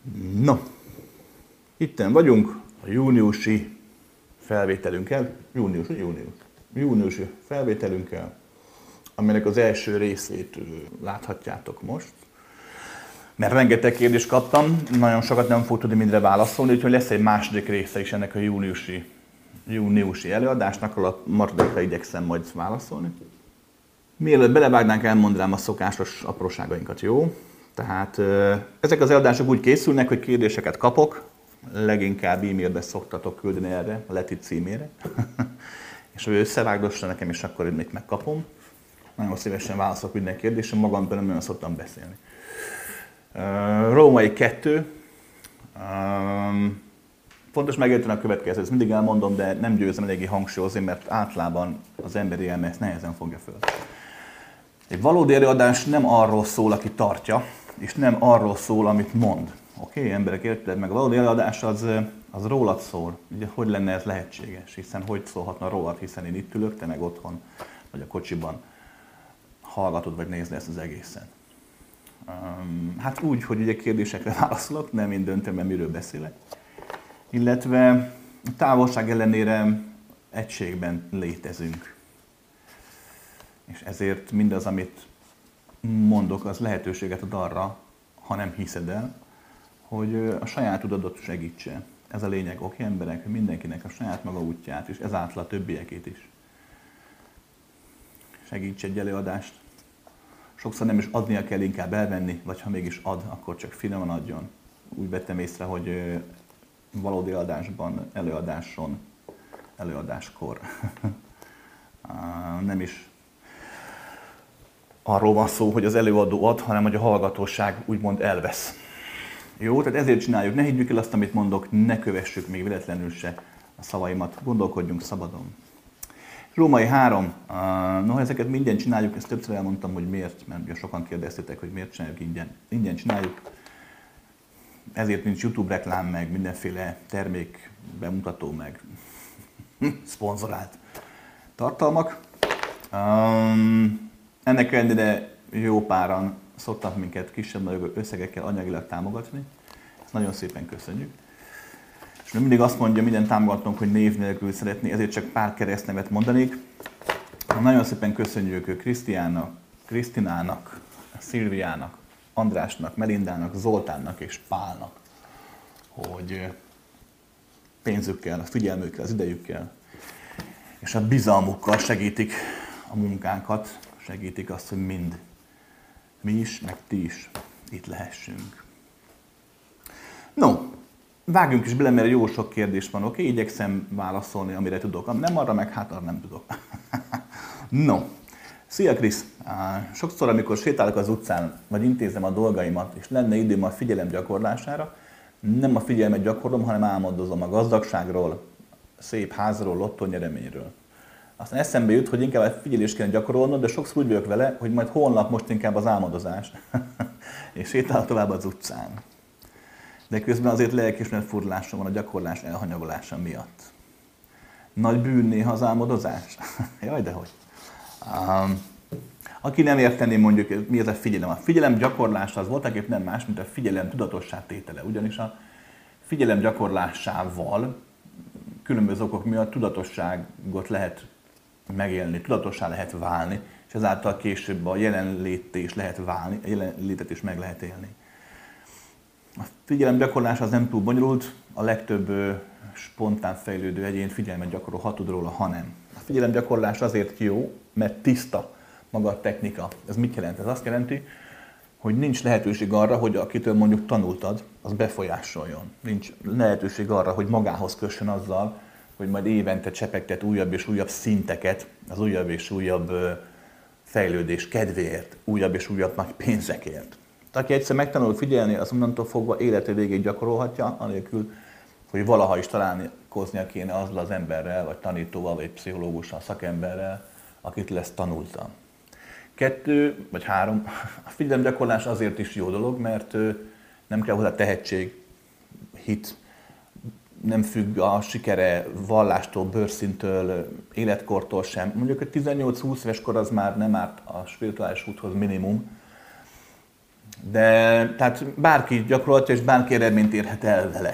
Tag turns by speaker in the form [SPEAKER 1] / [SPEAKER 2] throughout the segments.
[SPEAKER 1] No, itten vagyunk a júniusi felvételünkkel, júniusi felvételünkkel, aminek az első részét láthatjátok most. Mert rengeteg kérdést kaptam, nagyon sokat nem fog tudni mindre válaszolni, úgyhogy lesz egy második része is ennek a júniusi előadásnak, ahol a maradékra igyekszem majd válaszolni. Mielőtt belevágnánk, elmondanám a szokásos apróságainkat, jó? Tehát ezek az előadások úgy készülnek, hogy kérdéseket kapok, leginkább e-mailbe szoktatok küldeni erre, a Leti címére, és ő összevágdossa nekem, és akkor én még megkapom. Nagyon szívesen válaszolok minden kérdésre, magamtól nem nagyon szoktam beszélni. Római 2. Fontos megérteni a következőt, ezt mindig elmondom, de nem győzem eléggé hangsúlyozni, mert általában az emberi elme ezt nehezen fogja föl. Egy valódi előadás nem arról szól, aki tartja, és nem arról szól, amit mond. Oké, emberek, érted meg? A valódi előadás az rólad szól. Ugye, hogy lenne ez lehetséges? Hiszen hogy szólhatna rólad, hiszen én itt ülök, te meg otthon, vagy a kocsiban hallgatod, vagy nézd ezt az egészen. Hát úgy, hogy ugye kérdésekre válaszolok, nem én döntöm, mert miről beszélek. Illetve a távolság ellenére egységben létezünk. És ezért mindaz, amit mondok, az lehetőséget ad arra, ha nem hiszed el, hogy a saját tudatot segítse. Ez a lényeg, oké emberek, mindenkinek a saját maga útját, és ezáltal a többiekét is. Segíts egy előadást. Sokszor nem is adnia kell, inkább elvenni, vagy ha mégis ad, akkor csak finoman adjon. Úgy vettem észre, hogy valódi előadáskor nem is arról van szó, hogy az előadó ad, hanem hogy a hallgatóság úgymond elvesz. Jó, tehát ezért csináljuk, ne higgyük el azt, amit mondok, ne kövessük még véletlenül se a szavaimat, gondolkodjunk szabadon. Római 3. No, ezeket mindent csináljuk, ezt többször elmondtam, hogy miért, mert ugye sokan kérdeztétek, hogy miért csináljuk ingyen. Ingyen csináljuk, ezért nincs YouTube reklám, meg mindenféle termék bemutató, meg szponzorált tartalmak. Ennek ellenére jó páran szoktak minket kisebb-nagyobb összegekkel anyagilag támogatni. Ezt nagyon szépen köszönjük. És mindig azt mondja minden támogatónk, hogy név nélkül szeretné, ezért csak pár keresztnevet mondanék. Nagyon szépen köszönjük Krisztinának, Szilviának, Andrásnak, Melindának, Zoltánnak és Pálnak, hogy pénzükkel, a figyelmükkel, az idejükkel és a bizalmukkal segítik a munkánkat, segítik azt, hogy mind mi is, meg ti is itt lehessünk. No, vágjunk is bele, mert jó sok kérdés van, oké? Igyekszem válaszolni, amire tudok. Nem arra, meg hát arra nem tudok. No, szia Krisz! Sokszor, amikor sétálok az utcán, vagy intézem a dolgaimat, és lenne időm a figyelem gyakorlására, nem a figyelmet gyakorlom, hanem álmodozom a gazdagságról, szép házról, lottonyereményről. Aztán eszembe jut, hogy inkább a figyelést kell gyakorolnom, de sokszor úgy vagyok vele, hogy majd holnap most inkább az álmodozás, és sétálok tovább az utcán. De közben azért lelkiismeret furdalásom van a gyakorlás elhanyagolása miatt. Nagy bűn néha az álmodozás? Jaj, dehogy. Aki nem értené mondjuk, mi ez a figyelem. A figyelem gyakorlása az voltaképp nem más, mint a figyelem tudatossá tétele. Ugyanis a figyelem gyakorlásával különböző okok miatt tudatosságot lehet megélni, tudatossá lehet válni, és ezáltal később a jelenlétté is lehet válni, a jelenlétet is meg lehet élni. A figyelem gyakorlása az nem túl bonyolult, a legtöbb spontán fejlődő egyén figyelmet gyakorol, ha tud róla, ha nem. A figyelem gyakorlás azért jó, mert tiszta maga a technika. Ez mit jelent? Ez azt jelenti, hogy nincs lehetőség arra, hogy akitől mondjuk tanultad, az befolyásoljon. Nincs lehetőség arra, hogy magához kössön azzal, hogy majd évente csepegtet újabb és újabb szinteket, az újabb és újabb fejlődés kedvéért, újabb és újabb nagy pénzekért. Aki egyszer megtanul figyelni, az onnantól fogva élete végéig gyakorolhatja, anélkül, hogy valaha is találkoznia kéne azzal az emberrel, vagy tanítóval, vagy pszichológussal, szakemberrel, akit lesz tanulta. 2 vagy 3. A figyelemgyakorlás azért is jó dolog, mert nem kell hozzá tehetség, hit, nem függ a sikere vallástól, bőrszintől, életkortól sem. Mondjuk a 18-20 éves kor az már nem árt a spirituális úthoz minimum, De tehát bárki gyakorolhatja, és bárki eredményt érhet el vele.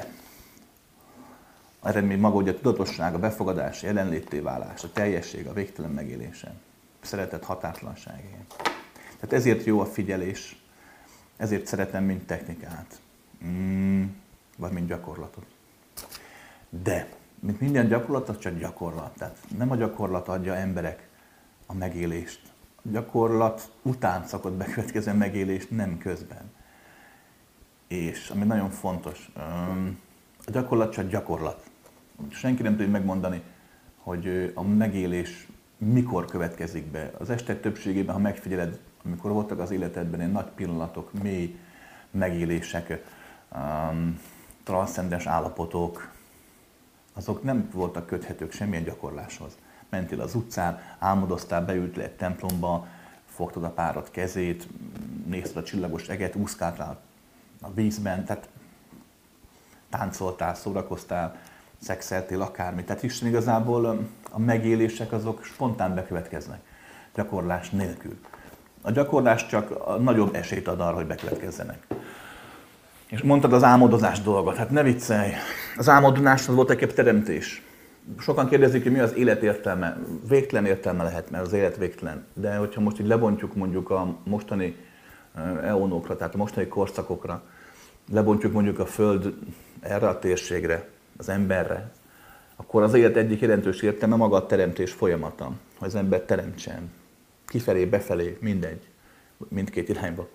[SPEAKER 1] A eredmény maga ugye a tudatosság, a befogadás, jelenlétté válás, a teljesség, a végtelen megélése, a szeretet határtlanságé. Tehát ezért jó a figyelés, ezért szeretem mint technikát, vagy mint gyakorlatot. De, mint minden gyakorlat, az csak gyakorlat. Tehát nem a gyakorlat adja emberek a megélést. A gyakorlat után szokott bekövetkező megélést, nem közben. És ami nagyon fontos, a gyakorlat csak gyakorlat. Senki nem tudja megmondani, hogy a megélés mikor következik be. Az estek többségében, ha megfigyeled, amikor voltak az életedben ilyen nagy pillanatok, mély megélések, transzcendens állapotok, azok nem voltak köthetők semmilyen gyakorláshoz. Mentél az utcán, álmodoztál, beültél egy templomba, fogtad a párod kezét, nézted a csillagos eget, úszkáltál a vízben, tehát táncoltál, szórakoztál, szexeltél, akármi. Tehát Isten igazából a megélések azok spontán bekövetkeznek, gyakorlás nélkül. A gyakorlás csak a nagyobb esélyt ad arra, hogy bekövetkezzenek. És mondtad az álmodozás dolgot, hát ne viccelj. Az álmodozás az volt egy teremtés. Sokan kérdezik, hogy mi az élet értelme. Végtelen értelme lehet, mert az élet végtelen. De hogyha most így lebontjuk mondjuk a mostani eonokra, tehát a mostani korszakokra, lebontjuk mondjuk a Föld erre a térségre, az emberre, akkor az élet egyik jelentős értelme maga a teremtés folyamata. Hogy az ember teremtsen. Kifelé, befelé, mindegy. Mindkét irányba.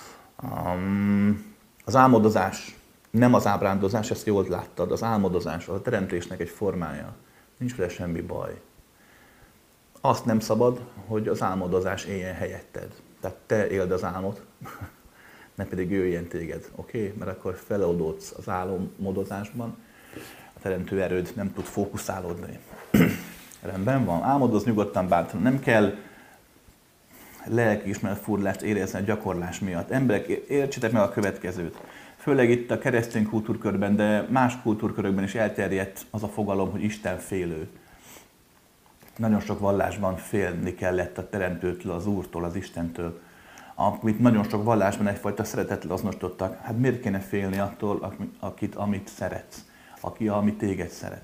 [SPEAKER 1] Az álmodozás, nem az ábrándozás, ezt jól láttad, az álmodozás, az a teremtésnek egy formája. Nincs vele semmi baj. Azt nem szabad, hogy az álmodozás éljen helyetted. Tehát te éld az álmot, ne pedig ő éljen téged, oké? Mert akkor feloldódsz az álmodozásban, a teremtő erőd nem tud fókuszálódni. Rendben van, álmodoz nyugodtan bátran, nem kell lelkiismeret-furlást érezni a gyakorlás miatt. Emberek, értsétek meg a következőt. Főleg itt a keresztény kultúrkörben, de más kultúrkörökben is elterjedt az a fogalom, hogy Isten félő. Nagyon sok vallásban félni kellett a Teremtőtől, az Úrtól, az Istentől. Amit nagyon sok vallásban egyfajta szeretettel azonosítottak. Hát miért kéne félni attól, amit szeretsz? Ami téged szeret?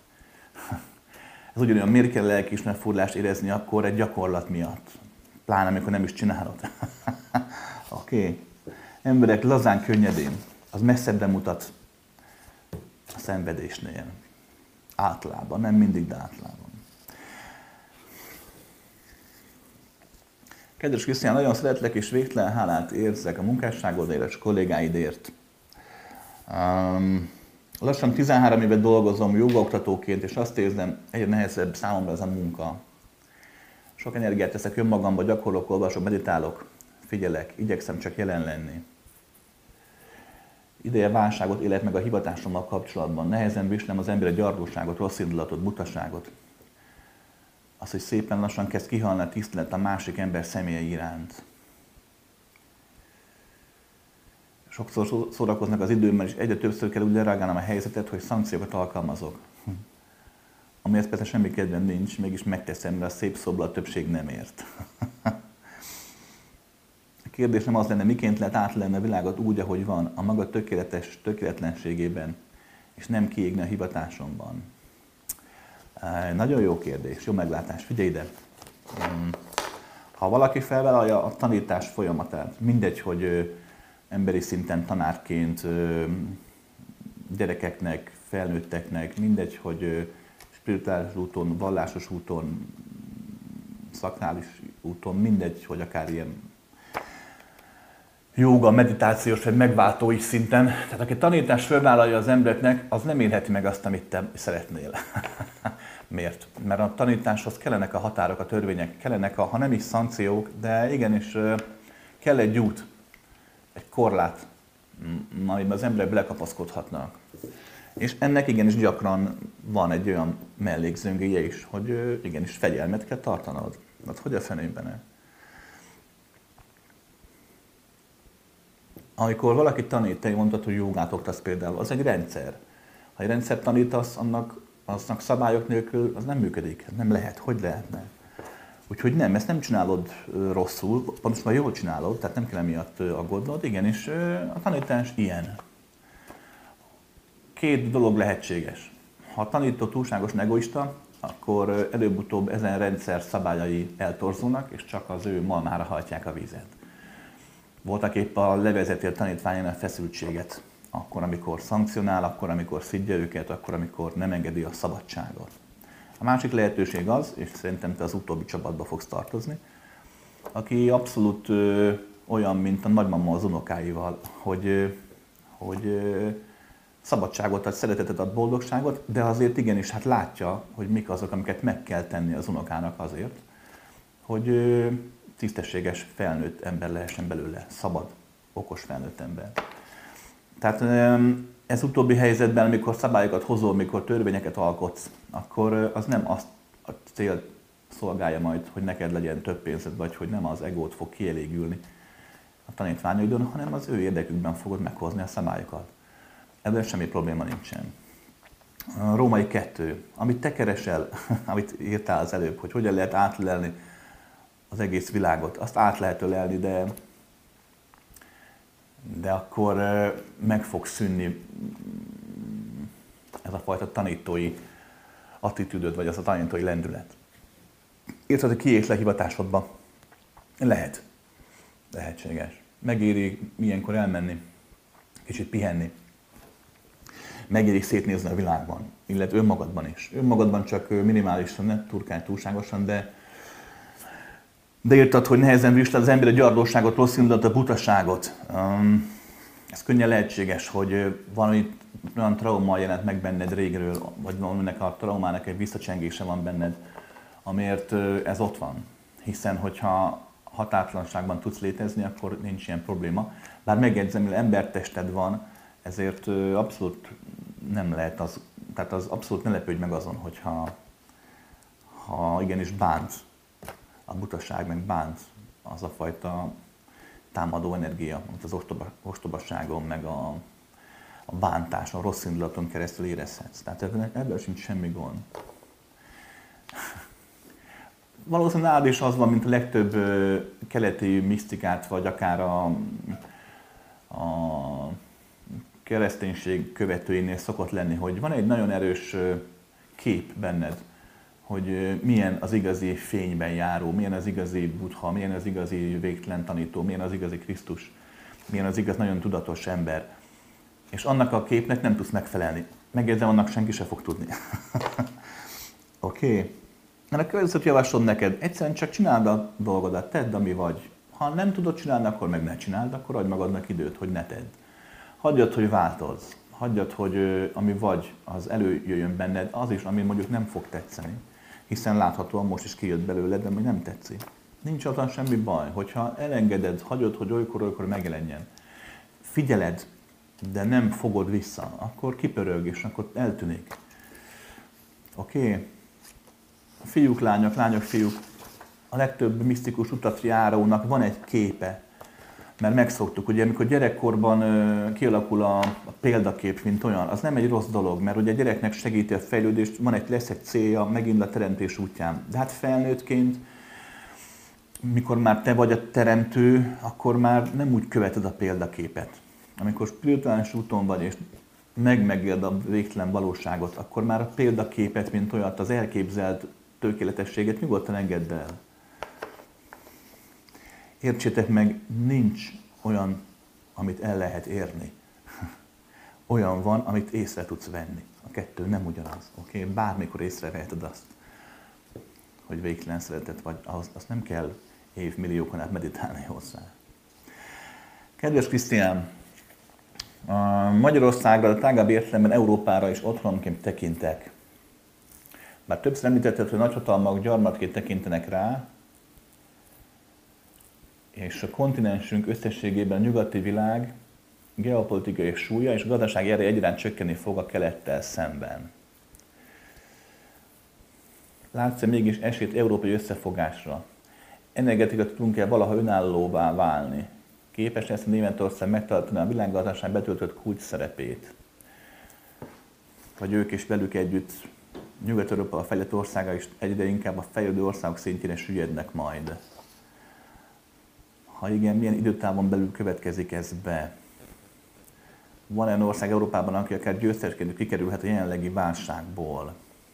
[SPEAKER 1] Ez ugyanolyan, miért kell lelkiismeret-furlást érezni akkor egy gyakorlat miatt? Pláne, amikor nem is csinálod. Oké. Emberek lazán, könnyedén, az messzebbre mutat a szenvedésnél. Általában, nem mindig, de általában. Kedves Krisztián, nagyon szeretlek és végtelen hálát érzek a munkásságodért és kollégáidért. Lassan 13 éve dolgozom jogaoktatóként, és azt érzem, egyre nehezebb számomra ez a munka. Sok energiát teszek önmagamba, gyakorlok, olvasok, meditálok, figyelek, igyekszem csak jelen lenni. Ideje válságot élek meg a hivatásommal kapcsolatban. Nehezen viselem az ember a gyarlóságot, rossz indulatot, butaságot. Az, hogy szépen lassan kezd kihalni a tisztelet a másik ember személye iránt. Sokszor szórakoznak az időmmel, és egyre többször kell úgy lereagálnom a helyzetet, hogy szankciókat alkalmazok. Amihez persze semmi kedvem nincs, mégis megteszem, mert a szép szóból a többség nem ért. A kérdés nem az lenne, miként lehet átlenni a világot úgy, ahogy van, a maga tökéletes tökéletlenségében, és nem kiégni a hivatásomban. Nagyon jó kérdés, jó meglátás. Figyelj ide! Ha valaki felvállalja a tanítás folyamatát, mindegy, hogy emberi szinten tanárként, gyerekeknek, felnőtteknek, mindegy, hogy spirituális úton, vallásos úton, szakrális úton, mindegy, hogy akár ilyen jóga, meditációs vagy megváltói szinten. Tehát aki tanítást felvállalja az embereknek, az nem élheti meg azt, amit te szeretnél. Miért? Mert a tanításhoz kellenek a határok, a törvények, kellenek ha nem is szankciók, de igenis kell egy út, egy korlát, amiben az emberek belekapaszkodhatnak. És ennek igenis gyakran van egy olyan mellékzöngéje is, hogy igenis fegyelmet kell tartanod. Hát hogy a fenében? Amikor valaki tanít, te mondtad, hogy jogát oktasz például, az egy rendszer. Ha egy rendszert tanítasz, annak szabályok nélkül az nem működik. Nem lehet. Hogy lehetne? Úgyhogy nem, ezt nem csinálod rosszul, pontosan jól csinálod, tehát nem kell emiatt aggódnod. Igen, és a tanítás ilyen. Két dolog lehetséges. Ha a tanító túlságosan egoista, akkor előbb-utóbb ezen rendszer szabályai eltorzulnak, és csak az ő malmára hajtják a vizet. Voltak épp a levezetél tanítványának feszültséget. Akkor, amikor szankcionál, akkor, amikor szidja őket, akkor, amikor nem engedi a szabadságot. A másik lehetőség az, és szerintem te az utóbbi csapatba fogsz tartozni, aki abszolút olyan, mint a nagymama az unokáival, hogy szabadságot ad, szeretetet ad, boldogságot, de azért igenis hát látja, hogy mik azok, amiket meg kell tenni az unokának azért, hogy tisztességes felnőtt ember lehessen belőle, szabad, okos felnőtt ember. Tehát ez utóbbi helyzetben, amikor szabályokat hozol, amikor törvényeket alkotsz, akkor az nem azt a célt szolgálja majd, hogy neked legyen több pénzed, vagy hogy nem az egót fog kielégülni a tanítványaidon, hanem az ő érdekükben fogod meghozni a szabályokat. Ebben semmi probléma nincsen. A Római 2, amit te keresel, amit írtál az előbb, hogy hogyan lehet átlelni az egész világot, azt át lehet ölelni, de akkor meg fog szűnni ez a fajta tanítói attitűdöd, vagy az a tanítói lendület. Érted, hogy kiés le hivatásodba? Lehet. Lehetséges. Megéri ilyenkor elmenni, kicsit pihenni. Megéri szétnézni a világban, illetve önmagadban is. Önmagadban csak minimálisan, ne turkálj túlságosan, de írtad, hogy nehezen vizsgálod az ember a gyarlóságot, rossz indulatot, a butaságot. Ez könnyen lehetséges, hogy valami olyan trauma jelent meg benned régről, vagy valaminek a traumának egy visszacsengése van benned, amiért ez ott van. Hiszen, hogyha határtalanságban tudsz létezni, akkor nincs ilyen probléma. Bár megjegyzem, hogy embertested van, ezért abszolút nem lehet az, tehát az abszolút ne lepődj meg azon, hogyha igenis bánsz a butaság, meg bánsz az a fajta támadó energia, amit az ostobaságon, meg a bántáson, a rossz indulaton keresztül érezhetsz. Tehát ebből sincs semmi gond. Valószínűleg nálad is az van, mint a legtöbb keleti misztikát, vagy akár a kereszténység követőinél szokott lenni, hogy van egy nagyon erős kép benned, hogy milyen az igazi fényben járó, milyen az igazi Buddha, milyen az igazi végtelen tanító, milyen az igazi Krisztus, milyen az igaz, nagyon tudatos ember. És annak a képnek nem tudsz megfelelni. Megjegyzem, annak senki se fog tudni. Oké? A következőt javaslom neked, egyszerűen csak csináld a dolgodat, tedd, ami vagy. Ha nem tudod csinálni, akkor meg ne csináld, akkor adj magadnak időt, hogy ne tedd. Hagyjad, hogy változz. Hagyjad, hogy ami vagy, az előjöjjön benned, az is, ami mondjuk nem fog tetszeni. Hiszen láthatóan most is kijött belőled, de még nem tetszik. Nincs azon semmi baj, hogyha elengeded, hagyod, hogy olykor megjelenjen. Figyeled, de nem fogod vissza, akkor kipörög, és akkor eltűnik. Oké? Fiúk, lányok, lányok, fiúk, a legtöbb misztikus utat járónak van egy képe. Mert megszoktuk, ugye amikor gyerekkorban kialakul a példakép, mint olyan, az nem egy rossz dolog, mert ugye a gyereknek segíti a fejlődést, lesz egy célja, megint a teremtés útján. De hát felnőttként, mikor már te vagy a teremtő, akkor már nem úgy követed a példaképet. Amikor spirituális úton vagy, és megéled a végtelen valóságot, akkor már a példaképet, mint olyat, az elképzelt tökéletességet nyugodtan engedd el. Értsétek meg, nincs olyan, amit el lehet érni. Olyan van, amit észre tudsz venni. A kettő nem ugyanaz. Okay? Bármikor észreveheted azt, hogy végtelen szeretet vagy, azt nem kell évmilliókon át meditálni hozzá. Kedves Krisztián, Magyarországra, a tágabb értelemben Európára is otthonként tekintek. Bár többször említetted, hogy nagyhatalmak gyarmatként tekintenek rá, és a kontinensünk összességében a nyugati világ geopolitikai súlya és gazdasági ereje egyaránt csökkenni fog a kelettel szemben. Látsz-e mégis esélyt európai összefogásra? Energetika tudunk-e valaha önállóvá válni? Képes lesz Németország megtartani a világgazdaság betöltött kulcs szerepét? Vagy ők is velük együtt Nyugat-Európa a fejlett országa is egyre inkább a fejlődő országok szintjén süllyednek majd. Ha igen, milyen időtávon belül következik ez be? Van olyan ország Európában, aki akár győztesként kikerülhet a jelenlegi válságból?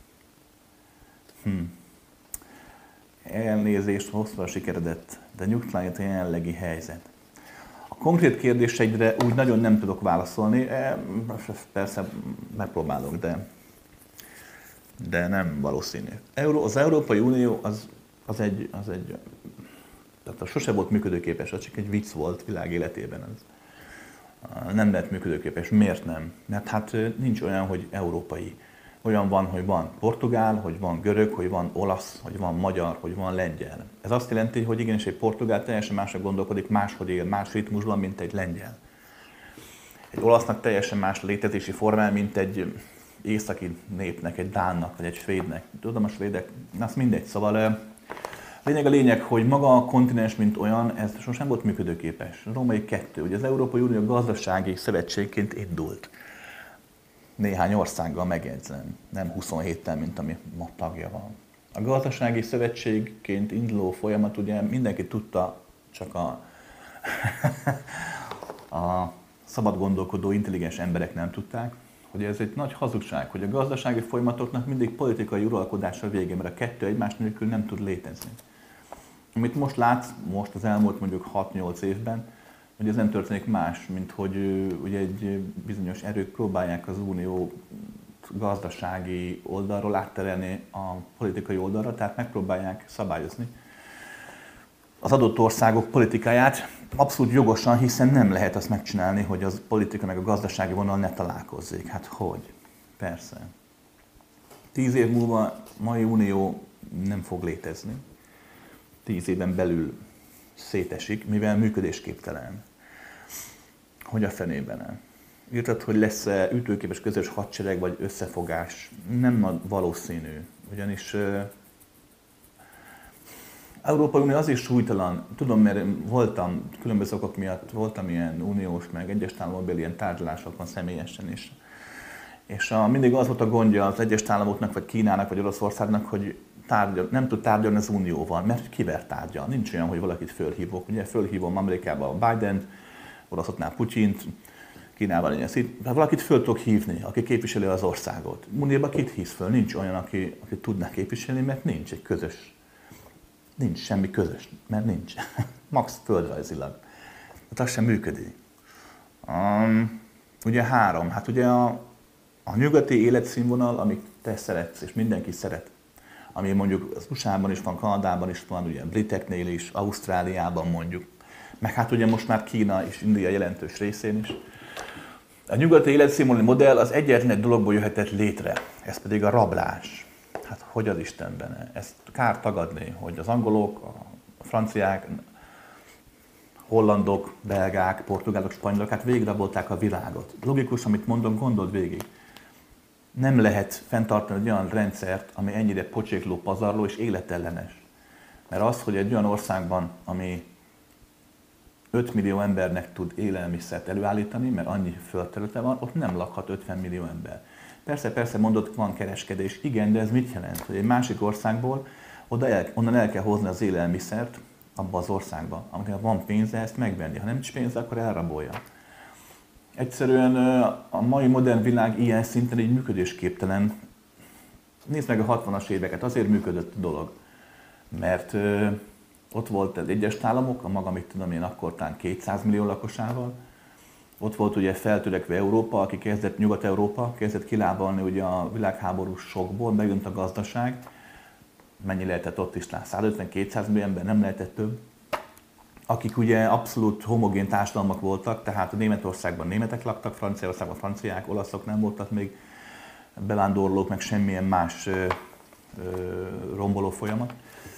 [SPEAKER 1] Elnézést, hosszúra sikeredett, de nyugtalanít a jelenlegi helyzet. A konkrét kérdéseidre úgy nagyon nem tudok válaszolni, persze megpróbálok, de nem valószínű. Az Európai Unió az egy tehát sose volt működőképes, az csak egy vicc volt világ életében. Nem lett működőképes. Miért nem? Mert hát nincs olyan, hogy európai. Olyan van, hogy van portugál, hogy van görög, hogy van olasz, hogy van magyar, hogy van lengyel. Ez azt jelenti, hogy igenis egy portugál teljesen másra gondolkodik, máshogy él, más ritmusban, mint egy lengyel. Egy olasznak teljesen más létezési formál, mint egy északi népnek, egy dánnak, vagy egy svédnek. Tudom, a svédek, az mindegy. Szóval a lényeg, hogy maga a kontinens, mint olyan, ez sosem volt működőképes. A Római 2, ugye az Európai Unió gazdasági szövetségként indult. Néhány országgal megjegyzem, nem 27-tel, mint ami ma tagja van. A gazdasági szövetségként induló folyamat, ugye mindenki tudta, csak a szabad gondolkodó, intelligens emberek nem tudták, hogy ez egy nagy hazugság, hogy a gazdasági folyamatoknak mindig politikai uralkodása vége, mert a kettő egymás nélkül nem tud létezni. Amit most látsz, most az elmúlt mondjuk 6-8 évben, hogy ez nem történik más, mint hogy ugye egy bizonyos erők próbálják az unió gazdasági oldalról átterelni a politikai oldalra, tehát megpróbálják szabályozni az adott országok politikáját, abszolút jogosan, hiszen nem lehet azt megcsinálni, hogy az politika meg a gazdasági vonal ne találkozzék. Hát hogy? Persze. 10 év múlva a mai unió nem fog létezni. 10 éven belül szétesik, mivel működésképtelen. Hogy a fenében? Írtad, hogy lesz-e ütőképes közös hadsereg vagy összefogás? Nem valószínű, ugyanis Európai Unió azért súlytalan, tudom, mert voltam, különböző okok miatt voltam ilyen uniós, meg egyes államokbeli ilyen tárgyalásokon személyesen is. És mindig az volt a gondja az egyes államoknak, vagy Kínának, vagy Oroszországnak, hogy nem tud tárgyalni az Unióval, mert kivel tárgyal. Nincs olyan, hogy valakit fölhívok. Ugye fölhívom Amerikába a Biden, Oroszoknál Putyint, Kínában ilyen szít. Valakit föl tudok hívni, aki képviseli az országot. Unióban kit hívsz föl? Nincs olyan, aki tudná képviselni, mert nincs egy közös. Nincs semmi közös, mert nincs. Max földrajzilag. Hát az sem működik. Ugye 3. Hát ugye a nyugati életszínvonal, amit te szeretsz, és mindenki szeret, ami mondjuk az USA-ban is van, Kanadában is van, ugye briteknél is, Ausztráliában mondjuk, meg hát ugye most már Kína és India jelentős részén is. A nyugati életszínvonali modell az egyetlen egy dologból jöhetett létre, ez pedig a rablás. Hát hogy az Istenben? Ezt kár tagadni, hogy az angolok, a franciák, hollandok, belgák, portugálok, spanyolok, hát végigrabolták a világot. Logikus, amit mondom, gondold végig. Nem lehet fenntartani egy olyan rendszert, ami ennyire pocsékló, pazarló és életellenes. Mert az, hogy egy olyan országban, ami 5 millió embernek tud élelmiszert előállítani, mert annyi földterülete van, ott nem lakhat 50 millió ember. Persze mondod, van kereskedés, igen, de ez mit jelent? Hogy egy másik országból onnan el kell hozni az élelmiszert abba az országba, amikor van pénze ezt megvenni. Ha nem nincs pénze, akkor elrabolja. Egyszerűen a mai modern világ ilyen szinten így működésképtelen. Nézd meg a 60-as éveket, azért működött a dolog, mert ott volt az Egyesült Államok, a maga, mit tudom én, akkortán 200 millió lakosával. Ott volt ugye feltörekvő Európa, aki Nyugat-Európa kezdett kilábalni ugye a világháborús sokból, megjött a gazdaság. Mennyi lehetett ott is? 150-200 millió ember, nem lehetett több. Akik ugye abszolút homogén társadalmak voltak, tehát a Németországban németek laktak, Franciaországban franciák, olaszok nem voltak még bevándorlók, meg semmilyen más romboló folyamat.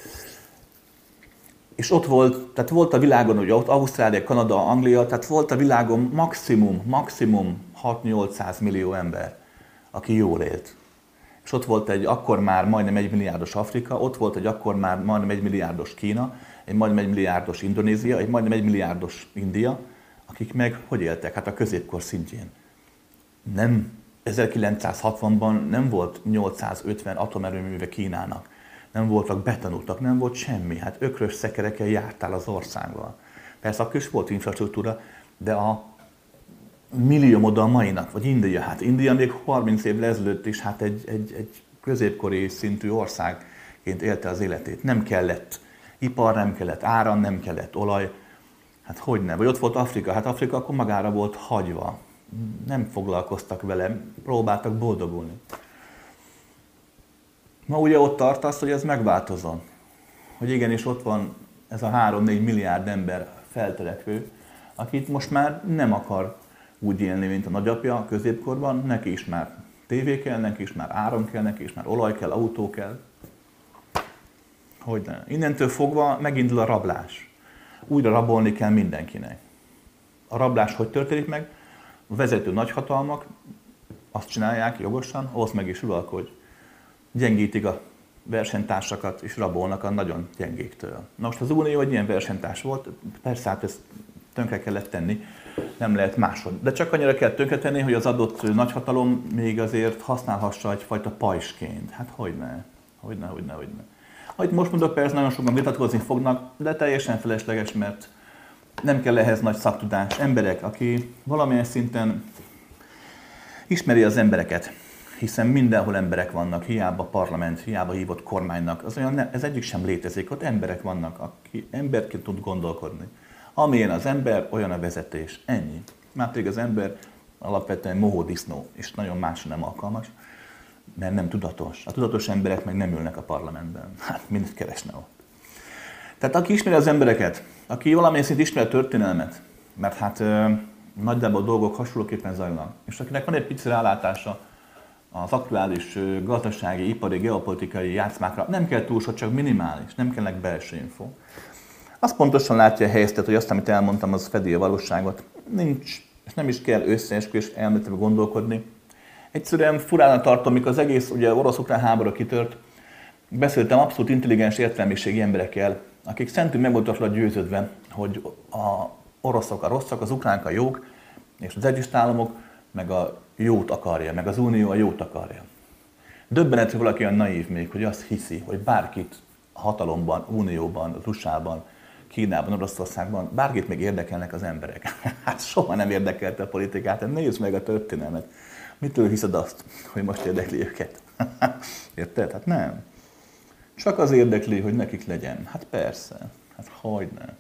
[SPEAKER 1] És ott volt, tehát volt a világon, ugye ott Ausztrália, Kanada, Anglia, tehát volt a világon maximum 6-800 millió ember, aki jól élt. És ott volt egy akkor már majdnem 1 milliárdos Afrika, ott volt egy akkor már majdnem 1 milliárdos Kína, egy majdnem 1 milliárdos Indonézia, egy majdnem 1 milliárdos India, akik meg hogy éltek? Hát a középkor szintjén. Nem 1960-ban nem volt 850 atomerőműve Kínának, nem voltak betanutak, nem volt semmi. Hát ökrös szekerekkel jártál az országban. Persze akkor is volt infrastruktúra, de a millió a mainak, vagy India. Hát India még 30 évvel ezelőtt is hát egy középkori szintű országként élte az életét. Nem kellett ipar, nem kellett áram, nem kellett olaj. Hát hogyne? Vagy ott volt Afrika. Hát Afrika akkor magára volt hagyva. Nem foglalkoztak vele, próbáltak boldogulni. Ma ugye ott tartasz, hogy ez megváltozon. Hogy igenis ott van ez a 3-4 milliárd ember feltörekvő, akit most már nem akar úgy élni, mint a nagyapja a középkorban, neki is már tévé kell, neki is már áram kell, neki is már olaj kell, autó kell. Hogyne. Innentől fogva megindul a rablás. Újra rabolni kell mindenkinek. A rablás hogy történik meg? A vezető nagyhatalmak azt csinálják jogosan, ahhoz meg is uralkodj. Gyengítik a versenytársakat, és rabolnak a nagyon gyengéktől. Na most az Unió egy ilyen versenytárs volt, persze hát ezt tönkre kellett tenni, nem lehet máshogy. De csak annyira kell tönkretenni, hogy az adott nagyhatalom még azért használhassa egyfajta pajsként. Hát hogyne. Ahogy most mondok, persze nagyon sokan vitatkozni fognak, de teljesen felesleges, mert nem kell ehhez nagy szaktudás. Emberek, aki valamilyen szinten ismeri az embereket, hiszen mindenhol emberek vannak, hiába parlament, hiába hívott kormánynak, ez egyik sem létezik, ott emberek vannak, aki emberként tud gondolkodni. Amilyen az ember, olyan a vezetés. Ennyi. Márpedig az ember alapvetően mohódisznó, és nagyon másra nem alkalmas, mert nem tudatos. A tudatos emberek meg nem ülnek a parlamentben. Hát mindent keresne ott. Tehát aki ismeri az embereket, aki valamilyen szint ismeri a történelmet, mert hát nagyjából a dolgok hasonlóképpen zajlanak, és akinek van egy pici rálátása az aktuális gazdasági, ipari, geopolitikai játszmákra, nem kell túl sok, csak minimális, nem kellnek belső info. Az pontosan látja a helyzetet, hogy azt, amit elmondtam, az fedi a valóságot. Nincs, és nem is kell összeesküvés elméletben gondolkodni. Egyszerűen furán tartom, mikor az egész ugye, orosz-ukrán háború kitört, beszéltem abszolút intelligens értelmiségi emberekkel, akik szentül meg voltak győződve, hogy a oroszok a rosszak, az ukránok a jók, és az Egyesült Államok meg a jót akarja, meg az Unió a jót akarja. Döbbenet, hogy valaki olyan naív még, hogy azt hiszi, hogy bárkit a hatalomban, Unióban, az USA-ban, Kínában, Oroszországban, bárkit még érdekelnek az emberek. Hát soha nem érdekelte a politikát, hát nézd meg a történelmet. Mitől hiszed azt, hogy most érdekli őket? Érted? Hát nem. Csak az érdekli, hogy nekik legyen. Hát persze. Hát hogyne.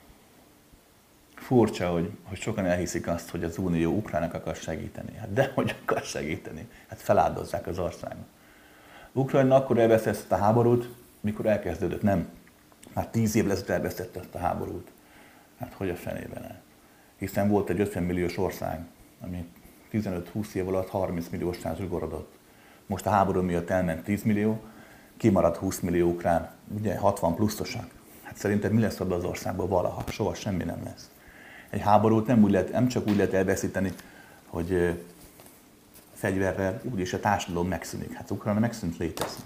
[SPEAKER 1] Furcsa, hogy sokan elhiszik azt, hogy az Unió Ukránnak akar segíteni. Hát dehogy akar segíteni. Hát feláldozzák az országot. Ukrajna akkor elvesztette a háborút, mikor elkezdődött. Nem. Már 10 évvel ezelőtt elvesztette ezt a háborút. Hát hogy a fenében el? Hiszen volt egy 50 milliós ország, ami 15-20 év alatt 30 milliósnál zsugorodott. Most a háború miatt elment 10 millió, kimaradt 20 millió ukrán, ugye 60 pluszosak. Hát szerintem mi lesz abban az országban valaha? Soha semmi nem lesz. Egy háborút nem csak úgy lehet elveszíteni, hogy fegyverrel, úgyis a társadalom megszűnik. Hát Ukrajna megszűnt létezni.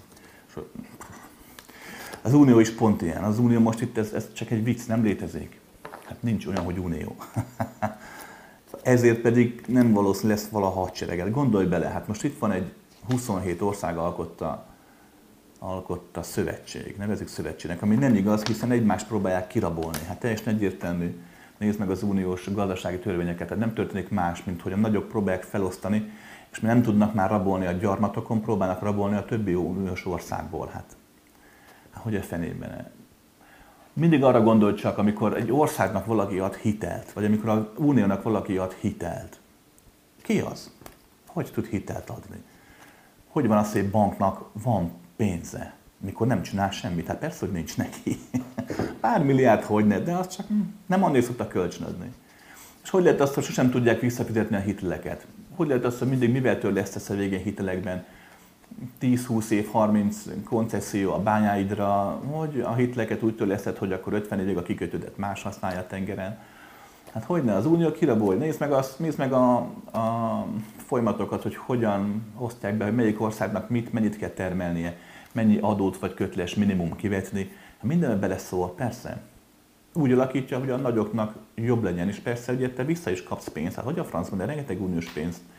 [SPEAKER 1] Az Unió is pont ilyen. Az Unió most itt, ez csak egy vicc, nem létezik. Hát nincs olyan, hogy Unió. Ezért pedig nem valószínű lesz valaha hadsereget. Gondolj bele, hát most itt van egy 27 ország alkotta szövetség, nevezzük szövetségnek, ami nem igaz, hiszen egymást próbálják kirabolni. Hát teljesen egyértelmű. Nézd meg az uniós gazdasági törvényeket, tehát nem történik más, mint hogy a nagyok próbálják felosztani, és nem tudnak már rabolni a gyarmatokon, próbálnak rabolni a többi uniós országból. Hát hogy a fenében? Mindig arra gondolj csak, amikor egy országnak valaki ad hitelt, vagy amikor az uniónak valaki ad hitelt. Ki az? Hogy tud hitelt adni? Hogy van az, hogy egy banknak van pénze, mikor nem csinál semmit? Hát persze, hogy nincs neki. Pár milliárd hogyne, de azt csak nem annyi szoktak kölcsönözni. És hogy lehet azt, hogy sosem tudják visszafizetni a hiteleket? Hogy lehet azt, hogy mindig mivel törlesztesz a végén hitelekben? 10-20 év, 30 koncesszió a bányáidra, hogy a hiteleket úgy törleszted, hogy akkor 50 évig a kikötődet más használja a tengeren. Hát hogyne, az Unió kirabolj, nézd meg a folyamatokat, hogy hogyan osztják be, hogy melyik országnak mennyit kell termelnie, mennyi adót vagy köteles minimum kivetni. Mindenben beleszól, persze. Úgy alakítja, hogy a nagyoknak jobb legyen, és persze, hogy te vissza is kapsz pénzt. Hát hogy a francban, de rengeteg uniós pénzt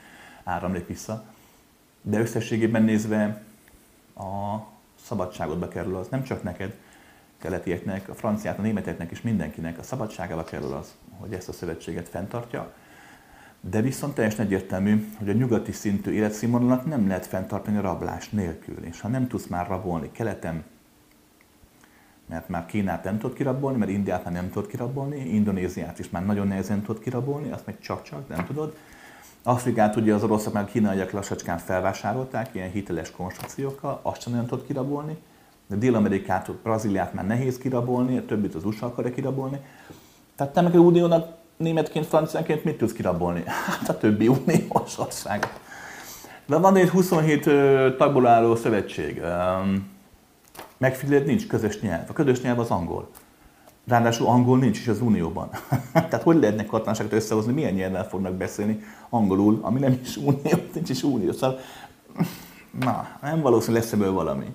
[SPEAKER 1] áramlik vissza. De összességében nézve a szabadságodba kerül az, nem csak neked, keletieknek, a franciák, a németeknek és mindenkinek a szabadságába kerül az, hogy ezt a szövetséget fenntartja. De viszont teljesen egyértelmű, hogy a nyugati szintű életszínvonalat nem lehet fenntartani a rablás nélkül. És ha nem tudsz már rabolni keleten, mert már Kínát nem tudod kirabolni, mert Indiát már nem tudod kirabolni, Indonéziát is már nagyon nehezen tudod kirabolni, azt meg csak-csak nem tudod. Afrikát ugye az oroszok már a kínaiak lassacskán felvásárolták, ilyen hiteles konstrukciókkal, azt sem nem tudod kirabolni. De Dél-Amerikát, Brazíliát már nehéz kirabolni, a többit az USA akarja kirabolni. Tehát te meg a uniónak németként, franciánként mit tudsz kirabolni? Hát a többi uniós ország. De van egy 27 tagból álló szövetség. Megfigyeled, nincs közös nyelv. A közös nyelv az angol. Ráadásul angol nincs is az unióban. Tehát hogy lehetnek katonaságot összehozni, milyen nyelven fognak beszélni angolul, ami nem is unió, nincs is unió. Szóval, nem valószínű lesz ebből valami.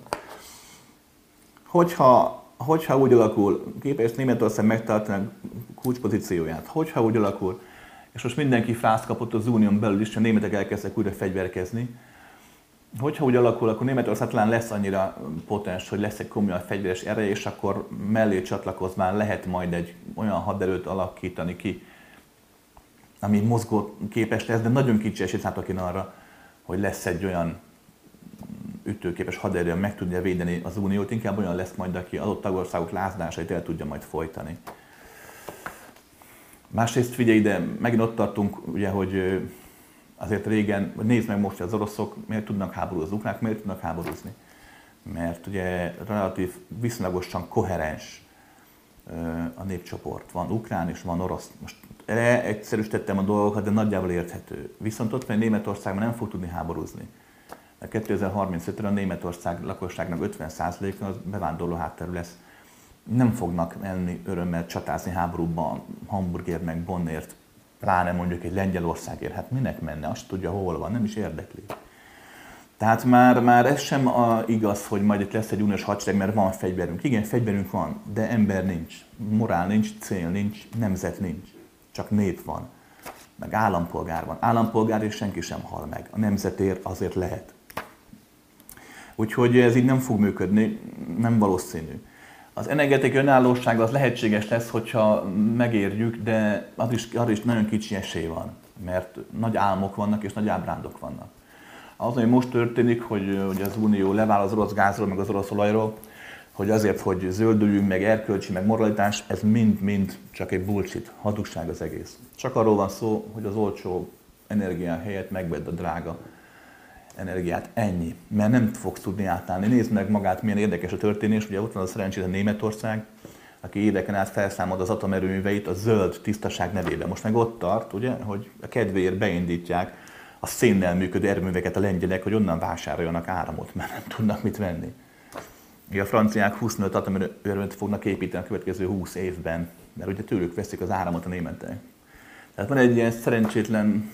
[SPEAKER 1] Hogyha úgy alakul, képes Németország megtartani a kulcspozícióját, hogyha úgy alakul, és most mindenki frászt kapott az unión belül is, a németek elkezdtek újra fegyverkezni, hogyha úgy alakul, akkor Németország talán lesz annyira potens, hogy lesz egy komolyabb fegyveres ereje, és akkor mellé csatlakozván lehet majd egy olyan haderőt alakítani ki, ami mozgóképes lesz, de nagyon kicsi esélyt látok én arra, hogy lesz egy olyan ütőképes haderő, meg tudja védeni az uniót, inkább olyan lesz majd, aki adott tagországok lázdásait el tudja majd folytani. Másrészt figyelj ide, megint ott tartunk, ugye, hogy azért régen, nézd meg most, hogy az oroszok miért tudnak háborúzni, az ukránok miért tudnak háborúzni. Mert ugye relatív, viszonylagosan koherens a népcsoport. Van ukrán és van orosz. Most egyszerűsítettem a dolgokat, de nagyjából érthető. Viszont ott van, hogy Németországban nem fog tudni háborúzni. 2035-re a Németország lakosságnak 50%-a az bevándorló hátterű lesz. Nem fognak elni örömmel csatázni háborúban Hamburgért meg Bonnért, pláne mondjuk egy Lengyelországért. Hát minek menne? Azt tudja, hol van, nem is érdekli. Tehát már ez sem igaz, hogy majd itt lesz egy uniós hadsereg, mert van fegyverünk. Igen, fegyverünk van, de ember nincs. Morál nincs, cél nincs, nemzet nincs. Csak nép van. Meg állampolgár van. Állampolgár és senki sem hal meg. A nemzetért azért lehet. Úgyhogy ez így nem fog működni, nem valószínű. Az energetikai önállóság az lehetséges lesz, hogyha megérjük, de arra is nagyon kicsi esély van, mert nagy álmok vannak és nagy ábrándok vannak. Az, ami most történik, hogy az Unió levál az orosz gázról, meg az orosz olajról, hogy azért, hogy zöldüljünk, meg erkölcsi, meg moralitás, ez mind csak egy bullshit, hazugság az egész. Csak arról van szó, hogy az olcsó energia helyett megvedd a drága energiát, ennyi. Mert nem fogsz tudni átállni. Nézd meg magát, milyen érdekes a történés. Ugye ott van a szerencsétlen Németország, aki éveken át felszámolta az atomerőműveit a zöld tisztaság nevében. Most meg ott tart, ugye, hogy a kedvéért beindítják a szénnel működő erőműveket a lengyelek, hogy onnan vásároljanak áramot, mert nem tudnak mit venni. Ugye a franciák 25 atomerőművet fognak építeni a következő 20 évben, mert ugye tőlük veszik az áramot a németek. Tehát van egy ilyen szerencsétlen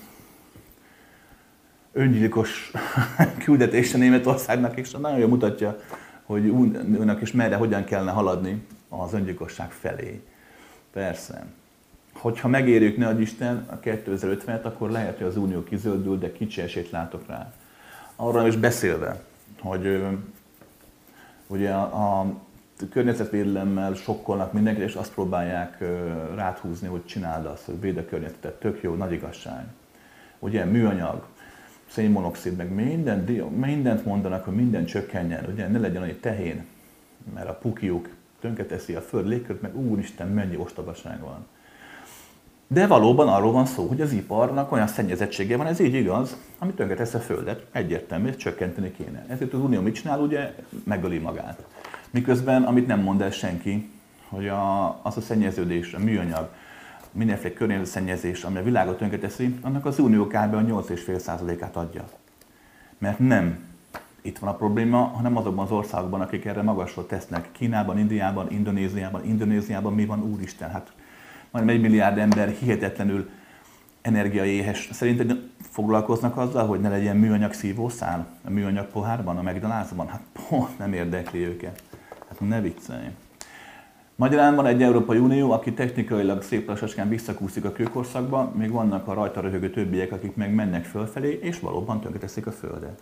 [SPEAKER 1] öngyilkos küldetése Németországnak, és nagyon jól mutatja, hogy önnek is merre, hogyan kellene haladni az öngyilkosság felé. Persze. Hogyha megérjük, ne adj Isten, a 2050-et, akkor lehet, hogy az Unió kizöldül, de kicsi esélyt látok rá. Arra is beszélve, hogy ugye a környezetvédelemmel sokkolnak mindenkit, és azt próbálják ráthúzni, hogy csináld azt, hogy védd a környezetet. Tök jó, nagy igazság. Ugye műanyag, szénmonoxid, meg mindent mondanak, hogy minden csökkenjen, ugye ne legyen annyi tehén, mert a pukiuk tönkreteszi a föld légkört, meg úristen, mennyi ostobaság van. De valóban arról van szó, hogy az iparnak olyan szennyezettsége van, ez így igaz, ami tönkretesz a földet, egyértelmű, ezt csökkenteni kéne. Ezért az Unió mit csinál, ugye megöli magát. Miközben, amit nem mond el senki, hogy az a szennyeződés, a műanyag, mindenféle környezetszennyezés, ami a világot tönkreteszi, annak az Unió kb. A 8,5%-át adja. Mert nem itt van a probléma, hanem azokban az országokban, akik erre magasról tesznek. Kínában, Indiában, Indonéziában mi van, úristen, hát majdnem 1 milliárd ember hihetetlenül energiaéhes. Szerinted foglalkoznak azzal, hogy ne legyen műanyag szívószál a műanyag pohárban, a McDonald'sban? Hát pont nem érdekli őket. Hát ne viccelj. Magyarán van egy Európai Unió, aki technikailag szép lassacskán visszakúszik a kőkorszakba, még vannak a rajta röhögő többiek, akik meg mennek fölfelé, és valóban tönkreteszik a Földet.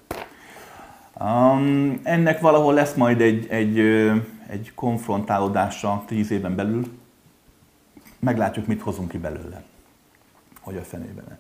[SPEAKER 1] Ennek valahol lesz majd egy konfrontálódása 10 éven belül. Meglátjuk, mit hozunk ki belőle. Hogy a fenében.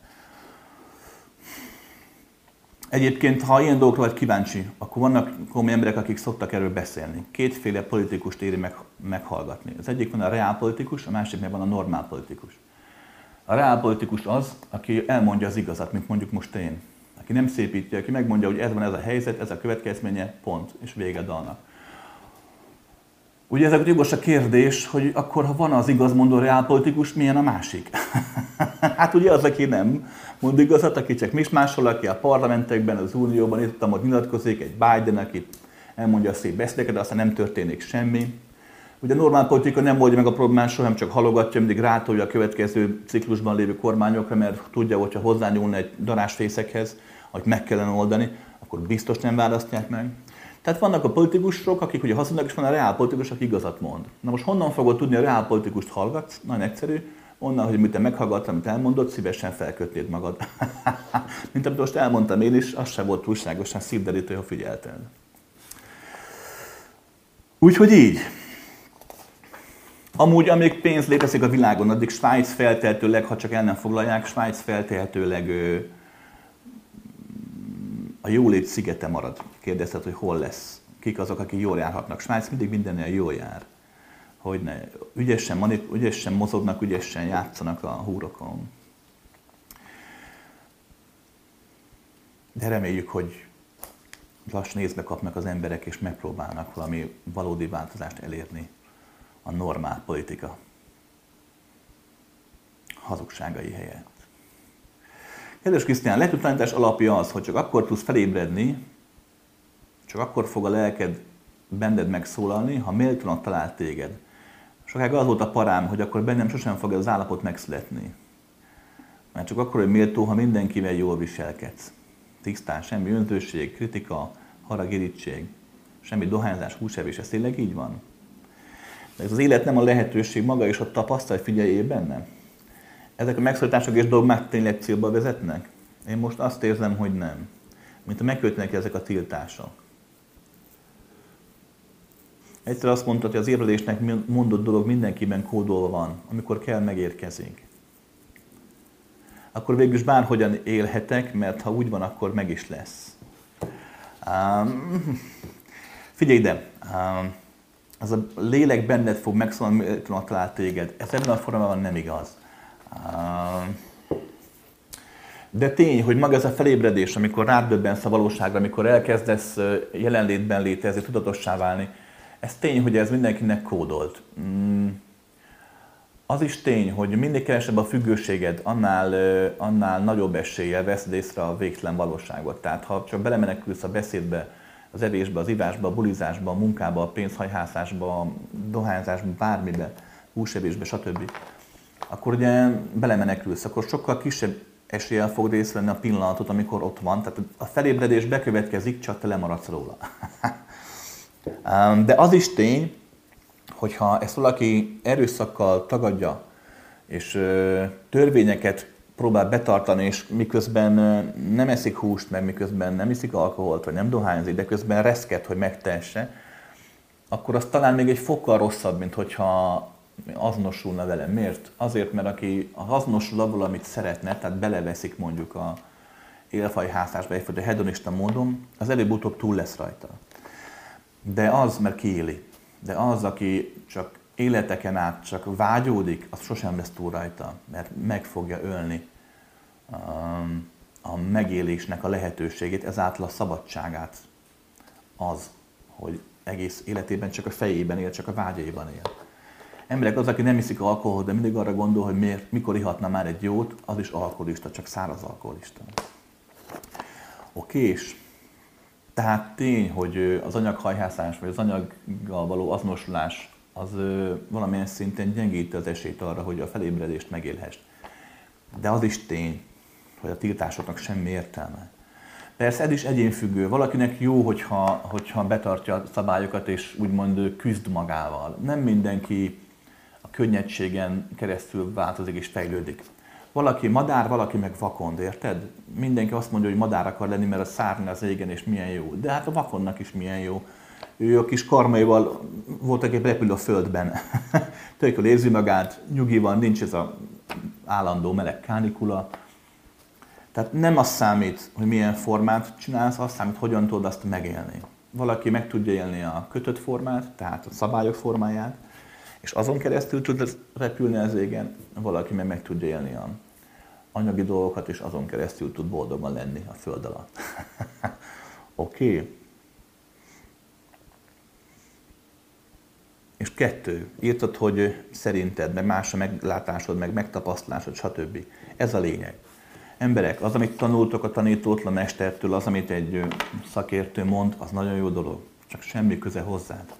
[SPEAKER 1] Egyébként, ha ilyen dolgokra vagy kíváncsi, akkor vannak komoly emberek, akik szoktak erről beszélni. Kétféle politikust éri meghallgatni. Az egyik van a reálpolitikus, a másik meg van a normálpolitikus. A reálpolitikus az, aki elmondja az igazat, mint mondjuk most én. Aki nem szépíti, aki megmondja, hogy ez van ez a helyzet, ez a következménye, pont, és vége dalnak. Ugye ez a jogos a kérdés, hogy akkor, ha van az igazmondó reálpolitikus, milyen a másik? Hát ugye az, aki nem mond igazat, aki csak mismáshol, aki a parlamentekben, az unióban, itt ott nyilatkozik, egy Biden, aki elmondja a szép beszédeket, de aztán nem történik semmi. Ugye a normál politika nem oldja meg a problémát, soha csak halogatja, mindig rátolja a következő ciklusban lévő kormányokra, mert tudja, hogyha hozzányúlna egy darásfészekhez, hogy meg kellene oldani, akkor biztos nem választják meg. Tehát vannak a politikusok, akik ugye hazudnak, és van a reálpolitikus, aki igazat mond. Na most honnan fogod tudni, a reálpolitikust hallgatsz? Nagyon egyszerű. Onnan, hogy amit meghallgattam, amit elmondott, szívesen felkötnéd magad. Mint amit most elmondtam én is, az sem volt túlságosan szívderítő, ha figyelted. Úgyhogy így. Amúgy, amíg pénz létezik a világon, addig Svájc feltehetőleg, ha csak el nem foglalják, Svájc feltehetőleg a jólét szigete marad. Kérdezted, hogy hol lesz. Kik azok, akik jól járhatnak. Svájc mindig mindennél jól jár. Hogyne. Ügyesen mozognak, ügyesen játszanak a húrokon. De reméljük, hogy lassan észbe kapnak az emberek, és megpróbálnak valami valódi változást elérni a normál politika hazugságai helyett. Kedves Krisztián, lelki tanítás alapja az, hogy csak akkor tudsz felébredni, csak akkor fog a lelked benned megszólalni, ha méltónak talált téged. Sokáig az volt a parám, hogy akkor bennem sosem fog ez az állapot megszületni. Mert csak akkor, hogy méltó, ha mindenkivel jól viselkedsz. Tisztán, semmi öntőség, kritika, harag, irítség, semmi dohányzás, húsevés, ez tényleg így van? De ez az élet nem a lehetőség maga, és ott tapasztalj, figyeljél benne. Ezek a megszólítások és dogmák tényleg célba vezetnek? Én most azt érzem, hogy nem. Mint a megkötnek ezek a tiltások. Egyszer azt mondta, hogy az érvelésnek mondott dolog mindenkiben kódolva van, amikor kell, megérkezik. Akkor végül is bárhogyan élhetek, mert ha úgy van, akkor meg is lesz. Figyelj ide! Az a lélek benned fog megszólalni, hogy talált téged. Ez ebben a formában nem igaz. De tény, hogy maga ez a felébredés, amikor rádöbbensz a valóságra, amikor elkezdesz jelenlétben létezni, tudatossá válni, ez tény, hogy ez mindenkinek kódolt. Az is tény, hogy minél kevesebb a függőséged, annál nagyobb eséllyel veszed észre a végtelen valóságot. Tehát ha csak belemenekülsz a beszédbe, az evésbe, az ivásba, a bulizásba, a munkába, a pénzhajhászásba, a dohányzásba, bármibe, húsevésbe, stb. Akkor ugye belemenekülsz, akkor sokkal kisebb eséllyel fogod észrevenni a pillanatot, amikor ott van. Tehát a felébredés bekövetkezik, csak te lemaradsz róla. De az is tény, hogyha ezt valaki erőszakkal tagadja, és törvényeket próbál betartani, és miközben nem eszik húst, meg miközben nem iszik alkoholt, vagy nem dohányzik, de közben reszket, hogy megtehesse, akkor az talán még egy fokkal rosszabb, mint hogyha azonosulna vele. Miért? Azért, mert aki azonosul abból, amit szeretne, tehát beleveszik mondjuk a élfajhászásba egyfajta hedonista módon, az előbb-utóbb túl lesz rajta. De az, mert kiéli. De az, aki csak életeken át csak vágyódik, az sosem lesz túl rajta, mert meg fogja ölni a megélésnek a lehetőségét, ezáltal a szabadságát az, hogy egész életében csak a fejében él, csak a vágyaiban él. Emberek az, aki nem iszik alkoholt, de mindig arra gondol, hogy mikor ihatna már egy jót, az is alkoholista, csak száraz alkoholista. Okés? Tehát tény, hogy az anyaghajhászás, vagy az anyaggal való azonosulás az valamilyen szinten gyengíti az esélyt arra, hogy a felébredést megélhess. De az is tény, hogy a tiltásoknak semmi értelme. Persze ez is egyénfüggő. Valakinek jó, hogyha betartja a szabályokat és úgymond küzd magával. Nem mindenki a könnyedségen keresztül változik és fejlődik. Valaki madár, valaki meg vakond, érted? Mindenki azt mondja, hogy madár akar lenni, mert a szárny az égen és milyen jó. De hát a vakonnak is milyen jó. Ő a kis karmaival voltak épp repül a földben. Tök jól érzi magát, nyugi van, nincs ez az állandó meleg kánikula. Tehát nem az számít, hogy milyen formát csinálsz, az számít, hogyan tudod azt megélni. Valaki meg tudja élni a kötött formát, tehát a szabályok formáját, és azon keresztül tud repülni az égen, valaki meg tudja élni a anyagi dolgokat, és azon keresztül tud boldogan lenni a föld alatt. Oké? És 2. Írtad, hogy szerinted, meg más a meglátásod, meg megtapasztalásod, stb. Ez a lényeg. Emberek, az, amit tanultok a tanítótól, a mestertől, az, amit egy szakértő mond, az nagyon jó dolog. Csak semmi köze hozzád.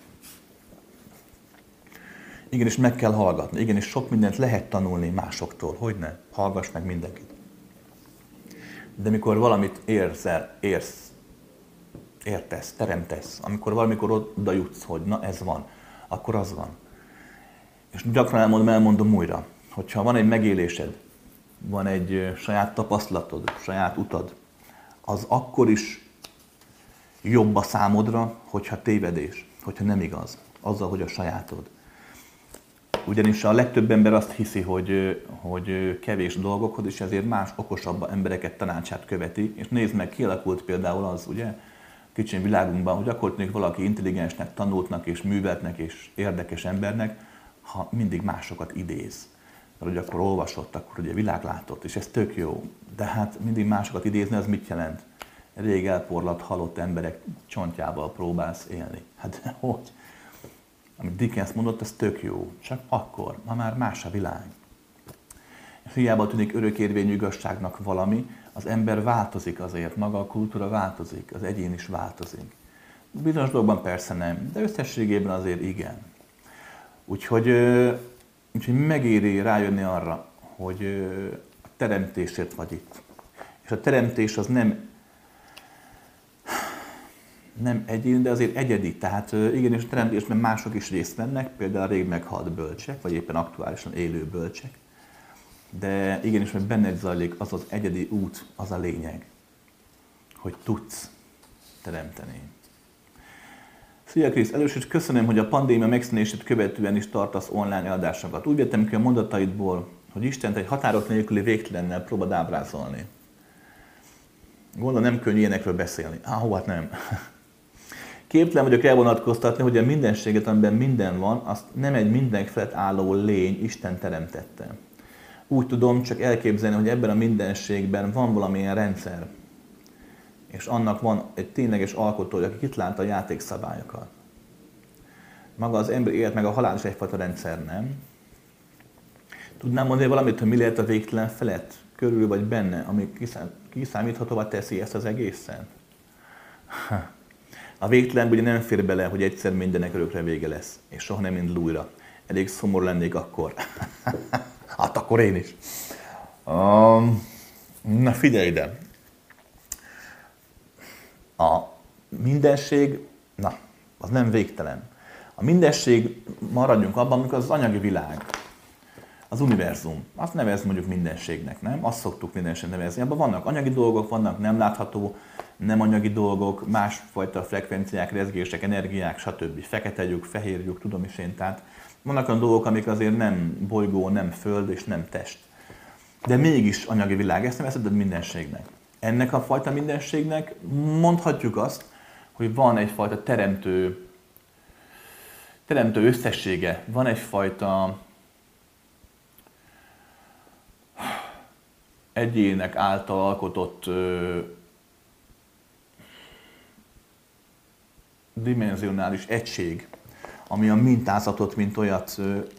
[SPEAKER 1] Igenis meg kell hallgatni, igenis sok mindent lehet tanulni másoktól, hogyne? Hallgass meg mindenkit. De mikor valamit értesz, teremtesz, amikor valamikor oda jutsz, hogy na ez van, akkor az van. És gyakran elmondom újra, hogyha van egy megélésed, van egy saját tapasztalatod, saját utad, az akkor is jobb a számodra, hogyha tévedés, hogyha nem igaz, azzal, hogy a sajátod. Ugyanis a legtöbb ember azt hiszi, hogy kevés dolgokhoz, és ezért más okosabb embereket tanácsát követi, és nézd meg, kialakult például az, ugye, kicsi világunkban, hogy akkor tűnik valaki intelligensnek, tanultnak és műveltnek és érdekes embernek, ha mindig másokat idéz. Mert hogy akkor olvasott, akkor ugye világlátott, és ez tök jó. De hát mindig másokat idézni, az mit jelent? Rég elporlat, halott emberek csontjával próbálsz élni. Hát hogy? Amit Dickens mondott, ez tök jó. Csak akkor, ma már más a világ. És hiába tűnik örökérvényű igazságnak valami, az ember változik azért, maga a kultúra változik, az egyén is változik. Bizonyos dolgokban persze nem, de összességében azért igen. Úgyhogy megéri rájönni arra, hogy a teremtésért vagy itt. És a teremtés az nem egyéni, de azért egyedi. Tehát igenis a teremtésben mások is részt vennek, például a rég meghalt bölcsek, vagy éppen aktuálisan élő bölcsek. De igenis, hogy benned zajlik az az egyedi út, az a lényeg, hogy tudsz teremteni. Szia Krisz, először is köszönöm, hogy a pandémia megszűnését követően is tartasz online eladásokat. Úgy vettem ki a mondataidból, hogy Istent egy határok nélküli végtelennel próbáld ábrázolni. Gondolom nem könnyű ilyenekről beszélni. Hát nem. Képtelen vagyok elvonatkoztatni, hogy a mindenséget, amiben minden van, azt nem egy mindenek felett álló lény Isten teremtette. Úgy tudom csak elképzelni, hogy ebben a mindenségben van valamilyen rendszer. És annak van egy tényleges alkotója, aki kitalálta a játékszabályokat. Maga az ember élet meg a halál is egyfajta rendszer, nem? Tudnám mondani valamit, hogy mi lehet a végtelen felett, körül vagy benne, ami kiszámíthatóvá teszi ezt az egészen? A végtelenben ugye nem fér bele, hogy egyszer mindennek örökre vége lesz, és soha nem indul újra. Elég szomorú lennék akkor. Hát akkor én is. Na figyelj ide! A mindenség, az nem végtelen. A mindenség, maradjunk abban, amikor az anyagi világ, az univerzum. Azt nevez mondjuk mindenségnek, nem? Azt szoktuk mindenségnek nevezni. Abban vannak anyagi dolgok, vannak nem látható, nem anyagi dolgok, másfajta frekvenciák, rezgések, energiák, stb. Fekete lyuk, fehér lyuk, tudom is én. Tehát vannak olyan dolgok, amik azért nem bolygó, nem föld és nem test. De mégis anyagi világ, ezt nevezheted mindenségnek. Ennek a fajta mindenségnek mondhatjuk azt, hogy van egyfajta teremtő összessége, van egyfajta egyének által alkotott dimenzionális egység, ami a mintázatot, mint olyat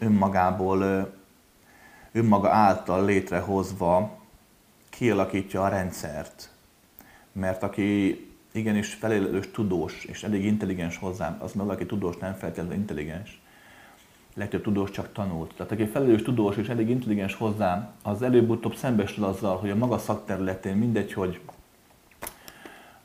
[SPEAKER 1] önmaga által létrehozva kialakítja a rendszert. Mert aki igenis felelős, tudós és elég intelligens hozzám, az meg aki tudós, nem feltétlenül intelligens. Legtöbb tudós csak tanult. Tehát aki felelős, tudós és elég intelligens hozzám, az előbb-utóbb szembesül azzal, hogy a maga szakterületén mindegy, hogy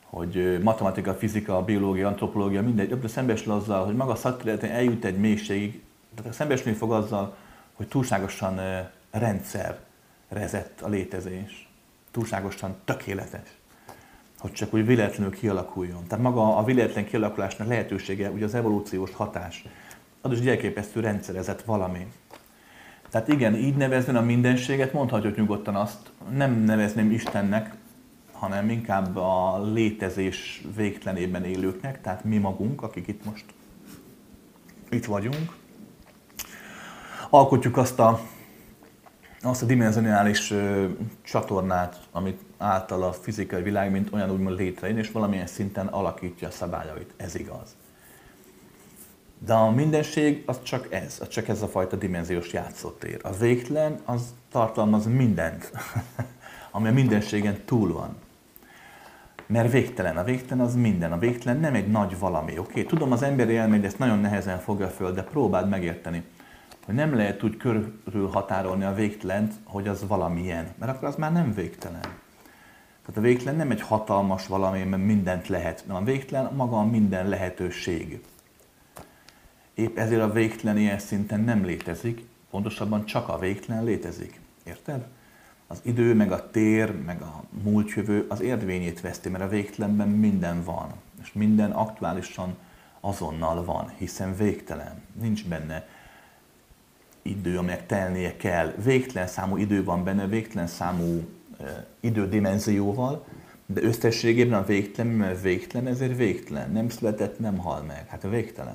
[SPEAKER 1] hogy matematika, fizika, biológia, antropológia, mindegy, de szembesül azzal, hogy maga a szakterületen eljut egy mélységig, tehát szembesülni fog azzal, hogy túlságosan rendszerezett a létezés, túlságosan tökéletes, hogy csak úgy véletlenül kialakuljon. Tehát maga a véletlen kialakulásnak lehetősége, ugye az evolúciós hatás, az is elképesztő rendszerezett valami. Tehát igen, így nevezni a mindenséget, mondhatjuk nyugodtan azt, nem nevezném Istennek, hanem inkább a létezés végtelenében élőknek, tehát mi magunk, akik itt most itt vagyunk. Alkotjuk azt a dimenzionális csatornát, amit által a fizikai világ, mint olyan úgymond létrejön, és valamilyen szinten alakítja a szabályait. Ez igaz. De a mindenség az csak ez a fajta dimenziós játszótér. A végtelen az tartalmaz mindent, ami a mindenségen túl van. Mert végtelen. A végtelen az minden. A végtelen nem egy nagy valami, oké? Tudom, az emberi elméd ezt nagyon nehezen fogja föl, de próbáld megérteni, hogy nem lehet úgy körülhatárolni a végtelent, hogy az valamilyen, mert akkor az már nem végtelen. Tehát a végtelen nem egy hatalmas valami, mert mindent lehet, hanem a végtelen maga a minden lehetőség. Épp ezért a végtelen ilyen szinten nem létezik, pontosabban csak a végtelen létezik. Érted? Az idő, meg a tér, meg a múltjövő az érvényét veszti, mert a végtelenben minden van. És minden aktuálisan azonnal van, hiszen végtelen. Nincs benne idő, amelyek telnie kell. Végtelen számú idő van benne, végtelen számú idődimenzióval, de összességében a végtelen, mert végtelen, ezért végtelen. Nem született, nem hal meg. Hát a végtelen.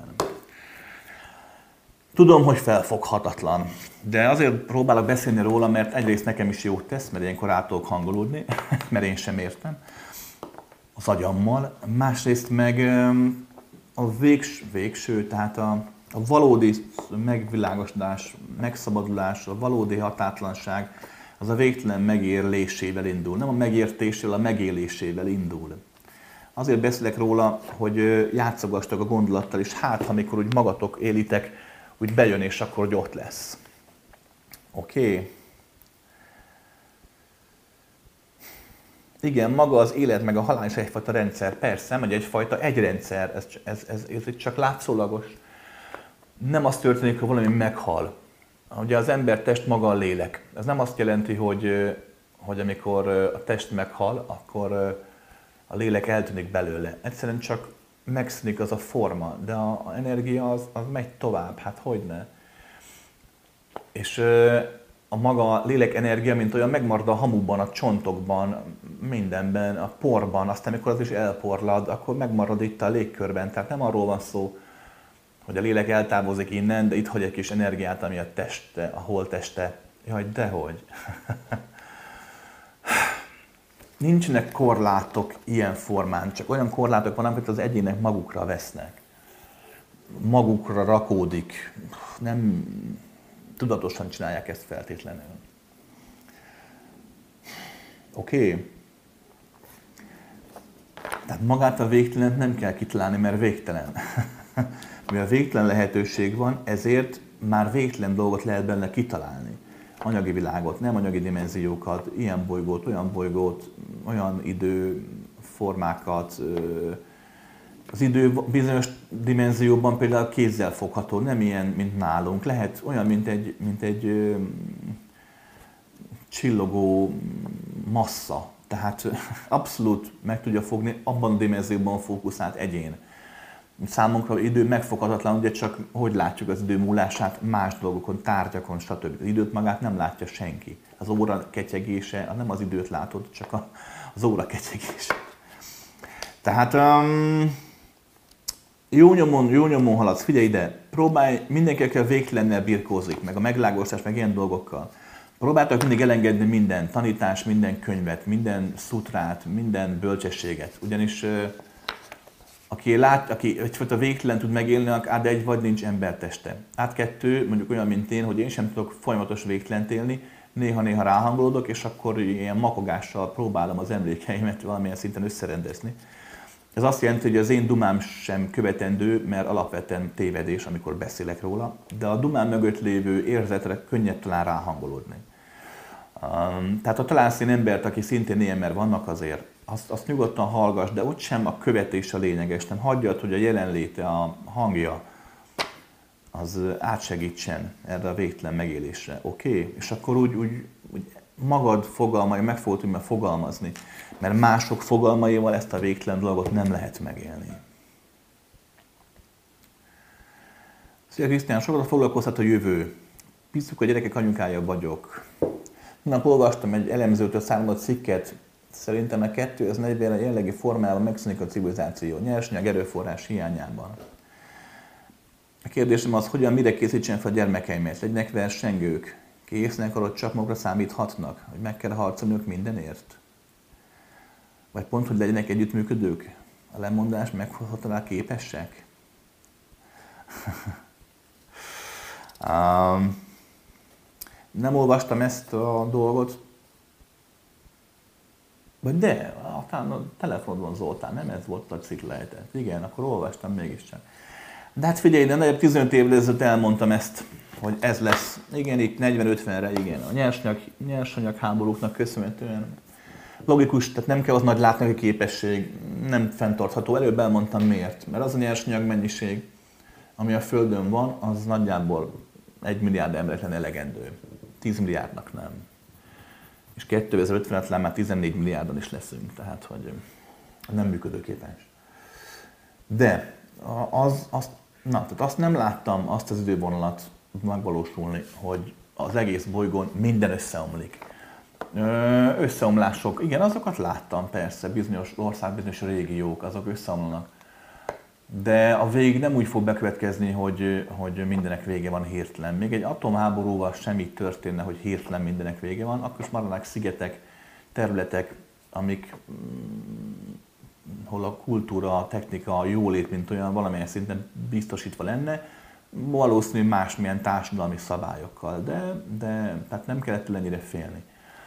[SPEAKER 1] Tudom, hogy felfoghatatlan, de azért próbálok beszélni róla, mert egyrészt nekem is jót tesz, mert ilyenkor át tudok hangolódni, mert én sem értem az agyammal. Másrészt meg a végső, tehát a valódi megvilágosodás, megszabadulás, a valódi határtlanság, az a végtelen megélésével indul. Nem a megértésével, a megélésével indul. Azért beszélek róla, hogy játszogassak a gondolattal, és hát, amikor úgy magatok élitek, úgy bejön, és akkor hogy ott lesz. Oké? Igen, maga az élet meg a halál is egyfajta rendszer, persze, vagy egyfajta rendszer, ez csak látszólagos. Nem az történik, hogy valami meghal. Ugye az embertest maga a lélek. Ez nem azt jelenti, hogy amikor a test meghal, akkor a lélek eltűnik belőle. Egyszerűen csak megszűnik az a forma, de az energia az megy tovább, hát hogyne. És a maga lélek energia, mint olyan megmarad a hamuban, a csontokban, mindenben, a porban, aztán amikor az is elporlad, akkor megmarad itt a légkörben. Tehát nem arról van szó, hogy a lélek eltávozik innen, de itt hagy egy kis energiát, ami a teste, a holtteste. Jaj, dehogy. Nincsenek korlátok ilyen formán, csak olyan korlátok vannak, amit az egyének magukra vesznek. Magukra rakódik. Nem tudatosan csinálják ezt feltétlenül. Oké? Tehát magát a végtelent nem kell kitalálni, mert végtelen. Mivel végtelen lehetőség van, ezért már végtelen dolgot lehet benne kitalálni. Anyagi világot, nem anyagi dimenziókat, ilyen bolygót, olyan időformákat. Az idő bizonyos dimenzióban például kézzel fogható, nem ilyen, mint nálunk. Lehet olyan, mint egy csillogó massza. Tehát abszolút meg tudja fogni abban a dimenzióban fókuszált egyén. Számunkra az idő megfoghatatlan, ugye csak hogy látjuk az idő múlását más dolgokon, tárgyakon, stb. Az időt magát nem látja senki. Az óra ketyegése, nem az időt látod, csak az óra ketyegése. Tehát jó nyomon haladsz, figyelj ide, próbálj, mindenki, aki a végtelennel birkózik, meg a megvilágosodás, meg ilyen dolgokkal. Próbáltak mindig elengedni minden tanítás, minden könyvet, minden szutrát, minden bölcsességet. Ugyanis aki egyfajta végtelen tud megélni, át egy vagy nincs emberteste. Át kettő, mondjuk olyan, mint én, hogy én sem tudok folyamatos végtelent élni, néha-néha ráhangolódok, és akkor ilyen makogással próbálom az emlékeimet valamilyen szinten összerendezni. Ez azt jelenti, hogy az én dumám sem követendő, mert alapvetően tévedés, amikor beszélek róla, de a dumám mögött lévő érzetre könnyebb talán ráhangolódni. Tehát ha találsz egy embert, aki szintén ilyen, mert vannak azért, azt nyugodtan hallgass, de ott sem a követés a lényeges, nem hagyjad, hogy a jelenléte, a hangja, az átsegítsen erre a végtelen megélésre, oké? És akkor úgy magad fogalmai, meg fogod tudni fogalmazni, mert mások fogalmaival ezt a végtelen dolgot nem lehet megélni. Szia Krisztián, sokat foglalkoztat a jövő. Piszuk a gyerekek anyukája vagyok. Nap olvastam egy elemzőtől származó cikket, szerintem a 2040-re a jelenlegi formában megszűnik a civilizáció, nyersanyag erőforrás hiányában. A kérdésem az, hogyan, mire készítsen fel a gyermekeimet? Legyenek versengők, késznek arra, hogy csak magukra számíthatnak, hogy meg kell harcolniuk mindenért? Vagy pont, hogy legyenek együttműködők? A lemondás meghozhatóan képesek? Nem olvastam ezt a dolgot, vagy de, talán a telefonodban Zoltán, nem ez volt a cikk lehetett. Igen, akkor olvastam mégiscsak. De hát figyelj, de nagyobb 15 évvel ezelőtt elmondtam ezt, hogy ez lesz. Igen, itt 40-50-re, igen. A nyersanyag háborúknak köszönhetően logikus, tehát nem kell az nagy látni, hogy képesség nem fenntartható. Előbb elmondtam miért. Mert az a nyersanyag mennyiség, ami a Földön van, az nagyjából 1 milliárd embernek lenne elegendő. 10 milliárdnak nem. És 2050-re már 14 milliárdon is leszünk, tehát hogy nem működőképes. De tehát azt nem láttam, azt az idővonalat megvalósulni, hogy az egész bolygón minden összeomlik. Összeomlások, igen, azokat láttam persze, bizonyos ország, bizonyos régiók, azok összeomlanak. De a vég nem úgy fog bekövetkezni, hogy mindenek vége van hirtelen. Még egy atomháborúval sem így történne, hogy hirtelen mindenek vége van, akkor is maradnak szigetek, területek, hol a kultúra, a technika, a jólét, mint olyan valamilyen szinten biztosítva lenne, valószínű másmilyen társadalmi szabályokkal, de tehát nem kellett tőle ennyire félni.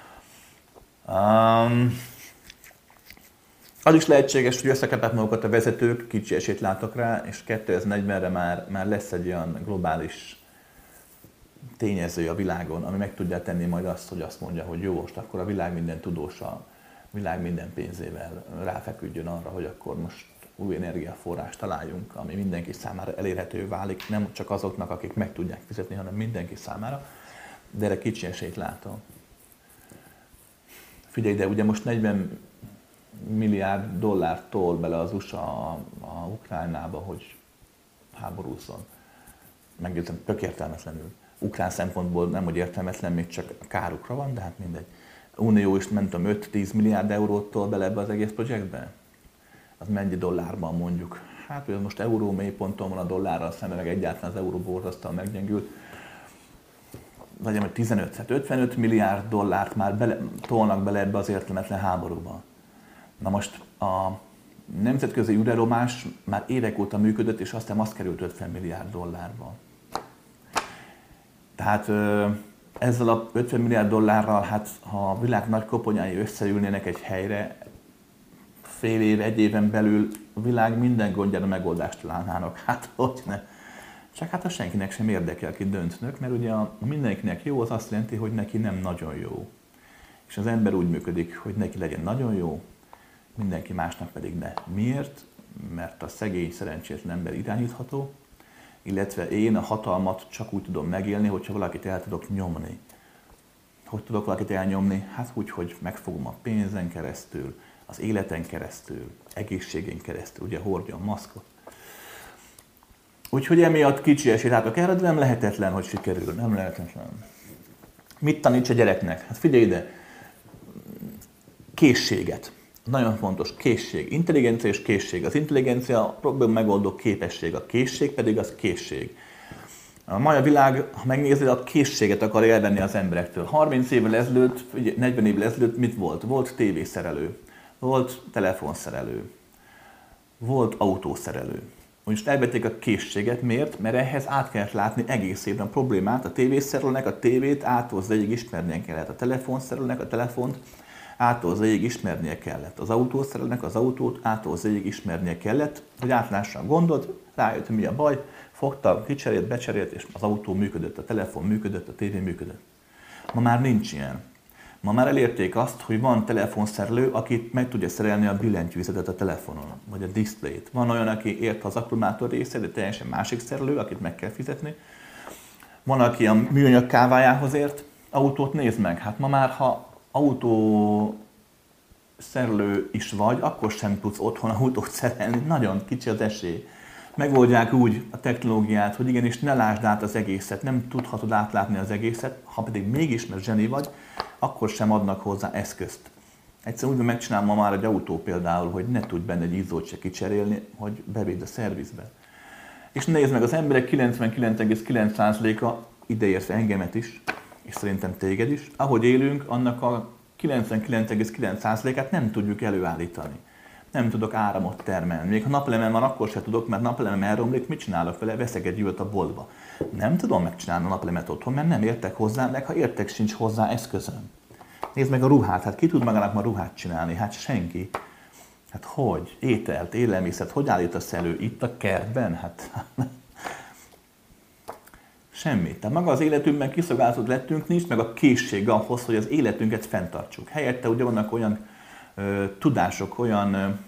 [SPEAKER 1] Az is lehetséges, hogy összekapják magukat a vezetők, kicsi esélyt látok rá, és 2040-re már lesz egy olyan globális tényező a világon, ami meg tudja tenni majd azt, hogy azt mondja, hogy jó, most akkor a világ minden tudósa, a világ minden pénzével ráfeküdjön arra, hogy akkor most új energiaforrást találjunk, ami mindenki számára elérhető válik, nem csak azoknak, akik meg tudják fizetni, hanem mindenki számára, de erre kicsi esélyt látom. Figyelj, de ugye most 40 milliárd dollárt tol bele az USA a Ukrajnába, hogy háborúzzon. Meggyőzem, tök értelmetlenül. Ukrán szempontból nem, hogy értelmetlen, még csak kárukra van, de hát mindegy. Unió is, nem tudom, 5-10 milliárd eurót tol bele ebbe az egész projektbe? Az mennyi dollárban mondjuk? Hát, hogy most euró mélyponton van a dollárral szemben, meg egyáltalán az euró borzasztóan meggyengült. Legyen, hogy 15, hát 55 milliárd dollárt már tolnak bele ebbe az értelmetlen háborúba. Na most a nemzetközi űrállomás már évek óta működött, és aztán azt került 50 milliárd dollárba. Tehát ezzel a 50 milliárd dollárral, hát ha a világ nagy koponyái összeülnének egy helyre, fél év, egy éven belül a világ minden gondjára megoldást találnának. Hát hogy ne? Csak hát a senkinek sem érdekel, aki döntnök, mert ugye mindenkinek jó, az azt jelenti, hogy neki nem nagyon jó. És az ember úgy működik, hogy neki legyen nagyon jó, mindenki másnak pedig ne. Miért? Mert a szegény, szerencsétlen ember irányítható, illetve én a hatalmat csak úgy tudom megélni, hogyha valakit el tudok nyomni. Hogy tudok valakit elnyomni? Hát úgy, hogy megfogom a pénzen keresztül, az életen keresztül, egészségén keresztül, ugye hordja a maszkot. Úgyhogy emiatt kicsi esélyt látok erre, de nem lehetetlen, hogy sikerül, nem lehetetlen. Mit taníts a gyereknek? Hát figyelj ide, készséget. Nagyon fontos, készség. Intelligencia és készség. Az intelligencia a probléma megoldó képesség, a készség pedig az készség. A mai világ, ha megnézed, a készséget akar elvenni az emberektől. 30 évvel ezelőtt, 40 évvel ezelőtt mit volt? Volt tévészerelő, volt telefonszerelő, volt autószerelő. Most elvették a készséget, miért? Mert ehhez át kellett látni egész évben a problémát. A tévészerelőnek a tévét ától zéig ismernie kellett. A telefonszerelőnek a telefont ától zéig ismernie kellett. Az autószerelőnek az autót ától zéig ismernie kellett, hogy átlássa a gondot, rájött, hogy mi a baj, fogta, kicserélt, becserélt, és az autó működött, a telefon működött, a tévé működött. Ma már nincs ilyen. Ma már elérték azt, hogy van telefonszerelő, aki meg tudja szerelni a billentyűzetet a telefonon, vagy a diszplét. Van olyan, aki ért az akkumulátor része, de teljesen másik szerelő, akit meg kell fizetni. Van, aki a műanyag kávájához ért. Autót nézd meg, hát ma már, ha autó szerelő is vagy, akkor sem tudsz otthon autót szerelni, nagyon kicsi az esély. Megoldják úgy a technológiát, hogy igenis ne lásd át az egészet, nem tudhatod átlátni az egészet, ha pedig mégis, mert zseni vagy, akkor sem adnak hozzá eszközt. Egyszerűen úgy megcsinálom ma már egy autó például, hogy ne tudj benne egy izzót se kicserélni, hogy bevidd a szervizbe. És nézd meg, az emberek 99,9%-a, ideértve engemet is, és szerintem téged is, ahogy élünk, annak a 99,9%-át nem tudjuk előállítani. Nem tudok áramot termelni. Még ha napelemen van, akkor se tudok, mert napelemen elromlik, mit csinálok vele? Veszek egy üvöt a boltba. Nem tudom megcsinálni a napelemet otthon, mert nem értek hozzá, meg ha értek, sincs hozzá eszközöm. Nézd meg a ruhát, hát ki tud magának ma ruhát csinálni? Hát senki. Hát hogy? Ételt, élelmiszert, hogy állítasz elő? Itt a kertben? Hát semmit. Tehát maga az életünkben kiszolgáltatott lettünk, nincs meg a készség ahhoz, hogy az életünket fenntartsuk. Helyette ugye vannak olyan tudások, olyan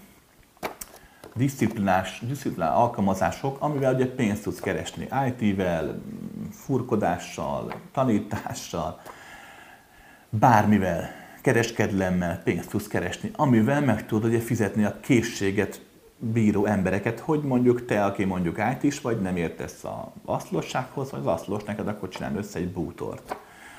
[SPEAKER 1] disziplinás alkalmazások, amivel ugye pénzt tudsz keresni. IT-vel, furkodással, tanítással, bármivel, kereskedelemmel pénzt tudsz keresni, amivel meg tudod ugye fizetni a készséget bíró embereket, hogy mondjuk te, aki mondjuk IT-s vagy, nem értesz a asztalossághoz, vagy az asztalos neked, akkor csinálj össze egy bútort.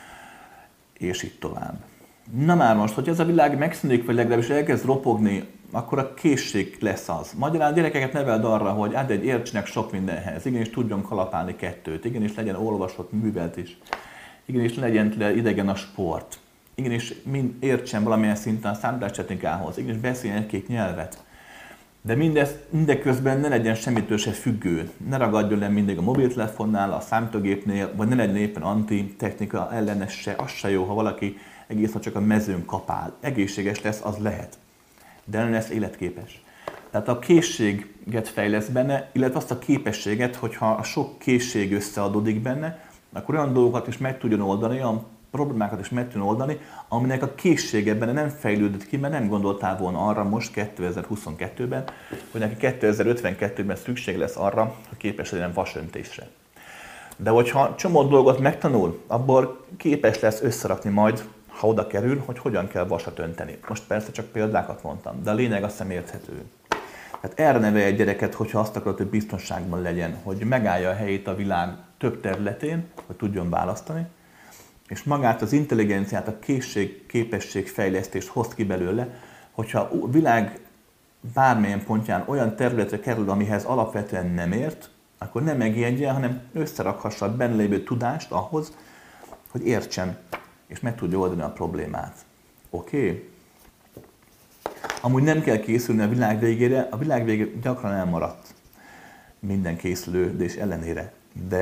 [SPEAKER 1] És így tovább. Na már most, hogy ez a világ megszűnik, vagy legalábbis elkezd ropogni, akkor a készség lesz az. Magyarán a gyerekeket neveld arra, hogy értsenek sok mindenhez, igenis tudjon kalapálni kettőt, igenis legyen olvasott, művelt is, igenis legyen idegen a sport, igenis értsen valamilyen szinten a számítástechnikához, igenis beszéljen egy-két nyelvet. De mindeközben ne legyen semmitől se függő, ne ragadjon le mindig a mobiltelefonnál, a számítógépnél, vagy ne legyen éppen anti-technika ellenes se, az se jó, ha valaki egész csak a mezőn kapál. Egészséges lesz, az lehet, de nem lesz életképes. Tehát a készséget fejlesz benne, illetve azt a képességet, hogyha a sok készség összeadódik benne, akkor olyan dolgokat is meg tudjon oldani, olyan problémákat is meg tudjon oldani, aminek a készsége benne nem fejlődött ki, mert nem gondoltál volna arra most 2022-ben, hogy neki 2052-ben szükség lesz arra, hogy képes legyen vasöntésre. De hogyha csomó dolgot megtanul, abból képes lesz összerakni majd, ha oda kerül, hogy hogyan kell vasat önteni. Most persze csak példákat mondtam, de a lényeg azt hiszem érthető. Tehát erre nevelj egy gyereket, hogyha azt akarod, hogy biztonságban legyen, hogy megállja a helyét a világ több területén, hogy tudjon választani, és magát az intelligenciát, a készség, képesség fejlesztést hoz ki belőle, hogyha a világ bármilyen pontján olyan területre kerül, amihez alapvetően nem ért, akkor nem megijedjen, hanem összerakhassa a benne lévő tudást ahhoz, hogy értsen, és meg tudja oldani a problémát. Oké? Amúgy nem kell készülni a világ végére, a világ vége gyakran elmaradt minden készülődés ellenére.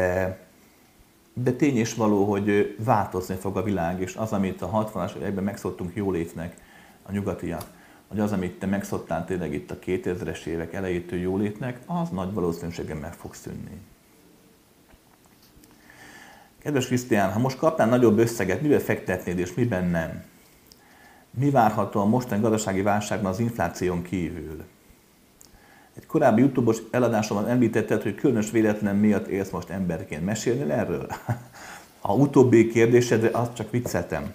[SPEAKER 1] De tény és való, hogy változni fog a világ, és az, amit a 60-as években megszoktunk jólétnek, a nyugatiak, vagy az, amit te megszoktál tényleg itt a 2000-es évek elejétől jólétnek, az nagy valószínűséggel meg fog szűnni. Kedves Krisztián, ha most kapnál nagyobb összeget, mivel fektetnéd és miben nem? Mi várható a mostani gazdasági válságban az infláción kívül? Egy korábbi YouTube-os eladásomban említetted, hogy különös véletlen miatt élsz most emberként. Mesélnél erről? A utóbbi kérdésedre azt csak vicceltem.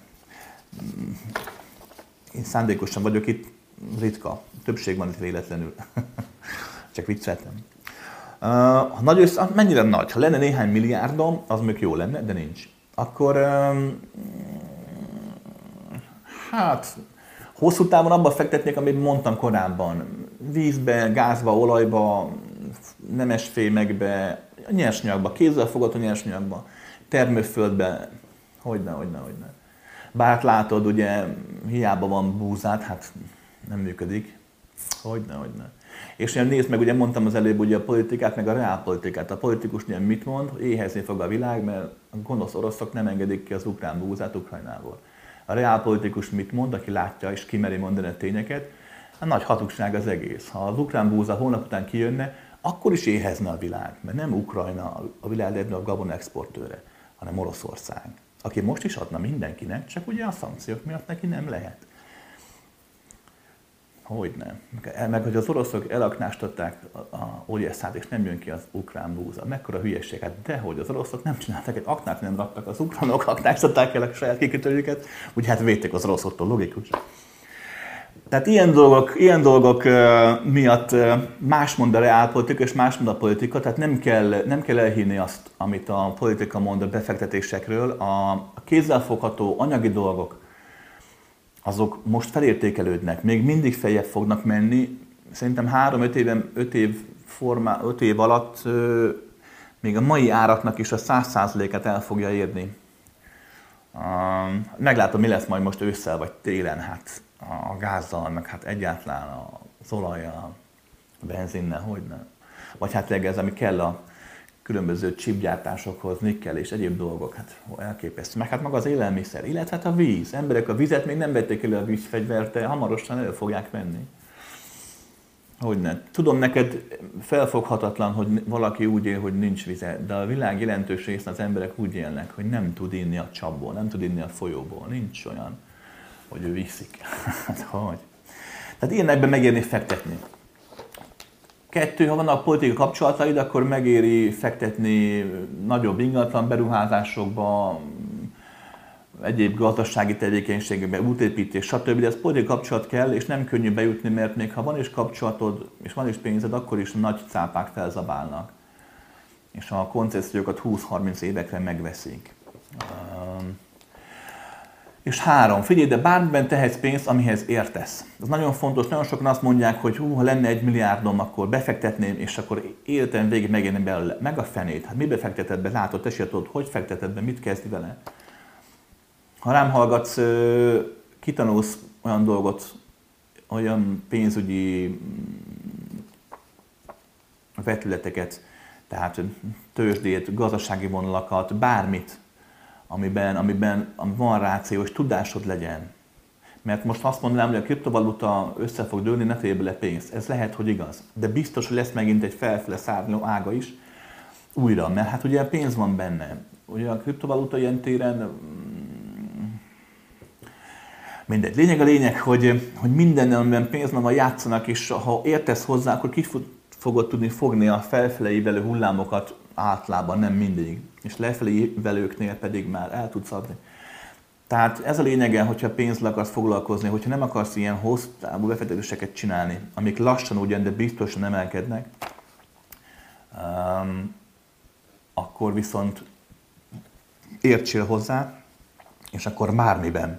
[SPEAKER 1] Én szándékosan vagyok itt, ritka. Többség van itt véletlenül. Csak vicceltem. Ha nagy mennyire nagy? Ha lenne néhány milliárdom, az még jó lenne, de nincs. Akkor hát hosszú távon abban fektetnék, amit mondtam korábban. Vízbe, gázba, olajba, nemesfémekbe, nyersanyagba, kézzel fogható nyersanyagba, termőföldbe, hogyne. Bár hát látod, ugye hiába van búzát, hát nem működik. Hogyne. És nézd meg, ugye mondtam az előbb ugye a politikát, meg a reálpolitikát. A politikus ugye mit mond, hogy éhezni fog a világ, mert a gonosz oroszok nem engedik ki az ukrán búzát Ukrajnából. A reálpolitikus mit mond, aki látja és kimeri mondani a tényeket, a nagy hatukság az egész. Ha az ukrán búza holnap után kijönne, akkor is éhezne a világ, mert nem Ukrajna a világ legnagyobb gabona exportőre, hanem Oroszország. aki most is adna mindenkinek, csak ugye a szankciók miatt neki nem lehet. Hogyne. Meg hogy az oroszok elaknástották a Odyesszát, és nem jön ki az ukrán búza. Mekkora hülyeség. Hát dehogy az oroszok nem csináltak, egy aknát nem raktak, az ukránok aknástották el a saját kikötőjüket, úgy hát védték az oroszoktól, logikus. Tehát ilyen dolgok miatt más mond a reálpolitika, és más mond a politika, tehát nem kell elhinni azt, amit a politika mond a befektetésekről. A kézzelfogható anyagi dolgok, azok most felértékelődnek, még mindig feljebb fognak menni. Szerintem 5 év alatt még a mai áraknak is a 100%-át el fogja érni. Meglátom, mi lesz majd most ősszel vagy télen, hát a gázzal, meg hát egyáltalán az olajjal, a benzinnel, hogyne. Vagy hát ez, ami kell a különböző chipgyártásokhoz, nikkel és egyéb dolgok, hát elképesztő. Meg hát maga az élelmiszer, illetve hát a víz. Emberek a vizet még nem vették elő a vízfegyvert, de hamarosan elő fogják venni. Hogyne. Tudom, neked felfoghatatlan, hogy valaki úgy él, hogy nincs vize, de a világ jelentős részén az emberek úgy élnek, hogy nem tud inni a csapból, nem tud inni a folyóból. Nincs olyan, hogy ő iszik. Hát hogy? Tehát ilyenekben megérni fektetni. 2, ha vannak politikai kapcsolataid, akkor megéri fektetni nagyobb ingatlan beruházásokba, egyéb gazdasági tevékenységekbe, útépítés, stb. De ez politikai kapcsolat kell, és nem könnyű bejutni, mert még ha van is kapcsolatod, és van is pénzed, akkor is nagy cápák felzabálnak. És a koncesziókat 20-30 évekre megveszik. És 3. Figyelj, de bármiben tehetsz pénzt, amihez értesz. Ez nagyon fontos. Nagyon sokan azt mondják, hogy ha lenne 1 milliárdom, akkor befektetném, és akkor életem végig megérni belőle. Meg a fenét. Hát mi befekteted be? Látod, te sem tudod, hogy fekteted be, mit kezdi vele. Ha rám hallgatsz, kitanulsz olyan dolgot, olyan pénzügyi vetületeket, tehát tőzsdét, gazdasági vonalakat, bármit, amiben van ráció, és tudásod legyen. Mert most azt mondanám, hogy a kriptovaluta össze fog dőlni, ne tegyél bele pénzt. Ez lehet, hogy igaz. De biztos, hogy lesz megint egy felfele szárnyaló ága is újra, mert hát ugye pénz van benne. Ugye a kriptovaluta ilyen téren mindegy. Lényeg a lényeg, hogy minden, amiben pénz van, játszanak, és ha értesz hozzá, akkor ki fogod tudni fogni a felfele ívelő hullámokat általában, nem mindig. És lefelé ívelőknél pedig már el tudsz adni. Tehát ez a lényege, hogyha pénzzel akarsz foglalkozni, hogyha nem akarsz ilyen hosszú távú befektetéseket csinálni, amik lassan ugyan, de biztosan emelkednek, akkor viszont értsél hozzá, és akkor bármiben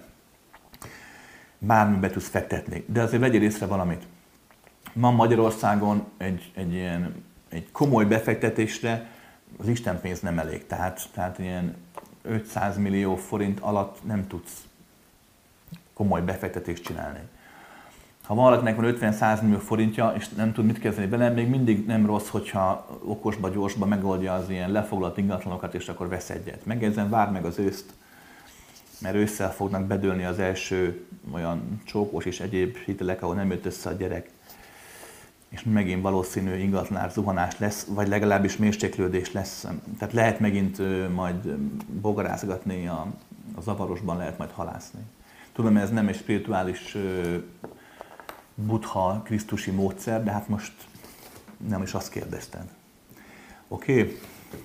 [SPEAKER 1] tudsz fektetni. De azért vegyél észre valamit. Ma Magyarországon egy komoly befektetésre az istenpénz nem elég. Tehát ilyen 500 millió forint alatt nem tudsz komoly befektetést csinálni. Ha valakinek van 50-100 millió forintja, és nem tud mit kezdeni vele, még mindig nem rossz, hogyha okosba, gyorsba megoldja az ilyen lefoglalt ingatlanokat, és akkor vesz egyet. Megjegyzem, várd meg az őszt, mert ősszel fognak bedőlni az első olyan csókos és egyéb hitelek, ahol nem jött össze a gyerek. És megint valószínű ingatlanár zuhanás lesz, vagy legalábbis mérséklődés lesz. Tehát lehet megint majd bogarázgatni, a zavarosban lehet majd halászni. Tudom, ez nem egy spirituális buddha, krisztusi módszer, de hát most nem is azt kérdezted. Oké?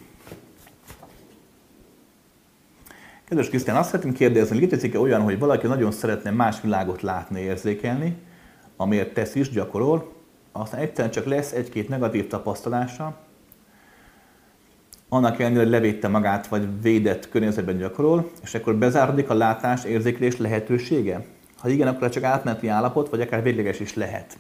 [SPEAKER 1] Kedves Krisztián, azt szeretném kérdezni, létezik-e olyan, hogy valaki nagyon szeretne más világot látni, érzékelni, amiért tesz is, gyakorol, aztán egyszerűen csak lesz egy-két negatív tapasztalása, annak ellenére, hogy levédte magát, vagy védett környezetben gyakorol, és akkor bezárodik a látás, érzékelés lehetősége? Ha igen, akkor csak átmeneti állapot, vagy akár végleges is lehet.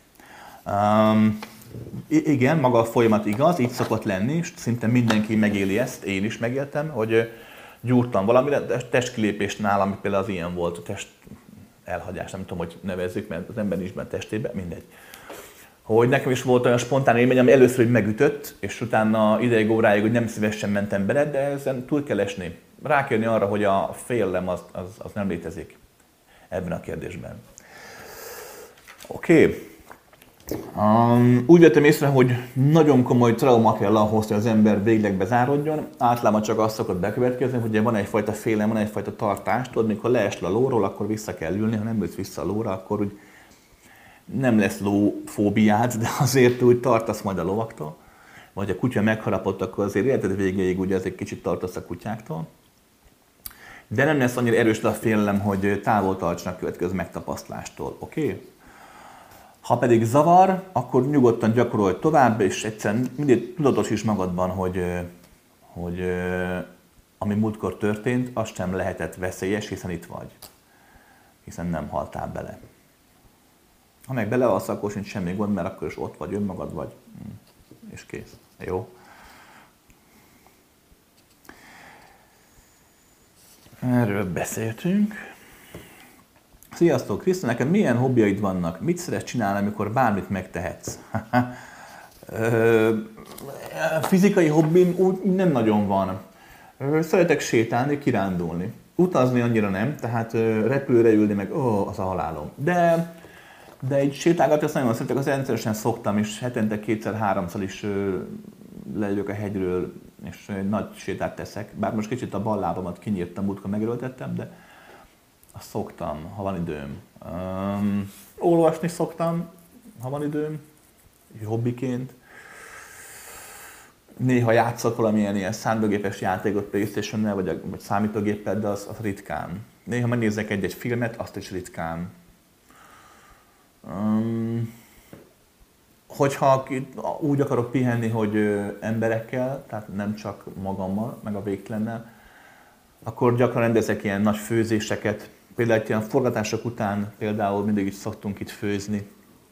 [SPEAKER 1] Igen, maga a folyamat igaz, így szokott lenni, és szinte mindenki megéli ezt, én is megéltem, hogy gyúrtam valamire, testkilépés nálam például az ilyen volt, a test elhagyás, nem tudom, hogy nevezzük, mert az ember nincs benne testében, mindegy. Hogy nekem is volt olyan spontán élmény, ami először hogy megütött, és utána ideig óráig, hogy nem szívesen mentem bele, de ezen túl kell esni. Rákérni arra, hogy a félelem az nem létezik ebben a kérdésben. Oké. Úgy vettem észre, hogy nagyon komoly trauma kell ahhoz, hogy az ember végleg bezárodjon. Általában csak az szokott bekövetkezni, hogy van egyfajta félelem, van egyfajta tartás. Tudod, mikor leesel a lóról, akkor vissza kell ülni, ha nem ülsz vissza a lóra, akkor úgy nem lesz lófóbiád, de azért úgy tartasz majd a lovaktól. Vagy a kutya megharapott, akkor azért életed végéig ugye ez egy kicsit tartasz a kutyáktól. De nem lesz annyira erős a félelem, hogy távol tartsanak következő megtapasztalástól. Oké? Ha pedig zavar, akkor nyugodtan gyakorolj tovább, és egyszerűen mindig tudatosíts magadban, hogy ami múltkor történt, az sem lehetett veszélyes, hiszen itt vagy. Hiszen nem haltál bele. Ha meg belehalsz, akkor sincs semmi gond, mert akkor is ott vagy, önmagad vagy, és kész. Jó? Erről beszéltünk. Sziasztok, Krisztina, neked milyen hobbiaid vannak? Mit szeretsz csinálni, amikor bármit megtehetsz? Fizikai hobbim úgy nem nagyon van. Szeretek sétálni, kirándulni. Utazni annyira nem, tehát repülőre ülni meg, az a halálom. De egy sétálgatni azt nagyon szeretek, az rendszeresen szoktam, és hetente 2-3-szor is lejövök a hegyről, és egy nagy sétát teszek. Bár most kicsit a bal lábamat kinyírtam, múltkor megerőltettem, de azt szoktam, ha van időm. Olvasni szoktam, ha van időm, hobbiként. Néha játszok valamilyen ilyen számítógépes játékot PlayStation-nel, vagy számítógéppel, de az ritkán. Néha megnézek egy-egy filmet, azt is ritkán. Hogyha úgy akarok pihenni, hogy emberekkel, tehát nem csak magammal, meg a végtelennel, akkor gyakran rendezek ilyen nagy főzéseket. Például ilyen forgatások után például mindig így szoktunk itt főzni.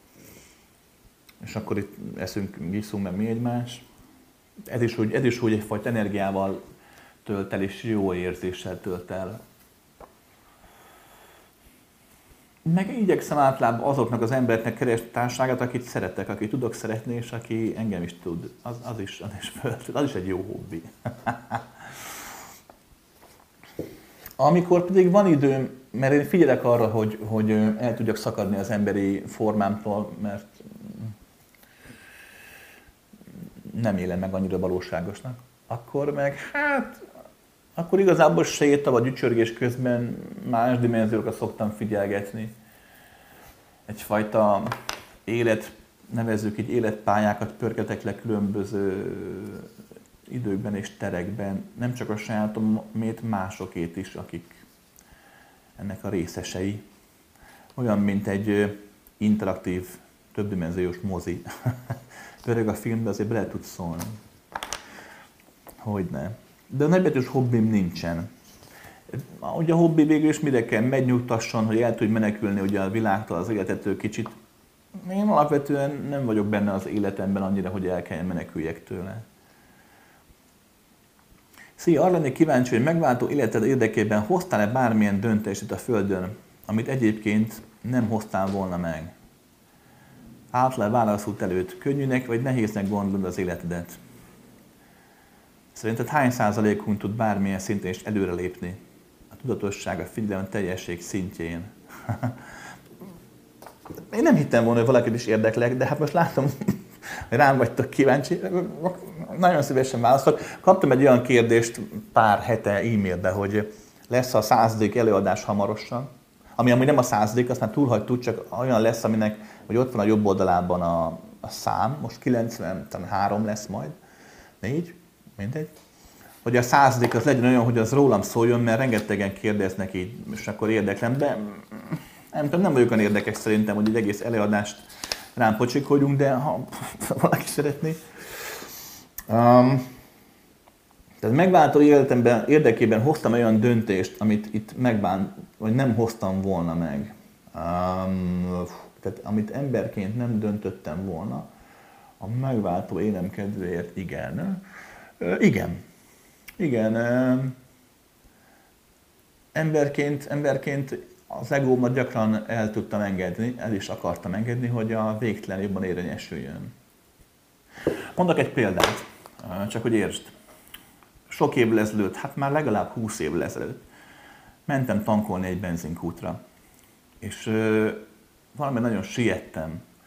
[SPEAKER 1] És akkor itt eszünk, iszunk meg mi egymás. Ez is úgy egyfajta energiával tölt el, és jó érzéssel tölt el. Meg igyekszem általában azoknak az embereknek keresni társaságát, akit szeretek, akit tudok szeretni, és aki engem is tud. Az is egy jó hobbi. Amikor pedig van időm, mert én figyelek arra, hogy el tudjak szakadni az emberi formámtól, mert nem élem meg annyira valóságosnak, akkor igazából séta vagy ücsörgés közben más dimenziókat szoktam figyelgetni. Egyfajta nevezzük így életpályákat pörgetek le különböző időkben és terekben. Nem csak a sajátomét, másokét is, akik ennek a részesei. Olyan, mint egy interaktív, többdimenziós mozi. Öreg a filmbe azért bele tud szólni. Hogyne. De a nagybetűs hobbim nincsen. Ugye a hobbi végül is mire kell? Megnyugtasson, hogy el tudj menekülni ugye a világtól, az életetől kicsit. Én alapvetően nem vagyok benne az életemben annyira, hogy el kelljen meneküljek tőle. Szia, arra lennék kíváncsi, hogy megváltó életed érdekében hoztál-e bármilyen döntést itt a Földön, amit egyébként nem hoztál volna meg? Általában válaszút előtt könnyűnek vagy nehéznek gondolod az életedet? Szerinted hány százalékunk tud bármilyen szinten is előrelépni a tudatosság, a figyelem, a teljesség szintjén? Én nem hittem volna, hogy valakit is érdeklek, de hát most látom, hogy rám vagytok kíváncsi. Nagyon szívesen válaszolok. Kaptam egy olyan kérdést pár hete e-mailbe, hogy lesz a 100. előadás hamarosan. Ami amúgy nem a 100, azt már túlhagytuk, csak olyan lesz, aminek, hogy ott van a jobb oldalában a szám, most 93 lesz majd, 4, mindegy. Hogy a 100. az legyen olyan, hogy az rólam szóljon, mert rengetegen kérdeznek így, és akkor érdeklem, de nem tudom, nem vagyok olyan érdekes szerintem, hogy egy egész előadást rám pocsikodjunk, de ha valaki szeretné. Tehát megváltó életemben érdekében hoztam olyan döntést, amit itt vagy nem hoztam volna meg. Tehát amit emberként nem döntöttem volna, a megváltó élem kedvéért igen. Igen. Emberként az egómat gyakran el tudtam engedni, el is akartam engedni, hogy a végtelen jobban érvényesüljön. Mondok egy példát, csak hogy értsd. Sok évvel ezelőtt, hát már legalább 20 évvel ezelőtt mentem tankolni egy benzinkútra. És valami nagyon siettem.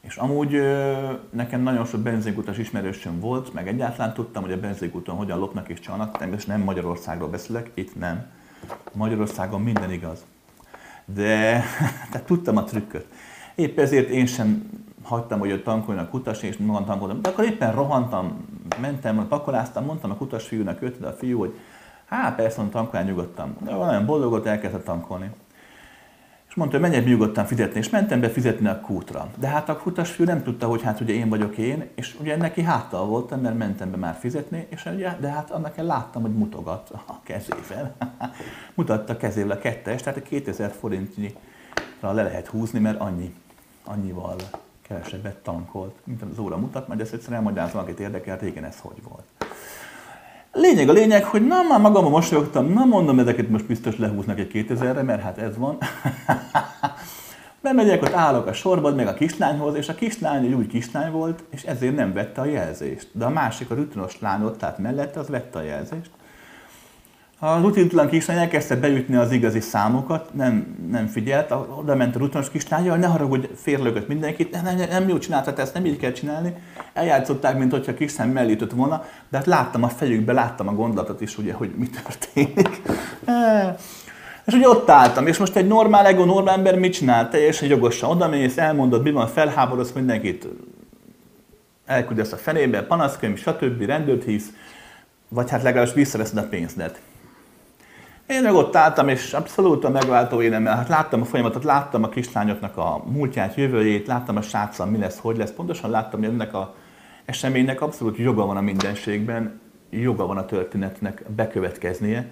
[SPEAKER 1] És amúgy nekem nagyon sok benzinkutas ismerősöm volt, meg egyáltalán tudtam, hogy a benzinkúton hogyan lopnak és csalnak. Természetesen nem Magyarországról beszélek, itt nem. Magyarországon minden igaz. De tehát tudtam a trükköt. Épp ezért én sem hagytam, hogy ott tankoljon a kutas, és magam tankoltam. De akkor éppen rohantam, mentem, pakoláztam, mondtam a kutas fiúnak, jött a fiú, hogy hát persze, tankoljál nyugodtan. De olyan boldogott, elkezdett tankolni. És mondta, hogy menjek nyugodtan fizetni, és mentem be fizetni a kútra. De hát a kutasfiú nem tudta, hogy hát ugye én vagyok én, és ugye neki háttal voltam, mert mentem be már fizetni, és ugye, de hát annak el láttam, hogy mutogat a kezével. Mutatta kezével a kettes, tehát a 2000 forintnyira le lehet húzni, mert annyival kevesebbet tankolt, mint az óra mutat, majd ezt egyszerűen elmagyarázom, akit érdekelt, régen ez hogy volt. A lényeg, hogy na, már magamban mosolyogtam, na mondom, ezeket most biztos lehúznak egy 2000-re, mert hát ez van. Bemegyek, ott állok a sorban, meg a kislányhoz, és a kislány egy új kislány volt, és ezért nem vette a jelzést. De a másik, a rutinos lány ott állt mellette, az vette a jelzést. A rutintalan kislány elkezdte beütni az igazi számokat, nem figyelt, oda ment a rutinos kislány, hogy ne haragudj, férlőgött mindenkit, nem jól csináltad, ezt nem így kell csinálni. Eljátszották, mint hogyha a kislány mellé ütött volna, de hát láttam a fejükbe, láttam a gondolatot is, ugye, hogy mi történik. És ugye ott álltam, és most egy normál ember mit csinál? Teljesen jogosan odamész, elmondod, mi van, felháborodsz mindenkit, elküldesz a fenébe, panaszkönyv, stb., rendőrt hívsz, vagy hát legalábbis visszaveszed a pénzdet. Én meg ott álltam, és abszolút a megváltó élemmel, hát láttam a folyamatot, láttam a kislányoknak a múltját, jövőjét, láttam a sráccal, mi lesz, hogy lesz, pontosan láttam, hogy ennek az eseménynek abszolút joga van a mindenségben, joga van a történetnek bekövetkeznie,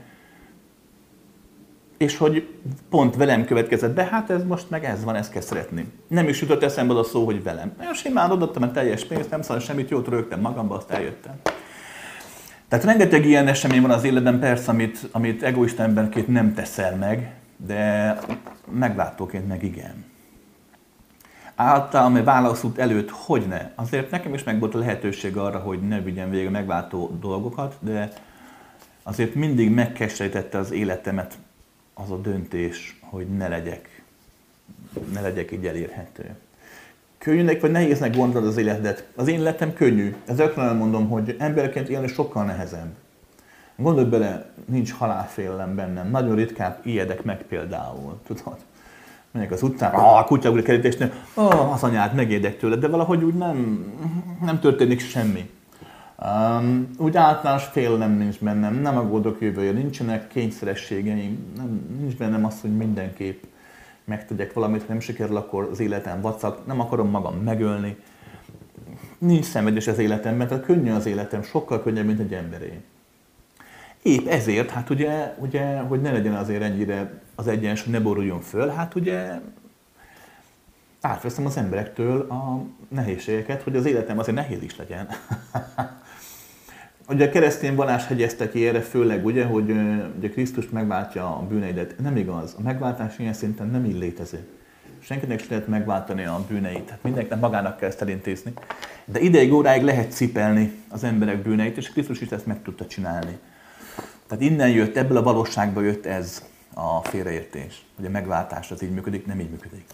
[SPEAKER 1] és hogy pont velem következett be, hát ez most meg ez van, ezt kell szeretni. Nem is jutott eszembe a szó, hogy velem. Én simán adottam egy teljes pénzt, nem szóval semmit, jót rögtem magamba, azt eljöttem. Tehát rengeteg ilyen esemény van az életben, persze, amit egoista emberként nem teszel meg, de meglátóként meg igen. Általában a válaszút előtt hogyne. Azért nekem is megvolt a lehetőség arra, hogy ne vigyem végig a megváltó dolgokat, de azért mindig megkeserítette az életemet az a döntés, hogy ne legyek így elérhető. Könnyűnek vagy nehéznek gondolod az életedet? Az én életem könnyű. Ezekről mondom, hogy emberként élni sokkal nehezebb. Gondolj bele, nincs halálfélelem bennem. Nagyon ritkán ijedek meg például, tudod? Megyek az utcán, a kutya úr kerítésnél, az anyád, megérdek tőled, de valahogy úgy nem történik semmi. Úgy általános félelem nincs bennem, nem aggódok jövője, nincsenek kényszerességeim, nincs bennem az, hogy mindenképp megtegyek valamit, ha nem sikerül, akkor az életem vacak, nem akarom magam megölni. Nincs szenvedés az életemben, tehát könnyű az életem, sokkal könnyebb, mint egy emberé. Épp ezért, hát ugye, hogy ne legyen azért ennyire az egyensúly, ne boruljon föl, hát ugye átveszem az emberektől a nehézségeket, hogy az életem azért nehéz is legyen. Ugye a keresztény vallás hegyezte ki erre főleg, ugye, hogy ugye Krisztus megváltja a bűneidet. Nem igaz. A megváltás ilyen szinten nem így létezik. Senkinek sem lehet megváltani a bűneit. Hát mindenkinek magának kell ezt elintézni. De ideig, óráig lehet cipelni az emberek bűneit, és Krisztus is ezt meg tudta csinálni. Tehát innen jött, ebből a valóságból jött ez a félreértés, hogy a megváltás az így működik, nem így működik.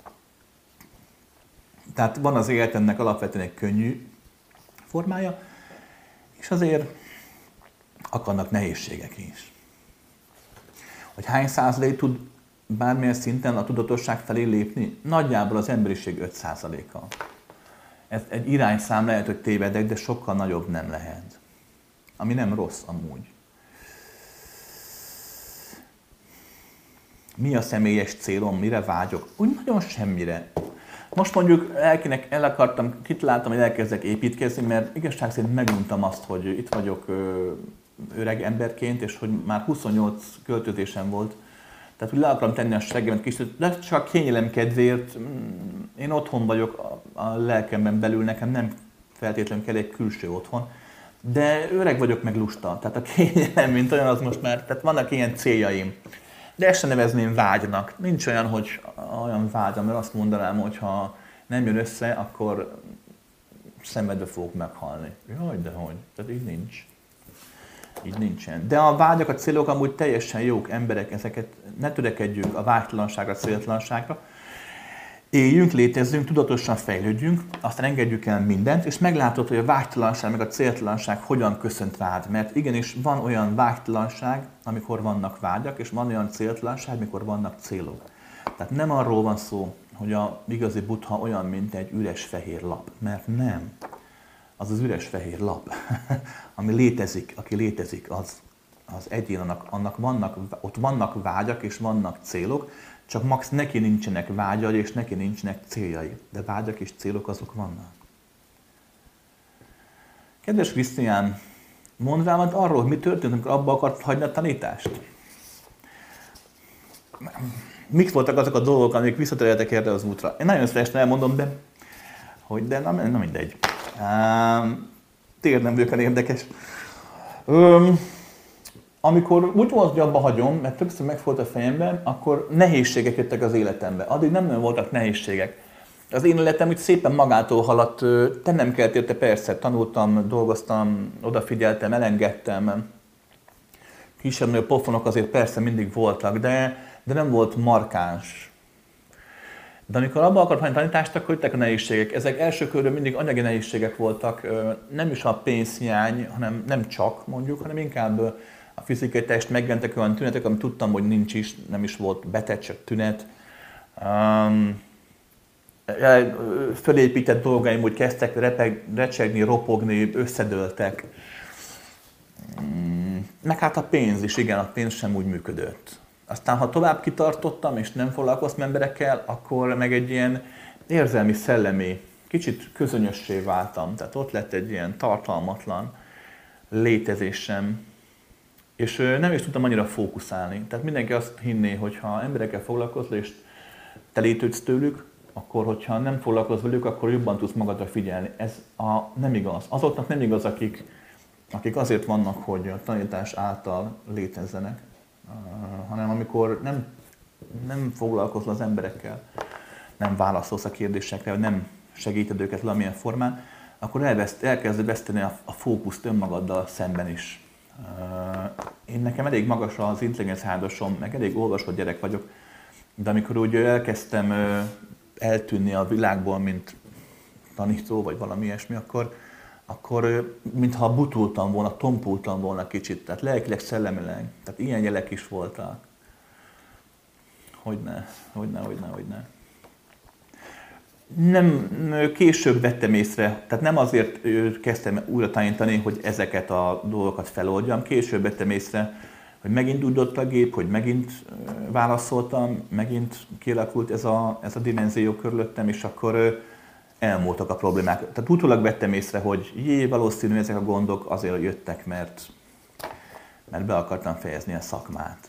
[SPEAKER 1] Tehát van az életemnek alapvetően egy könnyű formája, és azért akarnak nehézségek is. Hogy hány százalék tud bármilyen szinten a tudatosság felé lépni? Nagyjából az emberiség 5%-a. Ez egy irányszám, lehet, hogy tévedek, de sokkal nagyobb nem lehet. Ami nem rossz amúgy. Mi a személyes célom, mire vágyok? Úgy nagyon semmire. Most mondjuk kitaláltam, hogy elkezdek építkezni, mert igazság szerint meguntam azt, hogy itt vagyok öreg emberként, és hogy már 28 költözésem volt. Tehát úgy le akarom tenni a seggemet kicsit, de csak kényelem kedvéért. Én otthon vagyok a lelkemben belül, nekem nem feltétlenül kell egy külső otthon. De öreg vagyok, meg lusta. Tehát a kényelem, mint olyan, az most már, tehát vannak ilyen céljaim. De ezt sem nevezném vágynak. Nincs olyan, hogy olyan vágyam, mert azt mondanám, hogy ha nem jön össze, akkor szenvedve fogok meghalni. Jaj, de hogy? Tehát így nincs. Így nincsen. De a vágyak, a célok amúgy teljesen jók emberek, ezeket ne törekedjünk a vágytalanságra, céltalanságra. éljünk, létezzünk, tudatosan fejlődjünk, aztán engedjük el mindent, és meglátod, hogy a vágytalanság meg a céltalanság hogyan köszönt rád. Mert igenis van olyan vágytalanság, amikor vannak vágyak, és van olyan céltalanság, amikor vannak célok. Tehát nem arról van szó, hogy a igazi Buddha olyan, mint egy üres fehér lap. Mert nem. Az az üres fehér lap, ami létezik, aki létezik, az egyén, ott vannak vágyak és vannak célok, csak max neki nincsenek vágyai és neki nincsenek céljai. De vágyak és célok azok vannak. Kedves Krisztián, mondd rá arról, hogy mi történt, amikor abba akart hagyni a tanítást. Mik voltak azok a dolgok, amik visszatérjetek erre az útra? Én nagyon szívesen elmondom, de nem mindegy. Tényleg nem vagyok érdekes. Amikor úgy volt, hogy abba hagyom, mert többször megfolt a fejemben, akkor nehézségek jöttek az életembe. Addig nem nagyon voltak nehézségek. Az én életem úgy szépen magától haladt, tennem kellett érte, persze, tanultam, dolgoztam, odafigyeltem, elengedtem. Kisebb-nagyobb pofonok azért persze mindig voltak, de nem volt markáns. De amikor abba akart hagyni tanítást, akkor jöttek a nehézségek. Ezek első körben mindig anyagi nehézségek voltak, nem is a pénzhiány, hanem nem csak mondjuk, hanem inkább a fizikai test megjelentek olyan tünetek, amit tudtam, hogy nincs is, nem is volt beteg, csak tünet. Fölépített dolgaim úgy kezdtek recsegni, ropogni, összedőltek. Meg hát a pénz is, igen, a pénz sem úgy működött. Aztán, ha tovább kitartottam, és nem foglalkoztam emberekkel, akkor meg egy ilyen érzelmi, szellemi, kicsit közönössé váltam. Tehát ott lett egy ilyen tartalmatlan létezésem. És nem is tudtam annyira fókuszálni. Tehát mindenki azt hinné, hogy ha emberekkel foglalkozol, és telítődsz tőlük, akkor, hogyha nem foglalkozol velük, akkor jobban tudsz magadra figyelni. Ez nem igaz. Azoknak nem igaz, akik azért vannak, hogy a tanítás által létezzenek, hanem amikor nem foglalkozol az emberekkel, nem válaszolsz a kérdésekre, vagy nem segíted őket valamilyen formán, akkor elkezded veszteni a fókuszt önmagaddal szemben is. Nekem elég magas az intelligencia házasom, meg elég olvasott gyerek vagyok, de amikor úgy elkezdtem eltűnni a világból, mint tanító, vagy valami ilyesmi, akkor mintha butultam volna, tompultam volna kicsit, tehát lelkileg, szellemileg. Tehát ilyen jelek is voltak. Hogyne. Nem, később vettem észre, tehát nem azért kezdtem újra tanítani, hogy ezeket a dolgokat feloldjam, később vettem észre, hogy megint úgy a gép, hogy megint válaszoltam, megint kialakult ez a dimenzió körülöttem, és akkor elmúltak a problémák. Tehát utólag vettem észre, hogy valószínű ezek a gondok azért jöttek, mert be akartam fejezni a szakmát.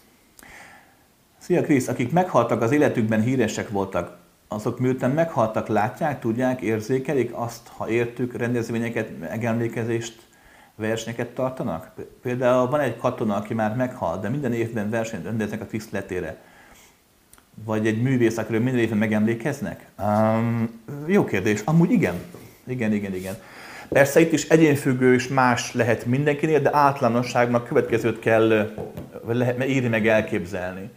[SPEAKER 1] Szia Krisz, akik meghaltak az életükben, híresek voltak, azok miután meghaltak, látják, tudják, érzékelik azt, ha értük, rendezvényeket, megemlékezést, versenyeket tartanak? Például van egy katona, aki már meghalt, de minden évben versenyt rendeznek a tiszteletére. Vagy egy művész, akiről minden évben megemlékeznek? Jó kérdés. Amúgy igen. Igen. Persze itt is egyénfüggő és más lehet mindenkinél, de általánosságnak következőt kell írni meg elképzelni.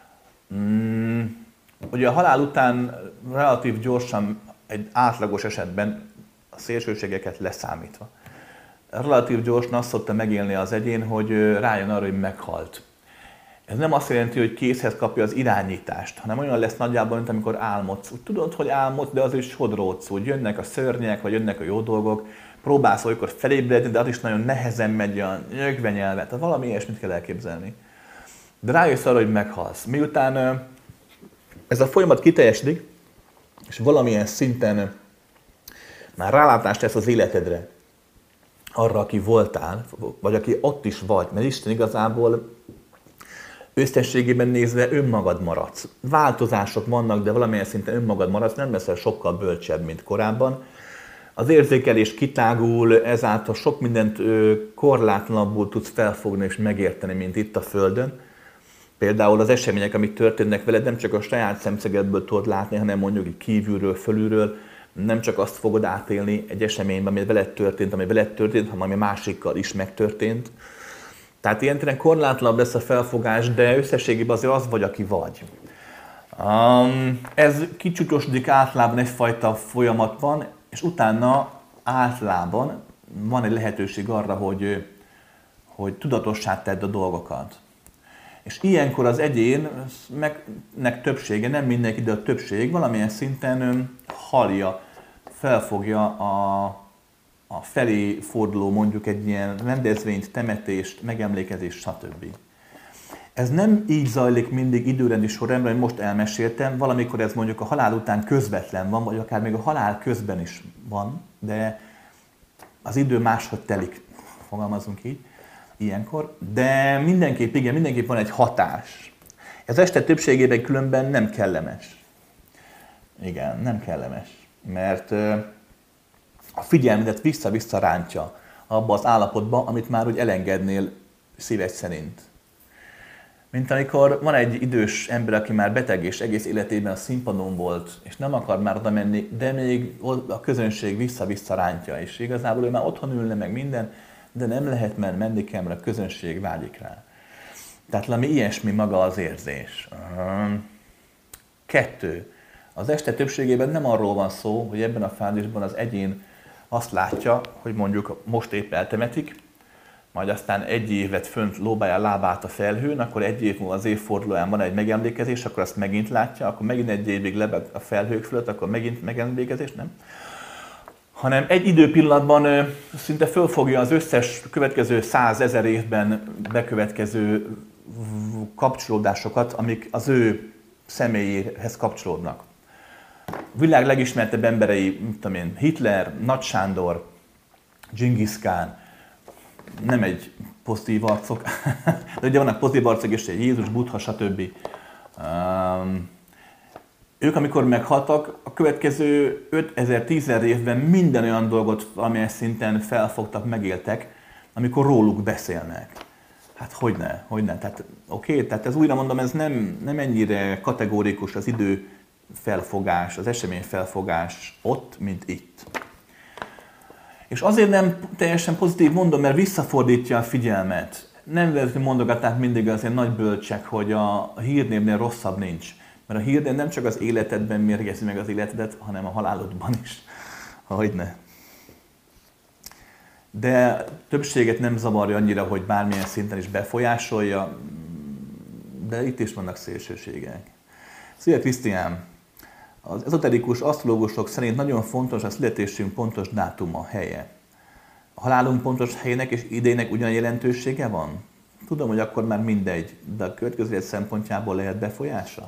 [SPEAKER 1] Ugye a halál után relatív gyorsan, egy átlagos esetben, a szélsőségeket leszámítva, relatív gyorsan azt szokta megélni az egyén, hogy rájön arra, hogy meghalt. Ez nem azt jelenti, hogy készhez kapja az irányítást, hanem olyan lesz nagyjából, mint amikor álmodsz. Úgy tudod, hogy álmodsz, de az is sodródsz, hogy jönnek a szörnyek, vagy jönnek a jó dolgok, próbálsz olykor felébredni, de az is nagyon nehezen megy a nyögvenyelve. Tehát valami ilyesmit kell elképzelni. De rájössz arra, hogy meghalsz. Miután ez a folyamat kiteljesedik, és valamilyen szinten már rálátást tesz az életedre, arra, aki voltál, vagy aki ott is vagy, mert Isten igazából összességében nézve önmagad maradsz. Változások vannak, de valamilyen szinten önmagad maradsz, nem leszel sokkal bölcsebb, mint korábban. Az érzékelés kitágul, ezáltal sok mindent korlátlanabbul tudsz felfogni és megérteni, mint itt a Földön. Például az események, amik történnek veled, nem csak a saját szemszögedből tudod látni, hanem mondjuk kívülről, fölülről. Nem csak azt fogod átélni egy eseményben, ami veled történt, hanem ami másikkal is megtörtént. Tehát ilyen korlátlanabb lesz a felfogás, de összességében azért az vagy, aki vagy. Ez kicsúcsosodik általában egyfajta folyamatban, és utána általában van egy lehetőség arra, hogy tudatossá tedd a dolgokat. És ilyenkor az egyénnek többsége, nem mindenki, de a többség valamilyen szinten hallja, felfogja a felé forduló mondjuk egy ilyen rendezvényt, temetést, megemlékezést, stb. Ez nem így zajlik mindig időrendi sorrendben, hogy most elmeséltem, valamikor ez mondjuk a halál után közvetlen van, vagy akár még a halál közben is van, de az idő máshogy telik, fogalmazunk így, ilyenkor. De mindenképp van egy hatás. Ez este többségében különben nem kellemes. Igen, nem kellemes, mert a figyelmedet vissza-vissza rántja abba az állapotba, amit már úgy elengednél szíved szerint. Mint amikor van egy idős ember, aki már beteg és egész életében a színpadon volt, és nem akar már oda menni, de még a közönség vissza-vissza rántja, és igazából ő már otthon ülne meg minden, de nem lehet menni kell, mert a közönség vágyik rá. Tehát valami ilyesmi maga az érzés. 2. Az este többségében nem arról van szó, hogy ebben a fázisban az egyén azt látja, hogy mondjuk most épp eltemetik, majd aztán egy évet fönt lóbálja a lábát a felhőn, akkor egy év múlva az évfordulóján van egy megemlékezés, akkor azt megint látja, akkor megint egy évig lebeg a felhők fölött, akkor megint megemlékezés, nem? Hanem egy időpillanatban szinte fölfogja az összes következő 100 000 évben bekövetkező kapcsolódásokat, amik az ő személyéhez kapcsolódnak. A világ legismertebb emberei, mit tudom én, Hitler, Nagy Sándor, Dzsingisz Kán, nem egy pozitív arcok, de ugye vannak pozitív arcok is, Jézus, Buddha, stb. Ők, amikor meghaltak, a következő 5000-10 000 évben minden olyan dolgot valamilyen szinten felfogtak, megéltek, amikor róluk beszélnek. Hát hogyne. Tehát oké, tehát ez újra mondom, ez nem ennyire kategórikus az idő felfogás, az esemény felfogás ott, mint itt. És azért nem teljesen pozitív mondom, mert visszafordítja a figyelmet. Nem véletlenül mondogatták mindig az ilyen nagy bölcsek, hogy a hírnévnél rosszabb nincs. Mert a hírnév nem csak az életedben mérgezi meg az életedet, hanem a halálodban is. Hogyne. De többséget nem zavarja annyira, hogy bármilyen szinten is befolyásolja, de itt is vannak szélsőségek. Szia Krisztián! Az ezoterikus asztrológusok szerint nagyon fontos a születésünk pontos dátuma, helye. A halálunk pontos helyének és idejének ugyan jelentősége van? Tudom, hogy akkor már mindegy, de a következő élet szempontjából lehet befolyása?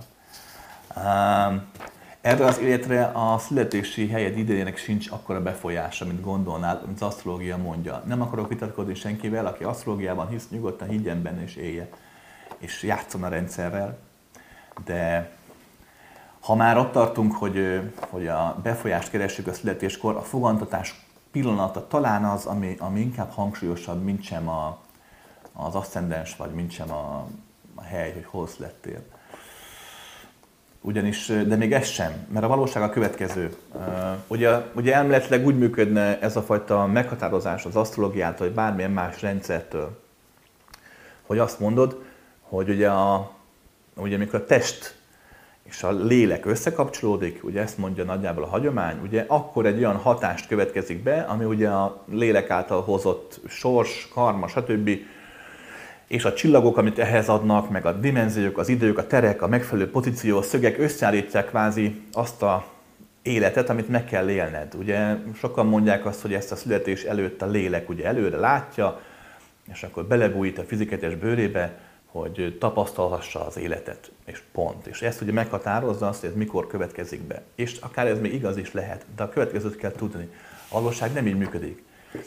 [SPEAKER 1] Erre az életre a születési helyed idejének sincs akkora befolyása, mint gondolnál, amit az asztrológia mondja. Nem akarok vitatkozni senkivel, aki asztrológiában hisz, nyugodtan higgyen benne és élje, és játszon a rendszerrel, de ha már ott tartunk, hogy a befolyást keressük a születéskor, a fogantatás pillanata talán az, ami inkább hangsúlyosabb, mint sem az aszcendens, vagy mint sem a hely, hogy hol születtél. Ugyanis, de még ez sem, mert a valóság a következő. Ugye elméletileg úgy működne ez a fajta meghatározás az asztrológiától, vagy bármilyen más rendszertől, hogy azt mondod, hogy ugye amikor a test és a lélek összekapcsolódik, ugye ezt mondja nagyjából a hagyomány, ugye akkor egy olyan hatást következik be, ami ugye a lélek által hozott sors, karma, stb. És a csillagok, amit ehhez adnak, meg a dimenziók, az idők, a terek, a megfelelő pozíció, a szögek összeállítják kvázi azt a életet, amit meg kell élned. Ugye sokan mondják azt, hogy ezt a születés előtt a lélek ugye előre látja, és akkor belebújít a fizikátes bőrébe, hogy tapasztalhassa az életet, és pont. És ezt ugye meghatározza azt, hogy ez mikor következik be. És akár ez még igaz is lehet, de a következőt kell tudni. A valóság nem így működik.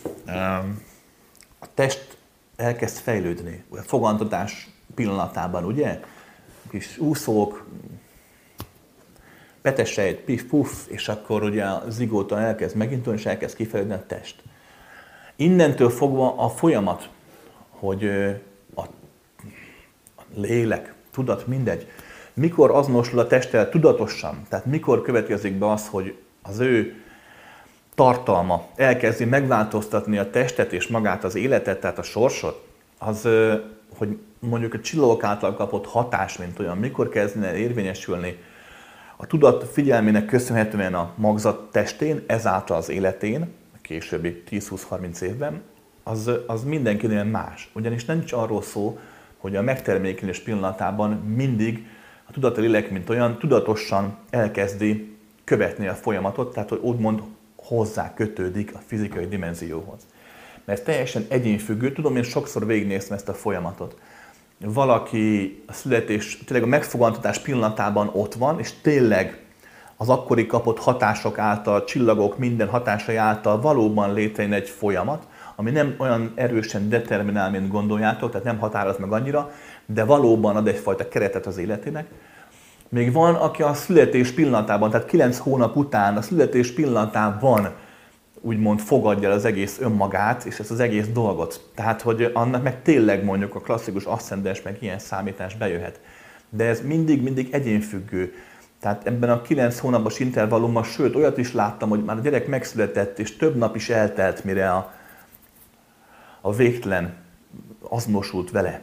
[SPEAKER 1] A test elkezd fejlődni, a fogantatás pillanatában, ugye? Kis úszók, petesejt, pif, puff, és akkor ugye a zigóta elkezd megindulni, és elkezd kifejlődni a test. Innentől fogva a folyamat, hogy a lélek, tudat, mindegy, mikor azonosul a testtel tudatosan, tehát mikor következik be az, hogy az ő tartalma elkezdi megváltoztatni a testet és magát az életet, tehát a sorsot, az, hogy mondjuk a csillagok által kapott hatás, mint olyan, mikor kezdene érvényesülni a tudat figyelmének köszönhetően a magzat testén, ezáltal az életén, a későbbi 10-20-30 évben, az mindenkinél más. Ugyanis nincs arról szó, hogy a megtermékenés pillanatában mindig a tudat a lélek, mint olyan, tudatosan elkezdi követni a folyamatot, tehát hogy úgymond hozzá kötődik a fizikai dimenzióhoz. Mert ez teljesen egyénfüggő, tudom, én sokszor végignéztem ezt a folyamatot. Valaki a születés, tényleg a megfogantatás pillanatában ott van, és tényleg az akkori kapott hatások által, csillagok minden hatásai által valóban létrejön egy folyamat, ami nem olyan erősen determinál, mint gondoljátok, tehát nem határoz meg annyira, de valóban ad egyfajta keretet az életének. Még van, aki a születés pillanatában, tehát 9 hónap után, a születés pillanatában úgymond fogadja az egész önmagát, és ezt az egész dolgot. Tehát, hogy annak meg tényleg mondjuk a klasszikus aszcendens, meg ilyen számítás bejöhet. De ez mindig egyénfüggő. Tehát ebben a 9 hónapos intervallumban, sőt, olyat is láttam, hogy már a gyerek megszületett, és több nap is eltelt, mire a végtelen azonosult vele.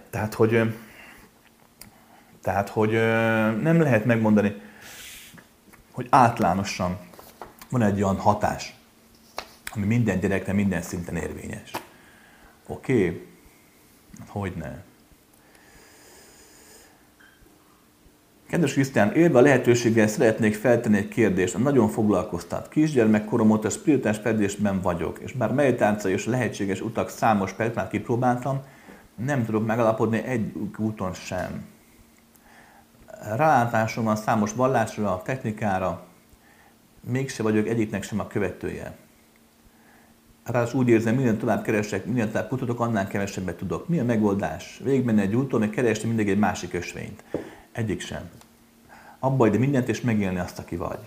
[SPEAKER 1] Tehát, hogy nem lehet megmondani, hogy általánosan van egy olyan hatás, ami minden gyerekre minden szinten érvényes. Oké? Hogyne. Kedves Krisztián, élve a lehetőséggel szeretnék feltenni egy kérdést, a nagyon foglalkoztat. Kisgyermekkorom óta spirituális fejlődésben vagyok, és bár meditáció és lehetséges utak számos percben kipróbáltam, nem tudok megalapodni egy úton sem. Rálátásom van számos vallásra, technikára, mégse vagyok egyiknek sem a követője. Ráadásul úgy érzem, minél tovább keresek, minél tovább kutatok, annál kevesebbet tudok. Mi a megoldás? Végigmenni egy úton, meg keresni mindig egy másik ösvényt. Egyik sem. Abba hagyni mindent, és megélni azt, aki vagy.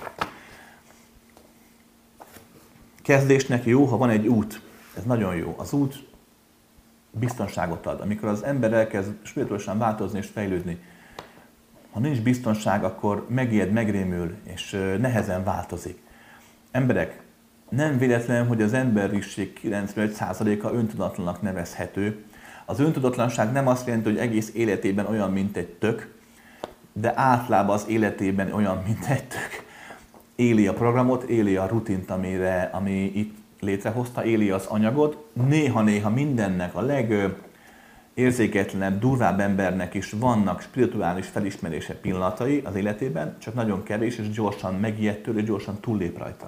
[SPEAKER 1] Kezdésnek jó, ha van egy út. Ez nagyon jó. Az út biztonságot ad. Amikor az ember elkezd spirituálisan változni és fejlődni, ha nincs biztonság, akkor megijed, megrémül, és nehezen változik. Emberek, nem véletlen, hogy az emberiség 95%-a öntudatlannak nevezhető. Az öntudatlanság nem azt jelenti, hogy egész életében olyan, mint egy tök, de általában az életében olyan, mint egy tök. Éli a programot, éli a rutint, ami itt létrehozta, éli az anyagot. Néha-néha mindennek, a legérzéketlenebb, durvább embernek is vannak spirituális felismerése pillanatai az életében, csak nagyon kevés, és gyorsan megijed tőle, és gyorsan túllép rajta.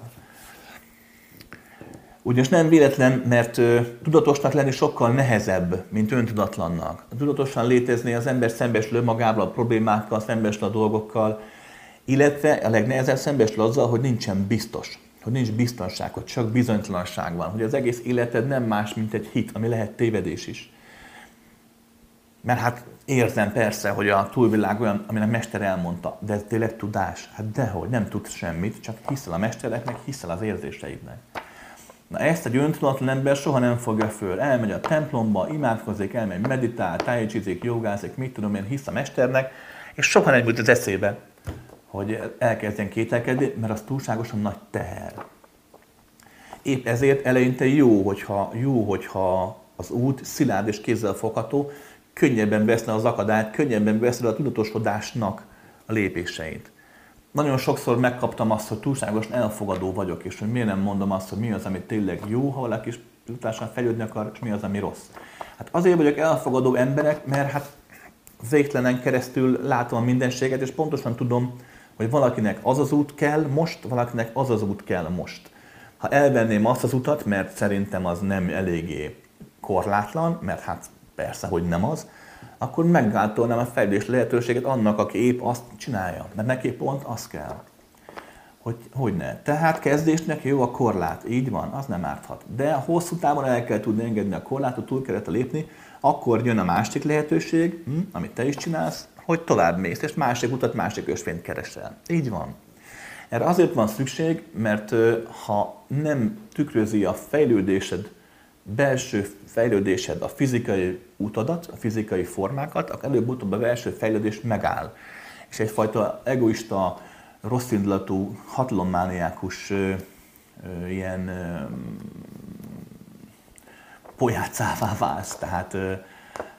[SPEAKER 1] Ugyanis nem véletlen, mert tudatosnak lenni sokkal nehezebb, mint öntudatlannak. Tudatosan létezni az ember szembesül magával, a problémákkal, szembesül a dolgokkal, illetve a legnehezebb szembesül azzal, hogy nincsen biztos, hogy nincs biztonság, hogy csak bizonytalanság van, hogy az egész életed nem más, mint egy hit, ami lehet tévedés is. Mert hát érzem persze, hogy a túlvilág olyan, amire a mester elmondta, de ez tényleg tudás? Hát dehogy, nem tudsz semmit, csak hiszel a mestereknek, hiszel az érzéseidnek. Na ezt egy öntudatlan ember soha nem fogja föl. Elmegy a templomba, imádkozik, elmegy meditál, tájcsizik, jogázik, mit tudom én, hisz a mesternek, és soha nem jut az eszébe, hogy elkezdjen kételkedni, mert az túlságosan nagy teher. Épp ezért eleinte jó, hogyha az út szilárd és kézzelfogható, könnyebben veszne az akadályt, könnyebben veszne a tudatosodásnak a lépéseit. Nagyon sokszor megkaptam azt, hogy túlságosan elfogadó vagyok, és hogy miért nem mondom azt, hogy mi az, ami tényleg jó, ha valaki is túlságosan fejlődni akar, és mi az, ami rossz. Hát azért vagyok elfogadó emberek, mert hát végtelenen keresztül látom a mindenséget, és pontosan tudom, hogy valakinek az az út kell most, valakinek az az út kell most. Ha elvenném azt az utat, mert szerintem az nem eléggé korlátlan, mert hát persze, hogy nem az, akkor meggátolnám a fejlődés lehetőséget annak, aki épp azt csinálja. Mert neki pont az kell. Hogy ne. Tehát kezdésnek jó a korlát. Így van, az nem árthat. De hosszú távon el kell tudni engedni a korlátot, túl kell lépni, akkor jön a másik lehetőség, amit te is csinálsz, hogy tovább mész, és másik utat, másik ösvényt keresel. Így van. Erre azért van szükség, mert ha nem tükrözi a fejlődésed, belső fejlődésed a fizikai utadat, a fizikai formákat, akkor előbb-utóbb a belső fejlődés megáll. És egyfajta egoista, rosszindulatú, hatalommániákus ilyen pojácává válsz. Tehát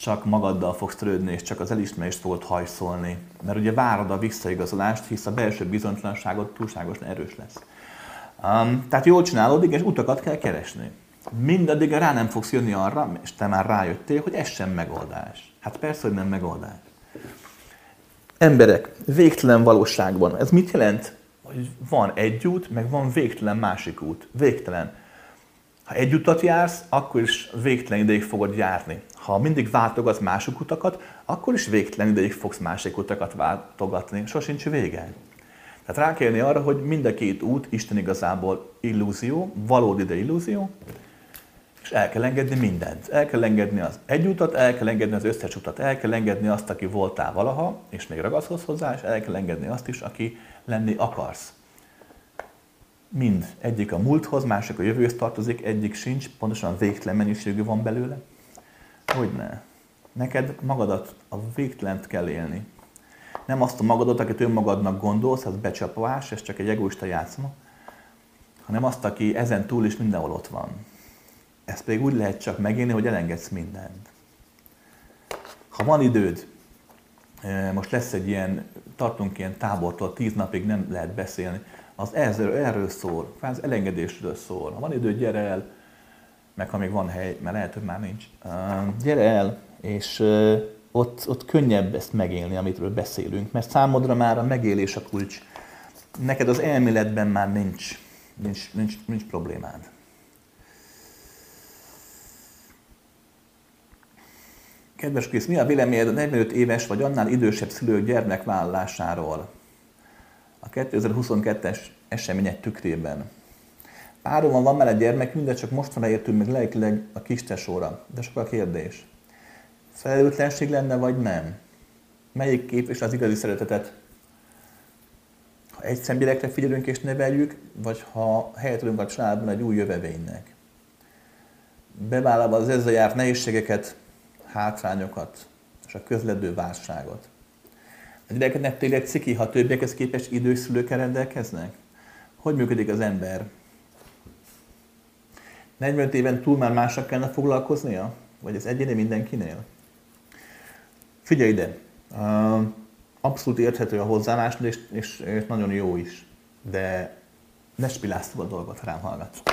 [SPEAKER 1] csak magaddal fogsz törődni, és csak az elismerést fogod hajszolni. Mert ugye várod a visszaigazolást, hisz a belső bizonytalanságod túlságosan erős lesz. Tehát jól csinálódik, és utakat kell keresni. Mindaddig rá nem fogsz jönni arra, és te már rájöttél, hogy ez sem megoldás. Hát persze, hogy nem megoldás. Emberek, végtelen valóságban. Ez mit jelent? Hogy van egy út, meg van végtelen másik út. Végtelen. Ha egy utat jársz, akkor is végtelen ideig fogod járni. Ha mindig váltogatsz másik utakat, akkor is végtelen ideig fogsz másik utakat váltogatni. Sosincs vége. Tehát rá kell jönni arra, hogy mind a két út Isten igazából illúzió, valódi, de illúzió, és el kell engedni mindent. El kell engedni az egy utat, el kell engedni az összes utat, el kell engedni azt, aki voltál valaha, és még ragaszkodsz hozzá, és el kell engedni azt is, aki lenni akarsz. Mind. Egyik a múlthoz, másik a jövőhöz tartozik, egyik sincs, pontosan végtelen mennyiségű van belőle. Hogyne. Neked magadat, a végtelent kell élni. Nem azt a magadat, akit önmagadnak gondolsz, az becsapás, ez csak egy egoista játszma, hanem azt, aki ezen túl is mindenhol ott van. Ezt pedig úgy lehet csak megélni, hogy elengedsz mindent. Ha van időd, most lesz egy ilyen, tartunk ilyen tábortól, 10 napig nem lehet beszélni, az erről szól, az elengedésről szól. Ha van időd, gyere el, meg ha még van hely, mert lehet, hogy már nincs. Gyere el, és ott könnyebb ezt megélni, amitről beszélünk, mert számodra már a megélés a kulcs. Neked az elméletben már nincs problémád. Kedves Krisz, mi a véleményed a 45 éves vagy annál idősebb szülők gyermekvállalásáról a 2022-es események tükrében? Párom van mellett gyermek, mindegy, csak mostanra értünk meg lelkileg a kistesóra. De sok a kérdés. Felelőtlenség lenne, vagy nem? Melyik képvisel az igazi szeretetet? Ha egy szemgyerekre figyelünk és neveljük, vagy ha helyet adunk a családban egy új jövevénynek? Bevállalva az ezzel járt nehézségeket, hátrányokat és a közledő válságot. A gyerekeknek tényleg ciki, ha többiekhez képest idős szülőkkel rendelkeznek? Hogy működik az ember? 45 éven túl már másnak kellene foglalkoznia? Vagy ez egyéni mindenkinél? Figyelj ide! Abszolút érthető a hozzáállás, és nagyon jó is. De ne spilázd a dolgot, rám hallgatsz.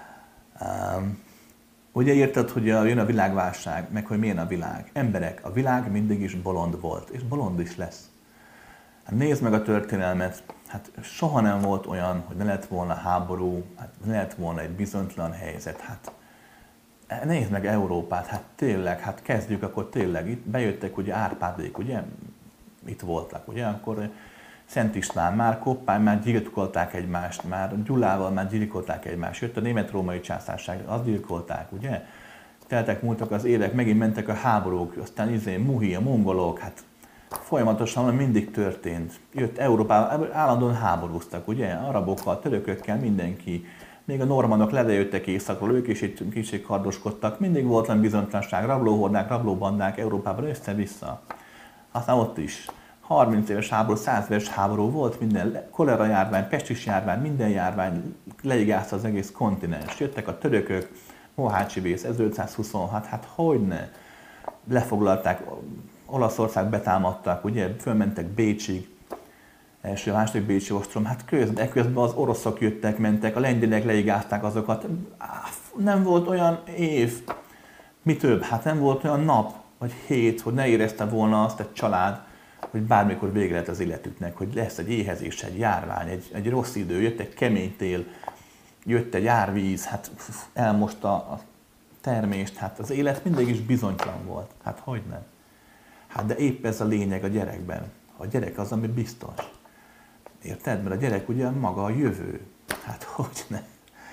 [SPEAKER 1] Ugye érted, hogy jön a világválság, meg hogy milyen a világ. Emberek, a világ mindig is bolond volt, és bolond is lesz. Hát nézd meg a történelmet, hát soha nem volt olyan, hogy ne lett volna háború, hát ne lett volna egy bizonytalan helyzet. Hát nézd meg Európát, hát tényleg, hát kezdjük akkor tényleg. Itt bejöttek ugye Árpádék, ugye? Itt voltak, ugye? Akkor Szent István, már Koppány, már gyilkolták egymást, már Gyulával már gyilkolták egymást. Jött a német-római császárság, azt gyilkolták, ugye? Teltek, múltak az évek, megint mentek a háborúk, aztán Muhi, a mongolok, hát folyamatosan mindig történt. Jött Európában, állandóan háborúztak, ugye? Arabokkal, törökökkel, mindenki. Még a normannok lejöttek északról, ők is itt kicsit kardoskodtak. Mindig volt olyan bizonytalanság, rablóhordák, rablóbandák Európában össze-vissza. Aztán ott is. 30 éves háború, 100 éves háború volt, minden kolera járvány, pestis járvány, minden járvány leigázta az egész kontinens. Jöttek a törökök, Mohácsi vész, 1526, hát hogyne. Lefoglalták, Olaszország betámadtak, ugye, fölmentek Bécsig, első, második bécsi ostrom, hát közben az oroszok jöttek, mentek, a lengyelek leigázták azokat. Nem volt olyan év, mi több, hát nem volt olyan nap, vagy hét, hogy ne érezte volna azt egy család, hogy bármikor vége lett az életüknek, hogy lesz egy éhezés, egy járvány, egy rossz idő, jött egy kemény tél, jött egy árvíz, hát elmosta a termést, hát az élet mindig is bizonytalan volt. Hát hogy nem? Hát de épp ez a lényeg a gyerekben. A gyerek az, ami biztos. Érted? Mert a gyerek ugye maga a jövő. Hát hogy ne?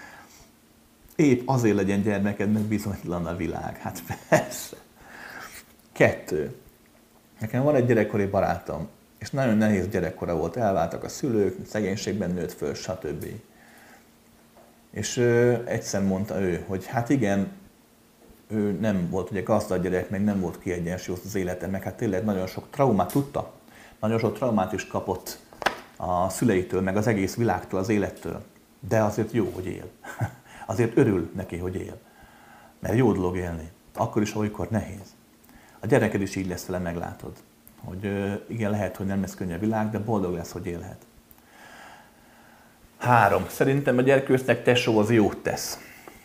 [SPEAKER 1] Épp azért legyen gyermekednek bizonytalan a világ. Hát persze. 2. Nekem van egy gyerekkori barátom, és nagyon nehéz gyerekkora volt, elváltak a szülők, szegénységben nőtt föl, stb. És egyszer mondta ő, hogy hát igen, ő nem volt ugye gazdag gyerek, meg nem volt kiegyensúlyozott az élete, meg hát tényleg nagyon sok traumát tudta, nagyon sok traumát is kapott a szüleitől, meg az egész világtól, az élettől. De azért jó, hogy él. Azért örül neki, hogy él. Mert jó dolog élni. Akkor is, amikor nehéz. A gyereked is így lesz vele, meglátod. Hogy igen, lehet, hogy nem lesz könnyű a világ, de boldog lesz, hogy élhet. 3. Szerintem a gyerkőcnek tesó az jót tesz.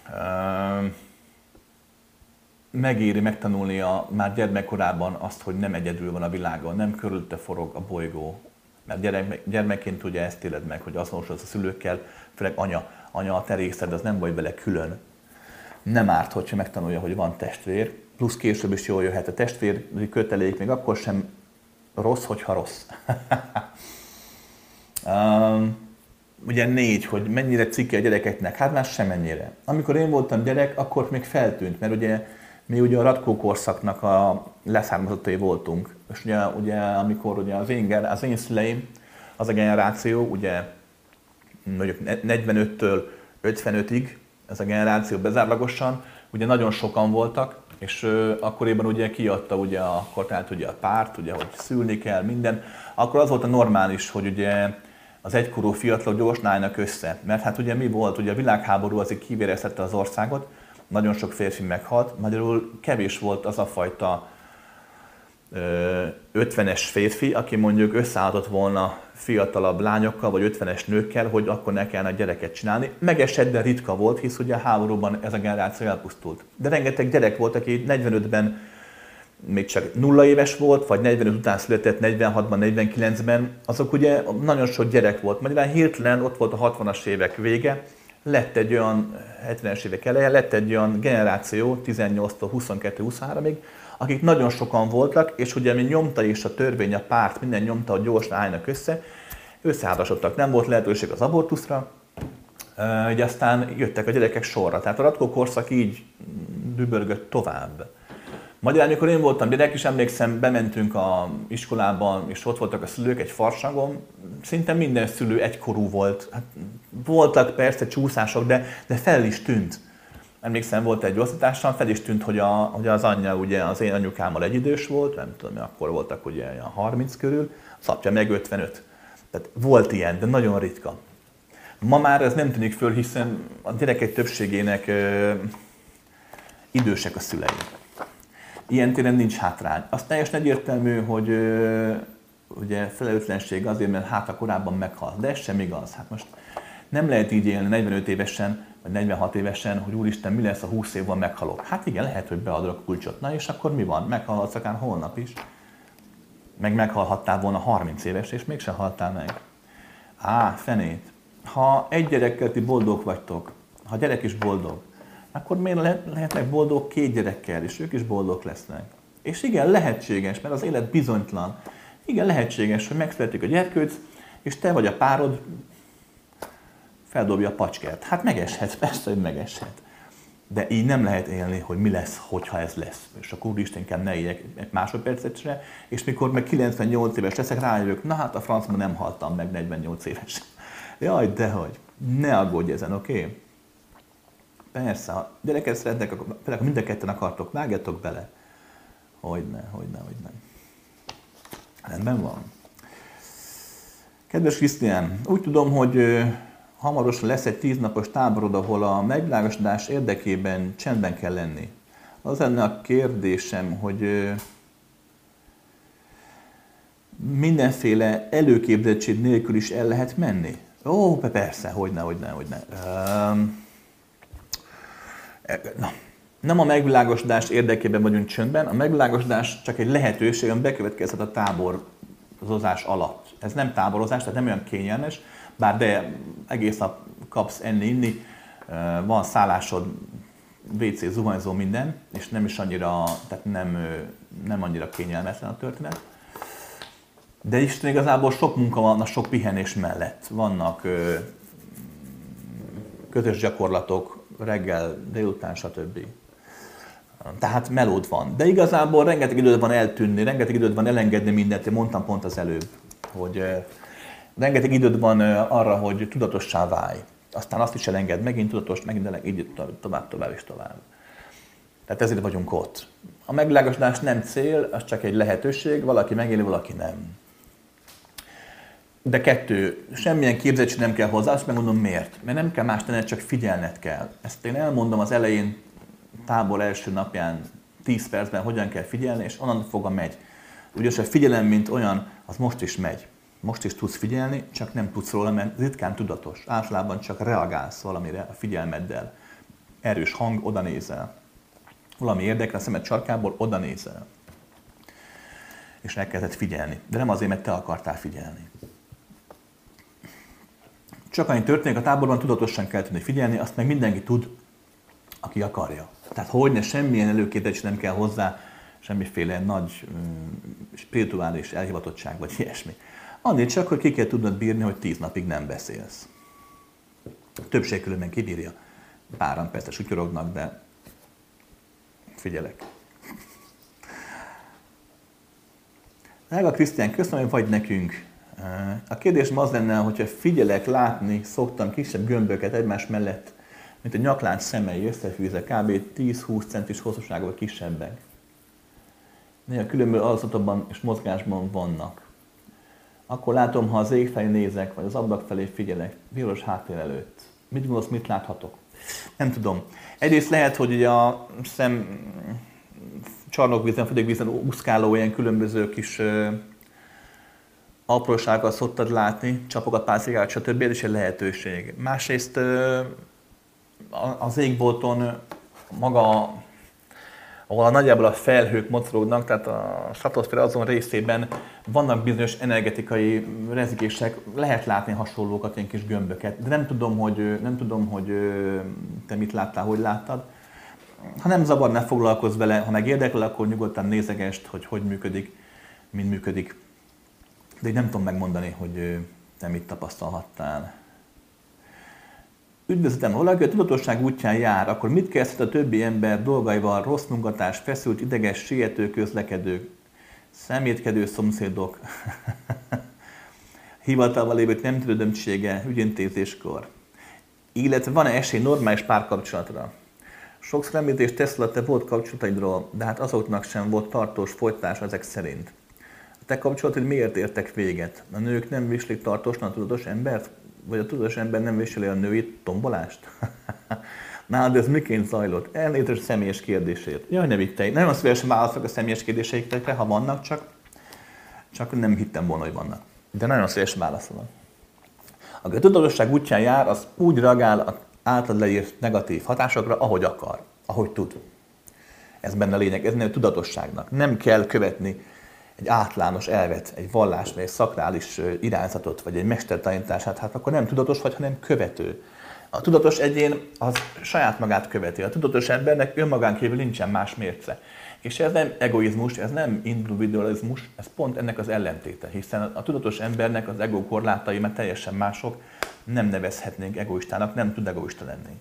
[SPEAKER 1] Megéri megtanulnia már gyermekkorában azt, hogy nem egyedül van a világon, nem körülötte forog a bolygó. Mert gyermekként ugye ezt éled meg, hogy azonosulsz a szülőkkel, főleg anya a te részed, az nem vagy vele külön. Nem árt, hogyha megtanulja, hogy van testvér, plusz később is jól jöhet a testvéri kötelék, még akkor sem rossz, hogyha rossz. Ugye 4, hogy mennyire cikke a gyerekeknek, hát már semennyire. Amikor én voltam gyerek, akkor még feltűnt, mert ugye mi ugye a Ratkó korszaknak a leszármazottai voltunk. És ugye amikor ugye az én szüleim, az a generáció, ugye 45-től 55-ig, ez a generáció bezárlagosan, ugye nagyon sokan voltak, és akkoriban ugye kiadta ugye a kortárt, ugye a párt, ugye, hogy szülni kell, minden. Akkor az volt a normális, hogy ugye az egykorú fiatalok gyorsan állnak össze. Mert hát ugye mi volt, ugye a világháború azért kivéreztette az országot, nagyon sok férfi meghalt, magyarul kevés volt az a fajta 50-es férfi, aki mondjuk összeálltott volna fiatalabb lányokkal, vagy 50-es nőkkel, hogy akkor ne kellene gyereket csinálni. Megesett, de ritka volt, hisz ugye a háborúban ez a generáció elpusztult. De rengeteg gyerek volt, aki 45-ben még csak 0 éves volt, vagy 45 után született, 46-ban, 49-ben, azok ugye nagyon sok gyerek volt. Magyarán hirtelen ott volt a 60-as évek vége, lett egy olyan, 70-es évek eleje, lett egy olyan generáció, 18-tól 22-23-ig, akik nagyon sokan voltak, és ugye mi nyomta is a törvény, a párt, minden nyomta, hogy gyorsan állnak összeházasodtak, nem volt lehetőség az abortuszra, így aztán jöttek a gyerekek sorra. Tehát a Ratkó korszak így dübörgött tovább. Magyarán, amikor én voltam gyerek, és emlékszem, bementünk az iskolába, és ott voltak a szülők egy farsangon, szinte minden szülő egykorú volt. Hát voltak persze csúszások, de fel is tűnt. Emlékszem, volt egy osztatással, fel is tűnt, hogy az anyja ugye az én anyukámmal egyidős volt, nem tudom, akkor voltak ugye 30 körül, az apja meg 55. Tehát volt ilyen, de nagyon ritka. Ma már ez nem tűnik föl, hiszen a gyerekek többségének idősek a szülei. Ilyen téren nincs hátrány. Az teljesen egyértelmű, hogy ugye felelőtlenség azért, mert hát korábban meghal. De ez sem igaz. Hát most nem lehet így élni 45 évesen, vagy 46 évesen, hogy úristen, mi lesz, a 20 év van meghalok. Hát igen, lehet, hogy beadod a kulcsot. Na és akkor mi van? Meghalhatsz akár holnap is. Meg meghalhattál volna 30 éves, és mégsem haltál meg. Fenét. Ha egy gyerekkel ti boldog vagytok, ha a gyerek is boldog, akkor miért lehetnek boldog 2 gyerekkel, és ők is boldog lesznek. És igen, lehetséges, mert az élet bizonytalan. Igen, lehetséges, hogy megszületik a gyerkőc, és te vagy a párod, feldobja a pacskert. Hát megeshet, persze, hogy megeshet. De így nem lehet élni, hogy mi lesz, hogyha ez lesz. És akkor úristen, inkább ne éljek egy másodpercet se, és mikor meg 98 éves leszek, rájövök, na hát a francban nem haltam meg 48 éves. Jaj, dehogy. Ne aggódj ezen, oké? Persze, ha gyereket szeretnek, akkor mind a ketten akartok, vágjatok bele. Hogyne. Rendben van. Kedves Krisztián, úgy tudom, hogy hamarosan lesz egy 10 napos táborod, ahol a megvilágosodás érdekében csendben kell lenni. Az lenne a kérdésem, hogy mindenféle előképzettség nélkül is el lehet menni? Ó, persze, hogyne. Nem a megvilágosodás érdekében vagyunk csöndben, a megvilágosodás csak egy lehetőség, ami bekövetkezhet a táborozás alatt. Ez nem táborozás, tehát nem olyan kényelmes, bár de egész nap kapsz enni-inni, van szállásod, WC, zuhanyzó, minden, és nem is annyira, tehát nem annyira kényelmetlen a történet. De Isten igazából sok munka van a sok pihenés mellett. Vannak közös gyakorlatok, reggel, délután, stb. Tehát melód van. De igazából rengeteg időd van eltűnni, rengeteg időd van elengedni mindent, én mondtam pont az előbb, hogy rengeteg időd van arra, hogy tudatossá válj. Aztán azt is elenged, megint tudatos, megint így tovább. Tehát ezért vagyunk ott. A megvilágosodás nem cél, az csak egy lehetőség, valaki megéli, valaki nem. De 2, semmilyen képzettség nem kell hozzá, azt megmondom miért. Mert nem kell más tenned, csak figyelned kell. Ezt én elmondom az elején, tábor első napján 10 percben hogyan kell figyelni, és onnan fogva megy. Ugyanis a figyelem, mint olyan, az most is megy. Most is tudsz figyelni, csak nem tudsz róla, mert ritkán tudatos. Általában csak reagálsz valamire a figyelmeddel. Erős hang, oda nézel. Valami érdekel a szemed sarkából, oda nézel. És elkezded figyelni. De nem azért, mert te akartál figyelni. Csak annyi történik, a táborban tudatosan kell tudni figyelni, azt meg mindenki tud, aki akarja. Tehát hogyne, semmilyen előkészítés nem kell hozzá, semmiféle nagy spirituális elhivatottság, vagy ilyesmi. Annyi csak, hogy ki kell tudnod bírni, hogy 10 napig nem beszélsz. A többség különben kibírja. Páran persze sutyorognak, de figyelek. Drága Krisztián, köszönöm, hogy vagy nekünk. A kérdésem az lenne, hogyha figyelek, látni szoktam kisebb gömböket egymás mellett, mint a nyaklánc szemei összefűzve, kb. 10-20 centis hosszúságban kisebbek. Néha különböző alazatokban és mozgásban vannak. Akkor látom, ha az ég felé nézek, vagy az ablak felé figyelek, piros háttér előtt. Mit gondolsz, mit láthatok? Nem tudom. Egyrészt lehet, hogy ugye a szem csarnokvízen, födékvízen úszkáló ilyen különböző kis apróságokat szoktad látni, csapokat, pászikát, stb. Ez is egy lehetőség. Másrészt az égbolton maga, ahol nagyjából a felhők mozognak, tehát a stratoszféra azon részében vannak bizonyos energetikai rezgések, lehet látni hasonlókat, ilyen kis gömböket, de nem tudom, hogy te mit láttál, hogy láttad. Ha nem zavar, ne foglalkozz vele, ha meg érdekel, akkor nyugodtan nézegest, hogy működik, mint működik. De így nem tudom megmondani, hogy te mit tapasztalhattál. Üdvözletem, ha valaki a tudatosság útján jár, akkor mit kezdhet a többi ember dolgaival, rossz munkatárs, feszült, ideges, siető közlekedők, szemétkedő szomszédok, hivatalban lévők nem tődömtsége, ügyintézéskor. Illetve van-e esély normális párkapcsolatra? Sokszor említést tesz a te volt kapcsolataidról, de hát azoknak sem volt tartós folytatás ezek szerint. A te kapcsolatod miért értek véget? A nők nem vislik tartósan a tudatos embert? Vagy a tudatos ember nem viseli a női tombolást? Nálad ez miként zajlott? Elnézést a személyes kérdését. Jaj, ne viccelj. Nagyon szívesen válaszolok a személyes kérdéseikre, ha vannak, csak nem hittem volna, hogy vannak. De nagyon szívesen válaszolok. Aki a tudatosság útján jár, az úgy reagál az általad leírt negatív hatásokra, ahogy akar, ahogy tud. Ez benne a lényeg, ez nem a tudatosságnak. Nem kell követni egy általános elvet, egy vallás, vagy egy szakrális irányzatot, vagy egy mestertanítását, hát akkor nem tudatos vagy, hanem követő. A tudatos egyén az saját magát követi. A tudatos embernek önmagán kívül nincsen más mérce. És ez nem egoizmus, ez nem individualizmus, ez pont ennek az ellentéte, hiszen a tudatos embernek az ego korlátai már teljesen mások, nem nevezhetnénk egoistának, nem tud egoista lenni.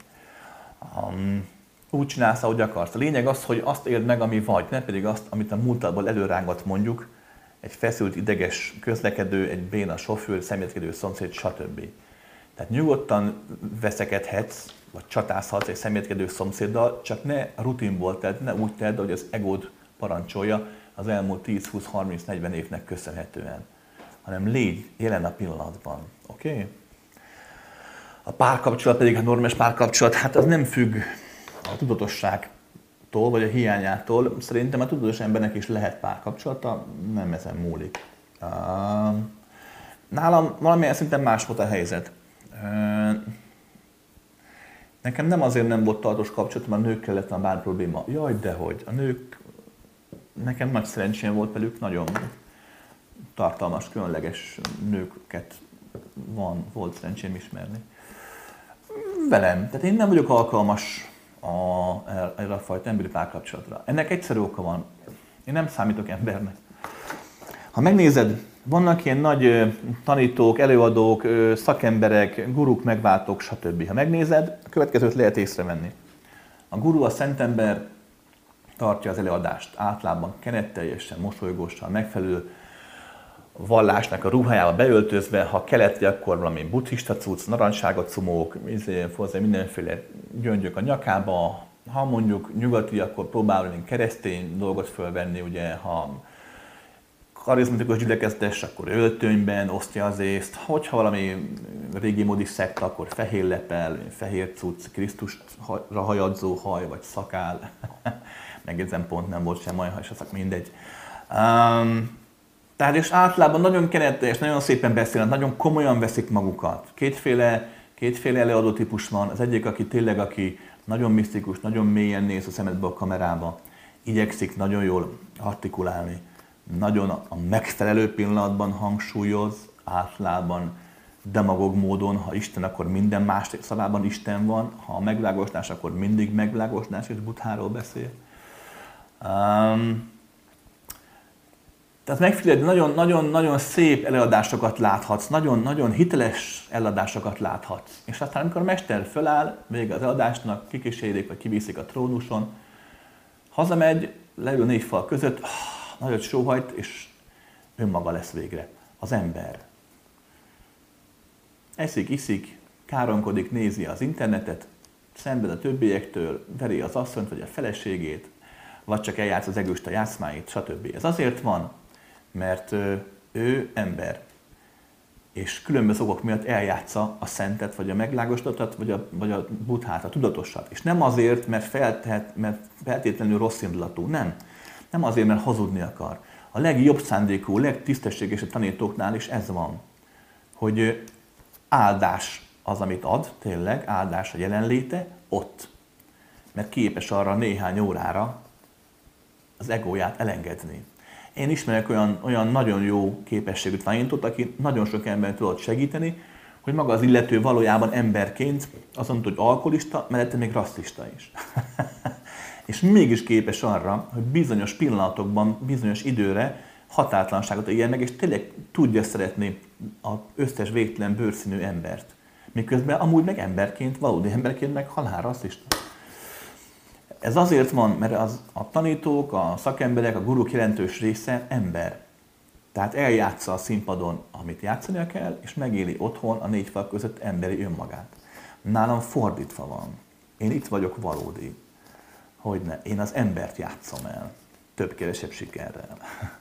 [SPEAKER 1] Úgy csinálsz, ahogy akarsz. A lényeg az, hogy azt éld meg, ami vagy, ne pedig azt, amit a múltadból előrángat mondjuk, egy feszült, ideges közlekedő, egy béna sofőr, szemétkedő szomszéd, stb. Tehát nyugodtan veszekedhetsz, vagy csatázhatsz egy szemétkedő szomszéddal, csak ne rutinból tedd, ne úgy tedd, hogy az egód parancsolja az elmúlt 10-20-30-40 évnek köszönhetően, hanem légy jelen a pillanatban. Oké? Okay? A párkapcsolat pedig, a normális párkapcsolat, hát az nem függ a tudatosságtól, vagy a hiányától. Szerintem a tudatos embernek is lehet párkapcsolata, nem ezen múlik. Nálam valamilyen szinten más volt a helyzet. Nekem nem azért nem volt tartós kapcsolatom, a nőkkel lett bár probléma. Jaj, dehogy. A nők, nekem nagy szerencsém volt velük, nagyon tartalmas, különleges nőket volt szerencsém ismerni. Velem. Tehát én nem vagyok alkalmas erre a fajta emberi párkapcsolatra. Ennek egyszerű oka van. Én nem számítok embernek. Ha megnézed, vannak ilyen nagy tanítók, előadók, szakemberek, guruk, megváltók, stb. Ha megnézed, a következőt lehet észrevenni. A guru, a szentember tartja az előadást általában kenetteljesen, mosolygósan, megfelelő vallásnak a ruhájába beöltözve, ha keleti, akkor valami buddhista cucc, narancssárga cumók, mindenféle gyöngyök a nyakába, ha mondjuk nyugati, akkor próbál keresztény dolgot fölvenni, ugye, ha karizmatikus gyülekezetes, akkor öltönyben osztja az észt, hogyha valami régi módi szekta, akkor fehér lepel, fehér cucc, Krisztusra hajadzó haj vagy szakál. Megjegyzem, pont nem volt sem majha, és az mindegy. Tehát és általában nagyon kenetes, nagyon szépen beszélnek, nagyon komolyan veszik magukat. Kétféle előadó típus van. Az egyik, aki nagyon misztikus, nagyon mélyen néz a szemedbe a kamerába, igyekszik nagyon jól artikulálni, nagyon a megfelelő pillanatban hangsúlyoz, általában demagóg módon, ha Isten, akkor minden más szavában Isten van, ha a megvilágosodás, akkor mindig megvilágosodás és Buddháról beszél. Tehát megfigyeld, nagyon szép előadásokat láthatsz, nagyon hiteles előadásokat láthatsz. És aztán, amikor a mester föláll, vége az előadásnak, kikísérik, vagy kiviszik a trónuson, hazamegy, leül 4 fal között, nagyot sóhajt, és önmaga lesz végre. Az ember. Eszik, iszik, káromkodik, nézi az internetet, szenved a többiektől, veri az asszonyt, vagy a feleségét, vagy csak eljátsz az egőst a játszmáit, stb. Ez azért van, mert ő ember, és különböző okok miatt eljátsza a szentet, vagy a megvilágosodottat, vagy a Buddhát, a tudatosat. És nem azért, mert feltétlenül rossz indulatú, nem. Nem azért, mert hazudni akar. A legjobb szándékú, legtisztességesebb tanítóknál is ez van, hogy áldás az, amit ad, tényleg, áldás a jelenléte ott. Mert képes arra néhány órára az egóját elengedni. Én ismerek olyan nagyon jó képességű tanítót, aki nagyon sok embert tudott segíteni, hogy maga az illető valójában emberként azon tud, hogy alkoholista, mellette még rasszista is. És mégis képes arra, hogy bizonyos pillanatokban, bizonyos időre határtlanságot éljen meg, és tényleg tudja szeretni az összes végtelen bőrszínű embert. Miközben amúgy meg emberként, valódi emberként meg halálrasszista. Ez azért van, mert a tanítók, a szakemberek, a guruk jelentős része ember. Tehát eljátsza a színpadon, amit játszania kell, és megéli otthon a 4 fal között emberi önmagát. Nálam fordítva van. Én itt vagyok valódi. Hogyne, én az embert játszom el. Több-kevesebb sikerrel.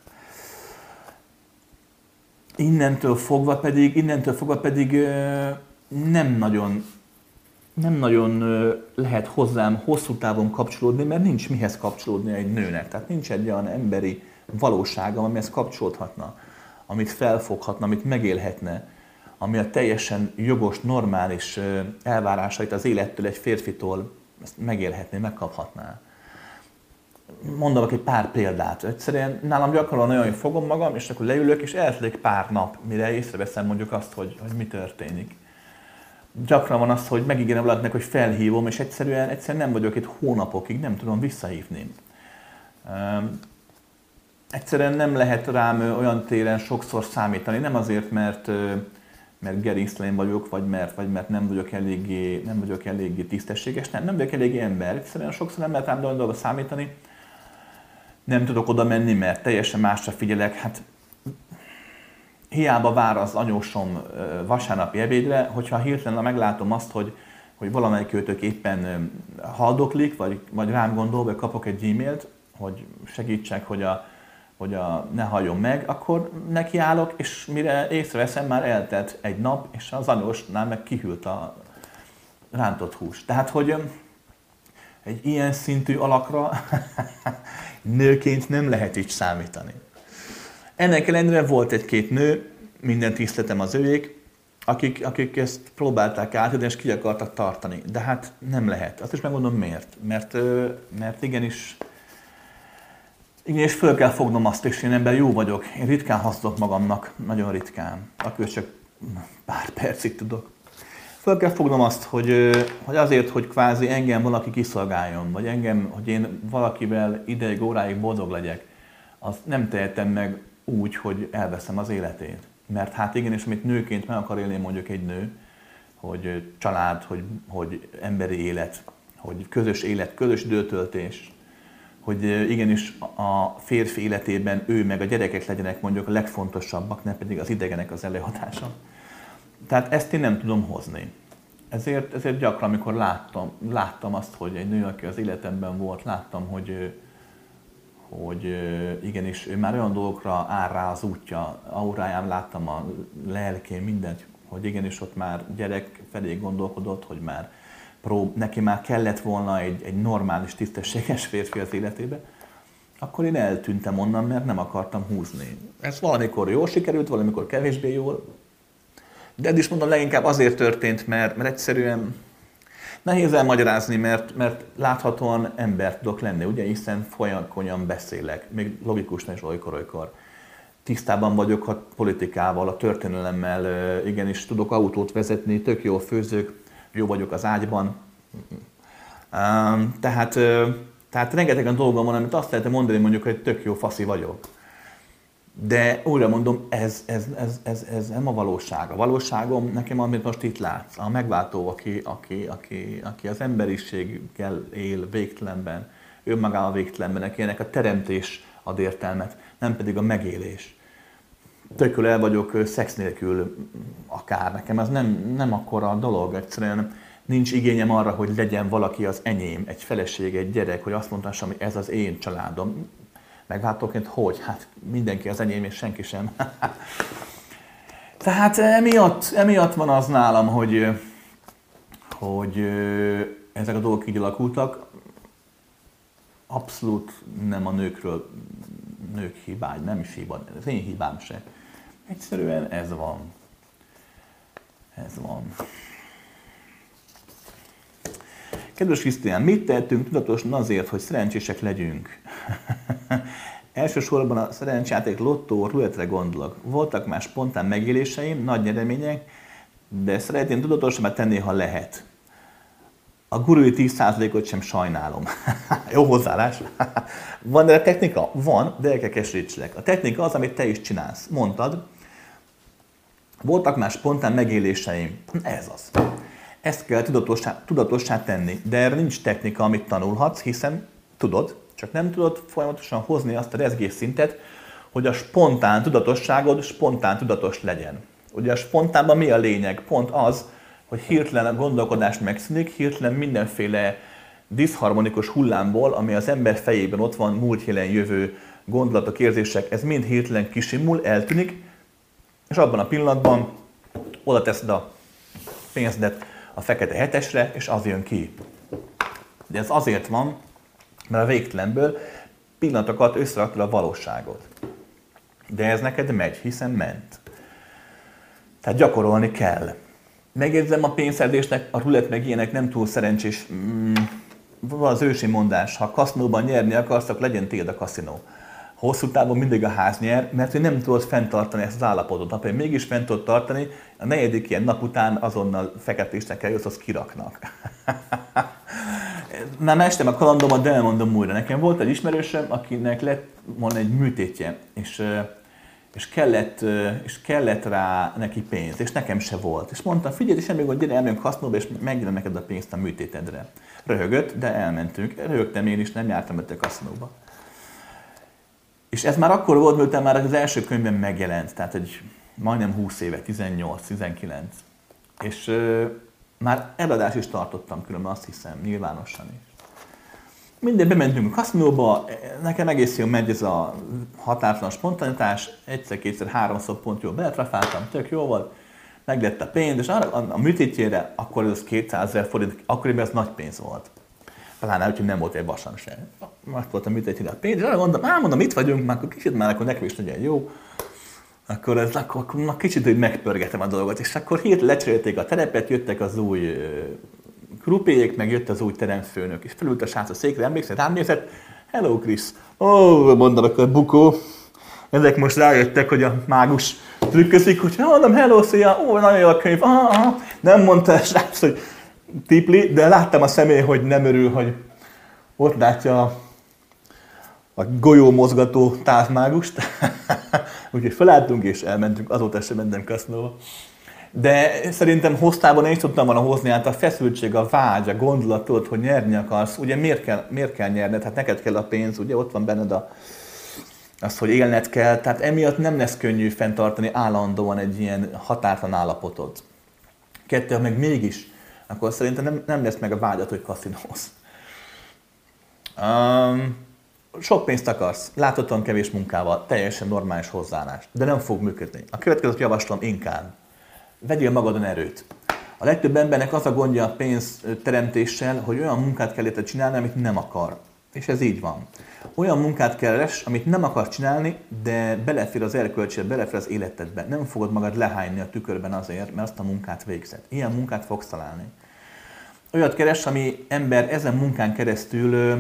[SPEAKER 1] Innentől fogva pedig nem nagyon lehet hozzám hosszú távon kapcsolódni, mert nincs mihez kapcsolódni egy nőnek. Tehát nincs egy olyan emberi valósága, amihez kapcsolódhatna, amit felfoghatna, amit megélhetne, ami a teljesen jogos, normális elvárásait az élettől, egy férfitól ezt megélhetné, megkaphatná. Mondok egy pár példát. Egyszerűen nálam gyakran olyan, hogy fogom magam, és akkor leülök, és eltelik pár nap, mire észreveszem mondjuk azt, hogy mi történik. Gyakran van az, hogy megígérem valakinek, hogy felhívom, és egyszerűen nem vagyok itt hónapokig, nem tudom visszahívni. Egyszerűen nem lehet rám olyan téren sokszor számítani, nem azért, mert gerinctelen vagyok, vagy mert nem vagyok eléggé tisztességes, nem vagyok eléggé ember. Egyszerűen sokszor nem lehet rám dolgokra számítani, nem tudok oda menni, mert teljesen másra figyelek. Hát hiába vár az anyósom vasárnapi ebédre, hogyha hirtelen meglátom azt, hogy valamelyik őtök éppen haldoklik, vagy rám gondol, vagy kapok egy e-mailt, hogy segítsek, hogy ne halljon meg, akkor nekiállok, és mire észreveszem, már eltelt egy nap, és az anyósnál meg kihűlt a rántott hús. Tehát, hogy egy ilyen szintű alakra nőként nem lehet így számítani. Ennek ellenére volt egy-két nő, minden tiszteletem az övék, akik ezt próbálták átadni, és ki akartak tartani. De hát nem lehet. Azt is megmondom miért. Mert igenis föl kell fognom azt, és én ember jó vagyok. Én ritkán használok magamnak, nagyon ritkán. Akkor csak pár percig tudok. Föl kell fognom azt, hogy azért, hogy kvázi engem valaki kiszolgáljon, vagy hogy én valakivel ideig, óráig boldog legyek, azt nem tehetem meg úgy, hogy elveszem az életét. Mert hát igenis, amit nőként meg akar élni mondjuk egy nő, hogy család, hogy emberi élet, hogy közös élet, közös időtöltés, hogy igenis a férfi életében ő meg a gyerekek legyenek mondjuk a legfontosabbak, ne pedig az idegenek az előadása. Tehát ezt én nem tudom hozni. Ezért gyakran, amikor láttam azt, hogy egy nő, aki az életemben volt, láttam, hogy igenis ő már olyan dolgokra áll rá az útja, auráján láttam a lelkén mindent, hogy igenis ott már gyerek felé gondolkodott, hogy már neki már kellett volna egy normális, tisztességes férfi az életébe, akkor én eltűntem onnan, mert nem akartam húzni. Ez valamikor jól sikerült, valamikor kevésbé jól, de ez is mondom, leginkább azért történt, mert egyszerűen nehéz elmagyarázni, mert láthatóan ember tudok lenni, ugye, hiszen folyamatosan beszélek, még logikusnak is olykor-olykor. Tisztában vagyok a politikával, a történelemmel, igenis tudok autót vezetni, tök jól főzök, jó vagyok az ágyban. Tehát rengeteg a dolgom van, amit azt lehet mondani, mondjuk, hogy tök jó faszi vagyok. De újra mondom, ez nem a valóság. A valóságom nekem, amit most itt látsz, a megváltó, aki az emberiséggel él végtelenben, önmagával végtelenben, akinek a teremtés ad értelmet, nem pedig a megélés. Tökül el vagyok szex nélkül akár, nekem ez nem akkora a dolog, egyszerűen nincs igényem arra, hogy legyen valaki az enyém, egy feleség, egy gyerek, hogy azt mondhassam, hogy ez az én családom. Megváltóként hogy? Hát mindenki az enyém, és senki sem. Tehát emiatt van az nálam, hogy ezek a dolgok így alakultak. Abszolút nem a nők hibája, nem is hiba, az én hibám se. Egyszerűen ez van. Ez van. Kedves Krisztián, mit tehetünk tudatosan azért, hogy szerencsések legyünk? Elsősorban a szerencsejáték lottó, rulettre gondolok. Voltak már spontán megéléseim, nagy nyeremények, de szeretném tudatosabban tenni, ha lehet. A gurui 10%-ot sem sajnálom. Jó hozzáállás. Van erre technika? Van, de el kell keserítselek. A technika az, amit te is csinálsz. Mondtad, voltak már spontán megéléseim. Ez az. Ezt kell tudatossá tenni, de erre nincs technika, amit tanulhatsz, hiszen tudod, csak nem tudod folyamatosan hozni azt a rezgés szintet, hogy a spontán tudatosságod spontán tudatos legyen. Ugye a spontánban mi a lényeg? Pont az, hogy hirtelen a gondolkodás megszűnik, hirtelen mindenféle diszharmonikus hullámból, ami az ember fejében ott van, múlt, jelen, jövő gondolatok, érzések, ez mind hirtelen kisimul, eltűnik, és abban a pillanatban oda teszed a pénzedet a fekete hetesre, és az jön ki. De ez azért van, mert a végtelenből pillanatokat összeraktad a valóságot. De ez neked megy, hiszen ment. Tehát gyakorolni kell. Megjegyzem, a pénzszedésnek, a rulett meg ilyenek nem túl szerencsés. Van az ősi mondás, ha kaszinóban nyerni akarsz, akkor legyen tiéd a kaszinó. Hosszú távon mindig a ház nyer, mert hogy nem tudod fenntartani ezt az állapotot. Ha pedig mégis fent tudod tartani, a negyedik ilyen nap után azonnal feketésnek kell, hogy azt kiraknak. Már mestem a kalandomat, de elmondom újra. Nekem volt egy ismerősöm, akinek lett volna egy műtétje, és kellett rá neki pénz, és nekem se volt. És mondtam, figyelj, semmi gond, gyere, elmegyünk kaszinóba, és megírom neked a pénzt a műtétedre. Röhögött, de elmentünk. Röhögtem én is, nem jártam a kaszinóba. És ez már akkor volt, miután már az első könyvben megjelent, tehát egy majdnem 20 éve, 18-19. És már eladást is tartottam különben, azt hiszem, nyilvánosan is. Minden bementünk a kaszinóba, nekem egész jól megy ez a határtalan spontanitás, egyszer-kétszer, háromszor pont jól beletrafáltam, tök jó volt, meg lett a pénz, és a műtétjére akkor ez 200 000 forint, akkoriban ez nagy pénz volt. Pláne, úgyhogy nem volt egy vasam se. Most volt a műtétjére a pénz, és arra mondom, itt vagyunk, már akkor kicsit már akkor nekem is legyen jó. Akkor kicsit úgy megpörgetem a dolgot, és akkor hirtelen lecserélték a terepet, jöttek az új krupéjék, meg jött az új teremfőnök, és felült a srác a székre, emlékszel, rám nézett, hello Chris, mondom akkor bukó, ezek most rájöttek, hogy a mágus trükközik, hogy mondom, hello, szia, nagyon jó a könyv, nem mondta a srác, hogy tipli, de láttam a személy, hogy nem örül, hogy ott látja a golyó mozgató távmágust, úgyhogy felálltunk és elmentünk, azóta sem mentem kaszinóba. De szerintem hosszában én is tudtam volna hozni át a feszültség, a vágy, a gondolatot, hogy nyerni akarsz. Ugye miért kell nyerned? Hát neked kell a pénz, ugye ott van benned az, hogy élned kell. Tehát emiatt nem lesz könnyű fenntartani állandóan egy ilyen határtalan állapotot. Kettő, meg mégis, akkor szerintem nem lesz meg a vágyat, hogy kaszinóz. sok pénzt akarsz, láthatóan kevés munkával, teljesen normális hozzáállás, de nem fog működni. A következőt javaslom inkább. Vegyél magadon erőt. A legtöbb embernek az a gondja a pénzteremtéssel, hogy olyan munkát kell érte csinálni, amit nem akar. És ez így van. Olyan munkát keres, amit nem akar csinálni, de belefér az erkölcsébe, belefér az életedbe. Nem fogod magad lehányni a tükörben azért, mert azt a munkát végzed. Ilyen munkát fogsz találni. Olyat keres, ami ember ezen munkán keresztül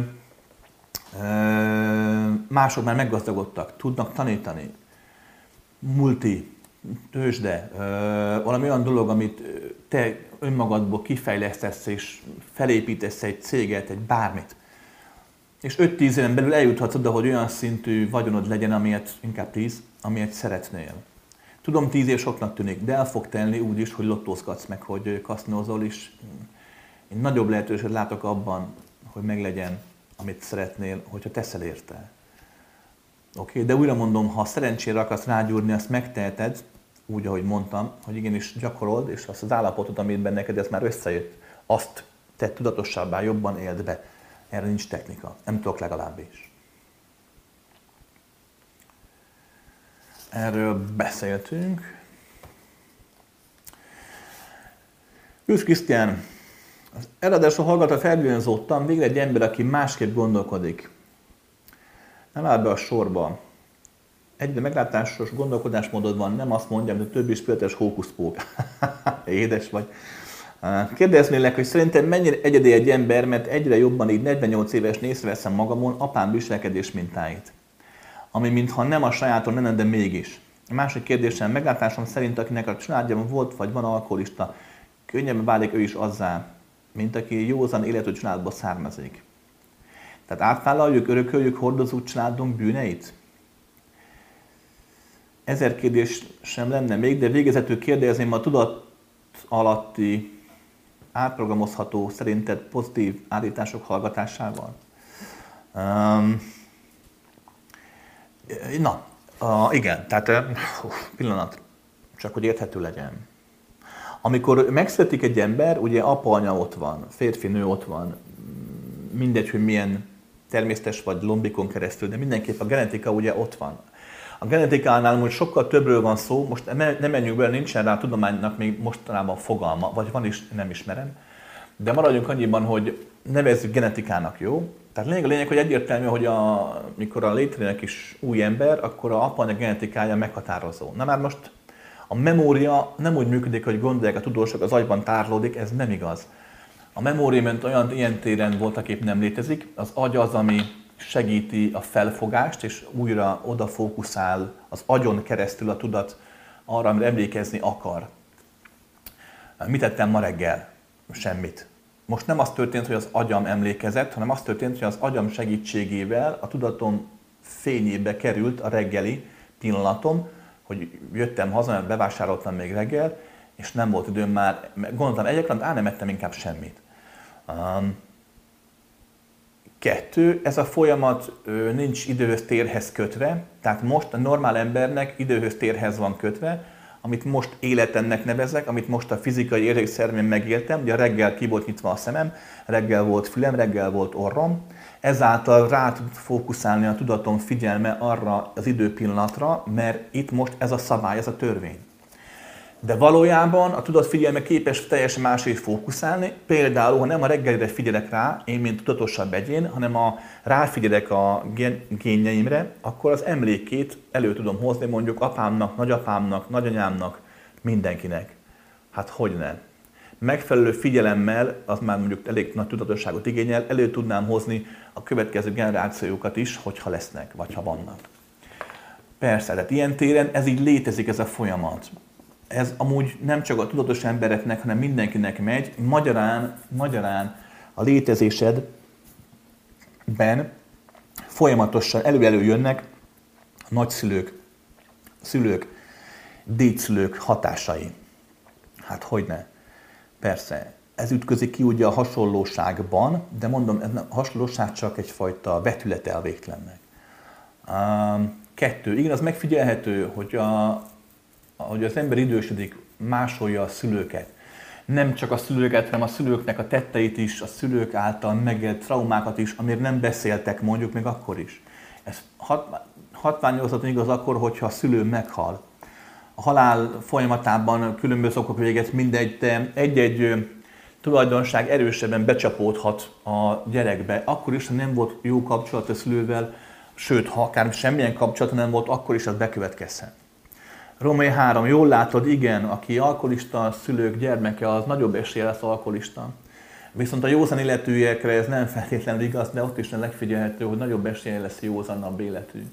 [SPEAKER 1] mások már meggazdagodtak, tudnak tanítani. Multi, tőzsde, valami olyan dolog, amit te önmagadból kifejlesztesz és felépítesz egy céget, egy bármit. És 5-10 éven belül eljuthatsz oda, hogy olyan szintű vagyonod legyen, amilyet, inkább 10, amilyet szeretnél. Tudom, 10 év soknak tűnik, de el fog telni úgy is, hogy lottózgatsz meg, hogy kaszinózol is. Én nagyobb lehetőséget látok abban, hogy meglegyen, amit szeretnél, hogyha teszel érte. Oké? De újra mondom, ha szerencsére akarsz rágyúrni, azt megteheted, úgy, ahogy mondtam, hogy igenis gyakorold, és azt az állapotot, amiben neked ez már összejött, azt te tudatossábbá jobban éld be. Erre nincs technika. Nem tudok legalábbis. Erről beszéltünk. Ősz Krisztián, az eladásról hallgatva felgőnzódtam, végre egy ember, aki másképp gondolkodik. Nem áll be a sorba. Egyre meglátásos gondolkodásmódod van, nem azt mondja, mint a többi spirites hókuszpók. Édes vagy. Kérdeznélek, hogy szerintem mennyire egyedi egy ember, mert egyre jobban így 48 éves észreveszem magamon apám viselkedés mintáit. Ami mintha nem a sajáton lenne, de mégis. A másik kérdésem, meglátásom szerint, akinek a családjában volt vagy van alkoholista, könnyebben válik ő is azzá, mint aki józan életű családból származik. Tehát átvállaljuk, örököljük, hordozunk családunk bűneit? 1000 kérdés sem lenne még, de végezetül kérdezném a tudat alatti átprogramozható szerinted pozitív állítások hallgatásával? Igen, tehát pillanat, csak hogy érthető legyen. Amikor megszületik egy ember, ugye apa, anya ott van, férfi, nő ott van, mindegy, hogy milyen természetes vagy lombikon keresztül, de mindenképp a genetika ugye ott van. A genetikánál most sokkal többről van szó, most nem menjünk bele, nincsen rá a tudománynak még mostanában fogalma, vagy van is, nem ismerem. De maradjunk annyiban, hogy nevezzük genetikának, jó? Tehát lényeg, hogy egyértelmű, hogy mikor a létrejön is új ember, akkor a apa-anya genetikája meghatározó. Na már most a memória nem úgy működik, hogy gondolják a tudósok, az agyban tárlódik, ez nem igaz. A memória, mint ilyen téren voltak épp nem létezik, az agy az, ami segíti a felfogást, és újra oda fókuszál az agyon keresztül a tudat arra, amire emlékezni akar. Mit tettem ma reggel? Semmit. Most nem az történt, hogy az agyam emlékezett, hanem az történt, hogy az agyam segítségével a tudatom fényébe került a reggeli pillanatom, hogy jöttem haza, mert bevásároltam még reggel, és nem volt időm már, gondoltam egyébként, nem ettem inkább semmit. 2. Ez a folyamat nincs időhöz, térhez kötve, tehát most a normál embernek időhöz, térhez van kötve, amit most életemnek nevezek, amit most a fizikai érzékszervén megéltem, ugye reggel ki volt nyitva a szemem, reggel volt fülem, reggel volt orrom, ezáltal rá tud fókuszálni a tudatom figyelme arra az időpillanatra, mert itt most ez a szabály, ez a törvény. De valójában a tudatfigyelme képes teljesen máshogy fókuszálni, például, ha nem a reggelire figyelek rá, én mint tudatosabb egyén, hanem ráfigyelek a génjeimre, akkor az emlékét elő tudom hozni mondjuk apámnak, nagyapámnak, nagyanyámnak, mindenkinek. Hát hogyne. Megfelelő figyelemmel, az már mondjuk elég nagy tudatosságot igényel, elő tudnám hozni a következő generációkat is, hogyha lesznek, vagy ha vannak. Persze, tehát ilyen téren ez így létezik, ez a folyamat. Ez amúgy nem csak a tudatos embereknek, hanem mindenkinek megy. Magyarán a létezésedben folyamatosan elő jönnek a nagyszülők, szülők, dédszülők hatásai. Hát hogyne. Persze, ez ütközik ki ugye a hasonlóságban, de mondom, a hasonlóság csak egyfajta vetülete a végtelennek. 2. Igen, az megfigyelhető, hogy ahogy az ember idősödik, másolja a szülőket. Nem csak a szülőket, hanem a szülőknek a tetteit is, a szülők által megélt traumákat is, amiért nem beszéltek mondjuk még akkor is. Ez hatványozottan igaz akkor, hogyha a szülő meghal. A halál folyamatában különböző okok véget mindegy, de egy-egy tulajdonság erősebben becsapódhat a gyerekbe. Akkor is, ha nem volt jó kapcsolat a szülővel, sőt, ha akár semmilyen kapcsolata nem volt, akkor is az bekövetkezhet. Római 3, jól látod, igen, aki alkoholista szülők gyermeke, az nagyobb esélye lesz alkoholista. Viszont a józan életűekre ez nem feltétlenül igaz, de ott is megfigyelhető, hogy nagyobb esélye lesz józanabb életű.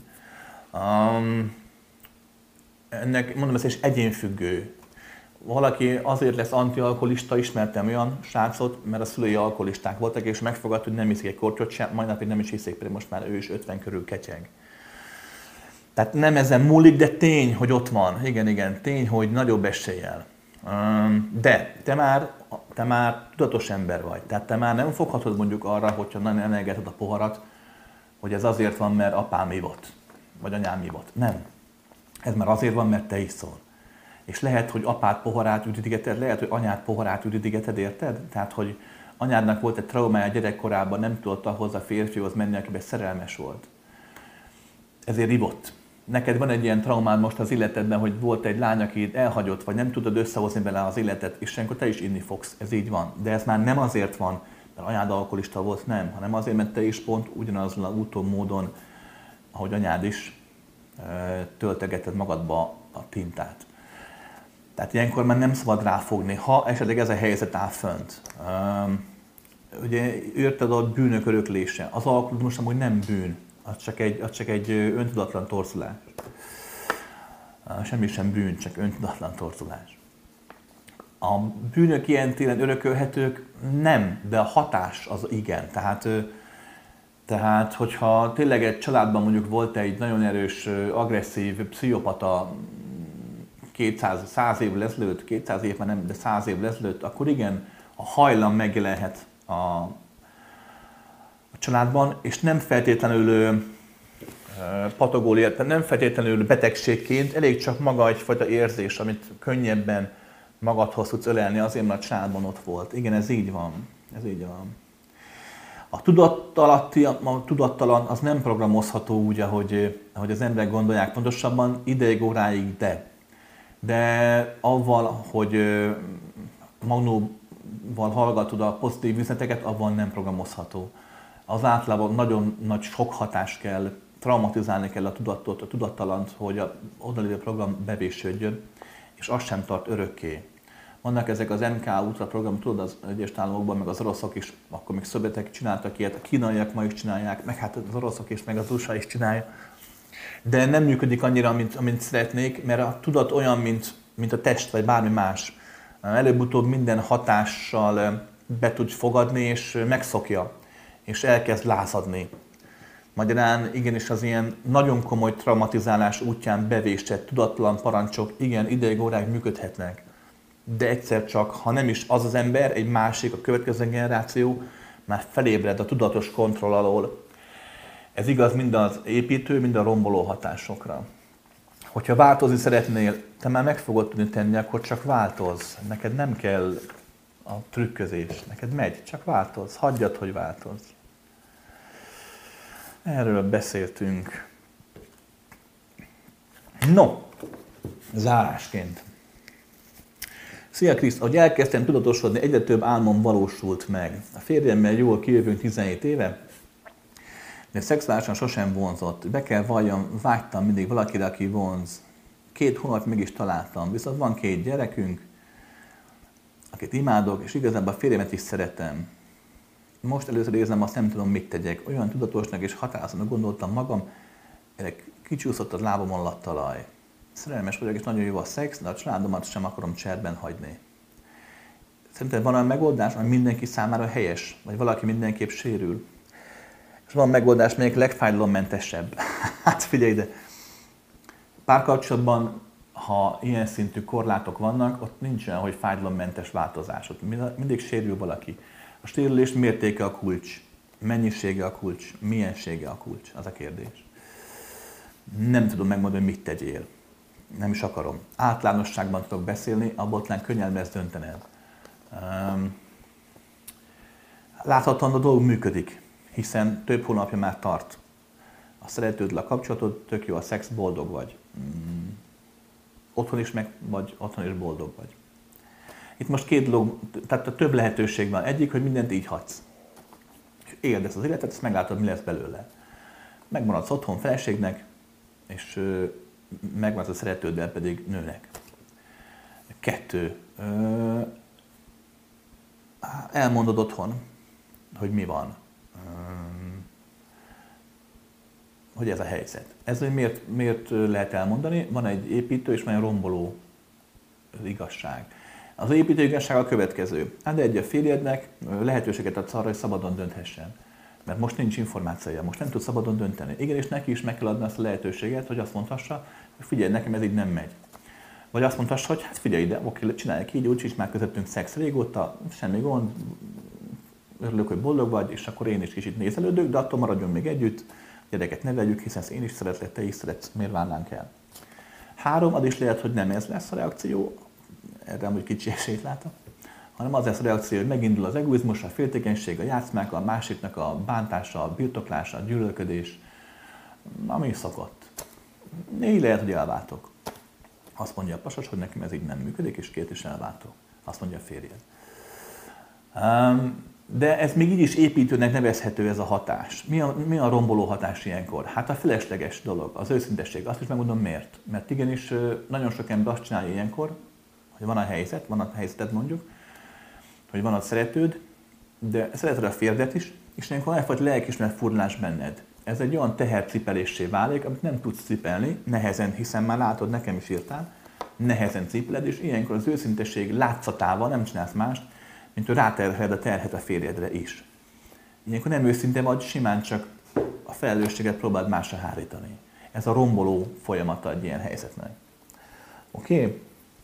[SPEAKER 1] Ennek, mondom, ez is egyénfüggő. Valaki azért lesz antialkoholista, ismertem olyan srácot, mert a szülői alkoholisták voltak, és megfogadta, hogy nem iszik egy kortyot sem, majd napig nem is hiszik, pedig most már ő is 50 körül ketyeg. Tehát nem ezen múlik, de tény, hogy ott van. Igen, tény, hogy nagyobb eséllyel. De te már tudatos ember vagy. Tehát te már nem foghatod mondjuk arra, hogyha nagyon emelgeted a poharat, hogy ez azért van, mert apám ivott, vagy anyám ivott. Nem. Ez már azért van, mert te iszol. És lehet, hogy apád poharát üdítigeted, lehet, hogy anyád poharát üdítigeted, érted? Tehát, hogy anyádnak volt egy traumája gyerekkorában, nem tudott ahhoz a férfihoz menni, akiben szerelmes volt. Ezért ivott. Neked van egy ilyen traumád most az életedben, hogy volt egy lány, aki elhagyott, vagy nem tudod összehozni vele az életet, és ilyenkor te is inni fogsz. Ez így van. De ez már nem azért van, mert anyád alkoholista volt, nem, hanem azért, mert te is pont ugyanazon a úton, módon, ahogy anyád is, töltegeted magadba a tintát. Tehát ilyenkor már nem szabad ráfogni, ha esetleg ez a helyzet áll fönt. Ugye érted a bűnök öröklése. Az alkoholizmus amúgy nem bűn, az csak egy öntudatlan torzulás. Semmi sem bűn, csak öntudatlan torzulás. A bűnök ilyen téren örökölhetők? Nem, de a hatás az igen. Tehát, hogyha tényleg egy családban mondjuk volt egy nagyon erős, agresszív, pszichopata 100 évvel ezelőtt, 200 év már nem, de 100 évvel ezelőtt, akkor igen, a hajlam megjelenhet a családban, és nem feltétlenül patológia, nem feltétlenül betegségként, elég csak maga egyfajta érzés, amit könnyebben magadhoz tudsz ölelni, azért, mert a családban ott volt. Igen, ez így van. Ez így van. A tudattalan az nem programozható úgy, ahogy az emberek gondolják, pontosabban ideig, óráig, de avval, hogy magnóval hallgatod a pozitív üzeneteket, avval nem programozható. Az általában nagyon nagy sok hatás kell, traumatizálni kell a tudatot, a tudattalant, hogy a oda lévő program bevésődjön, és az sem tart örökké. Vannak ezek az MK Ultra program, tudod, az Egyesült Államokban, meg az oroszok is, akkor még szovjetek csináltak ilyet, a kínaiak ma is csinálják, meg hát az oroszok is, meg az USA is csinálja. De nem működik annyira, amint szeretnék, mert a tudat olyan, mint a test, vagy bármi más. Előbb-utóbb minden hatással be tud fogadni, és megszokja, és elkezd lázadni. Magyarán igenis az ilyen nagyon komoly traumatizálás útján bevésett tudatlan parancsok igen ideig, óráig működhetnek. De egyszer csak, ha nem is az az ember, egy másik, a következő generáció már felébred a tudatos kontroll alól. Ez igaz mind az építő, mind a romboló hatásokra. Hogyha változni szeretnél, te már meg fogod tudni tenni, akkor csak változz. Neked nem kell a trükközés, neked megy, csak változz, hagyjad, hogy változz. Erről beszéltünk. No, zárásként. Szia Krisz, ahogy elkezdtem tudatosodni, egyre több álmom valósult meg. A férjemmel jól kijövünk 17 éve, de szexuálisan sosem vonzott. Be kell valljam, vágytam mindig valakire, aki vonz. 2 hónap meg is találtam, viszont van 2 gyerekünk, akit imádok, és igazából a férjemet is szeretem. Most először érzem, azt nem tudom, mit tegyek. Olyan tudatosnak és határozatnak gondoltam magam, kicsúszott a lábamon a talaj. Szerelmes vagyok, és nagyon jó a szex, de a családomat sem akarom cserben hagyni. Szerinted van olyan megoldás, ami mindenki számára helyes, vagy valaki mindenképp sérül? És van megoldás, melyik legfájdalommentesebb. Hát figyelj ide! Párkapcsolatban, ha ilyen szintű korlátok vannak, ott nincsen, hogy fájdalommentes változás. Ott mindig sérül valaki. A sérülés mértéke a kulcs, mennyisége a kulcs, miensége a kulcs, az a kérdés. Nem tudom megmondani, hogy mit tegyél. Nem is akarom. Általánosságban tudok beszélni, abból talán könnyebb lesz döntened. Láthatóan a dolog működik, hiszen több hónapja már tart. A szeretőddel a kapcsolatod, tök jó a szex, boldog vagy. Otthon is meg vagy, otthon is boldog vagy. Itt most két dolog, tehát több lehetőség van. Egyik, hogy mindent így hagysz. Éld ezt az életet, ezt meglátod, mi lesz belőle. Megmaradsz otthon feleségnek, és megmaradsz a szeretőddel pedig nőnek. 2. Elmondod otthon, hogy mi van. Hogy ez a helyzet. Ez miért lehet elmondani? Van egy építő és van egy romboló igazság. Az építő igazság a következő. De egy a férjednek lehetőséget adsz arra, hogy szabadon dönthessen. Mert most nincs információja, most nem tud szabadon dönteni. Igen, és neki is meg kell adni azt a lehetőséget, hogy azt mondhassa, hogy figyelj, nekem ez így nem megy. Vagy azt mondhassa, hogy hát figyelj ide, oké, csinálják így, úgyis már közöttünk szex régóta, semmi gond, örülök, hogy boldog vagy, és akkor én is kicsit nézelődök, de attól maradjon még együtt, gyereket neveljük, hiszen én is szeretlek, te is szeretsz, miért válnánk el. 3, az is lehet, hogy nem ez lesz a reakció, erre amúgy kicsi esélyt látom, hanem az lesz a reakció, hogy megindul az egoizmus, a féltékenység, a játszmák, a másiknak a bántása, a birtoklása, a gyűlölködés, ami szokott. Így lehet, hogy elváltok. Azt mondja a pasas, hogy nekem ez így nem működik, és két is elváltok. Azt mondja a férjed. De ez még így is építőnek nevezhető ez a hatás. Mi a romboló hatás ilyenkor? Hát a felesleges dolog, az őszintesség. Azt is megmondom miért. Mert igenis nagyon sok ember azt csinálja ilyenkor, hogy van a helyzeted mondjuk, hogy van a szeretőd, de szereted a férjedet is, és ilyenkor egyfajta lelkiismeret furdalás benned. Ez egy olyan tehercipeléssé válik, amit nem tudsz cipelni, nehezen, hiszen már látod, nekem is írtál, nehezen cipeled, és ilyenkor az őszintesség látszatával nem csinálsz mást, mint hogy ráterheled a terhet a férjedre is. Ilyenkor nem őszinte vagy, simán csak a felelősséget próbáld másra hárítani. Ez a romboló folyamata egy ilyen helyzetnek. Oké?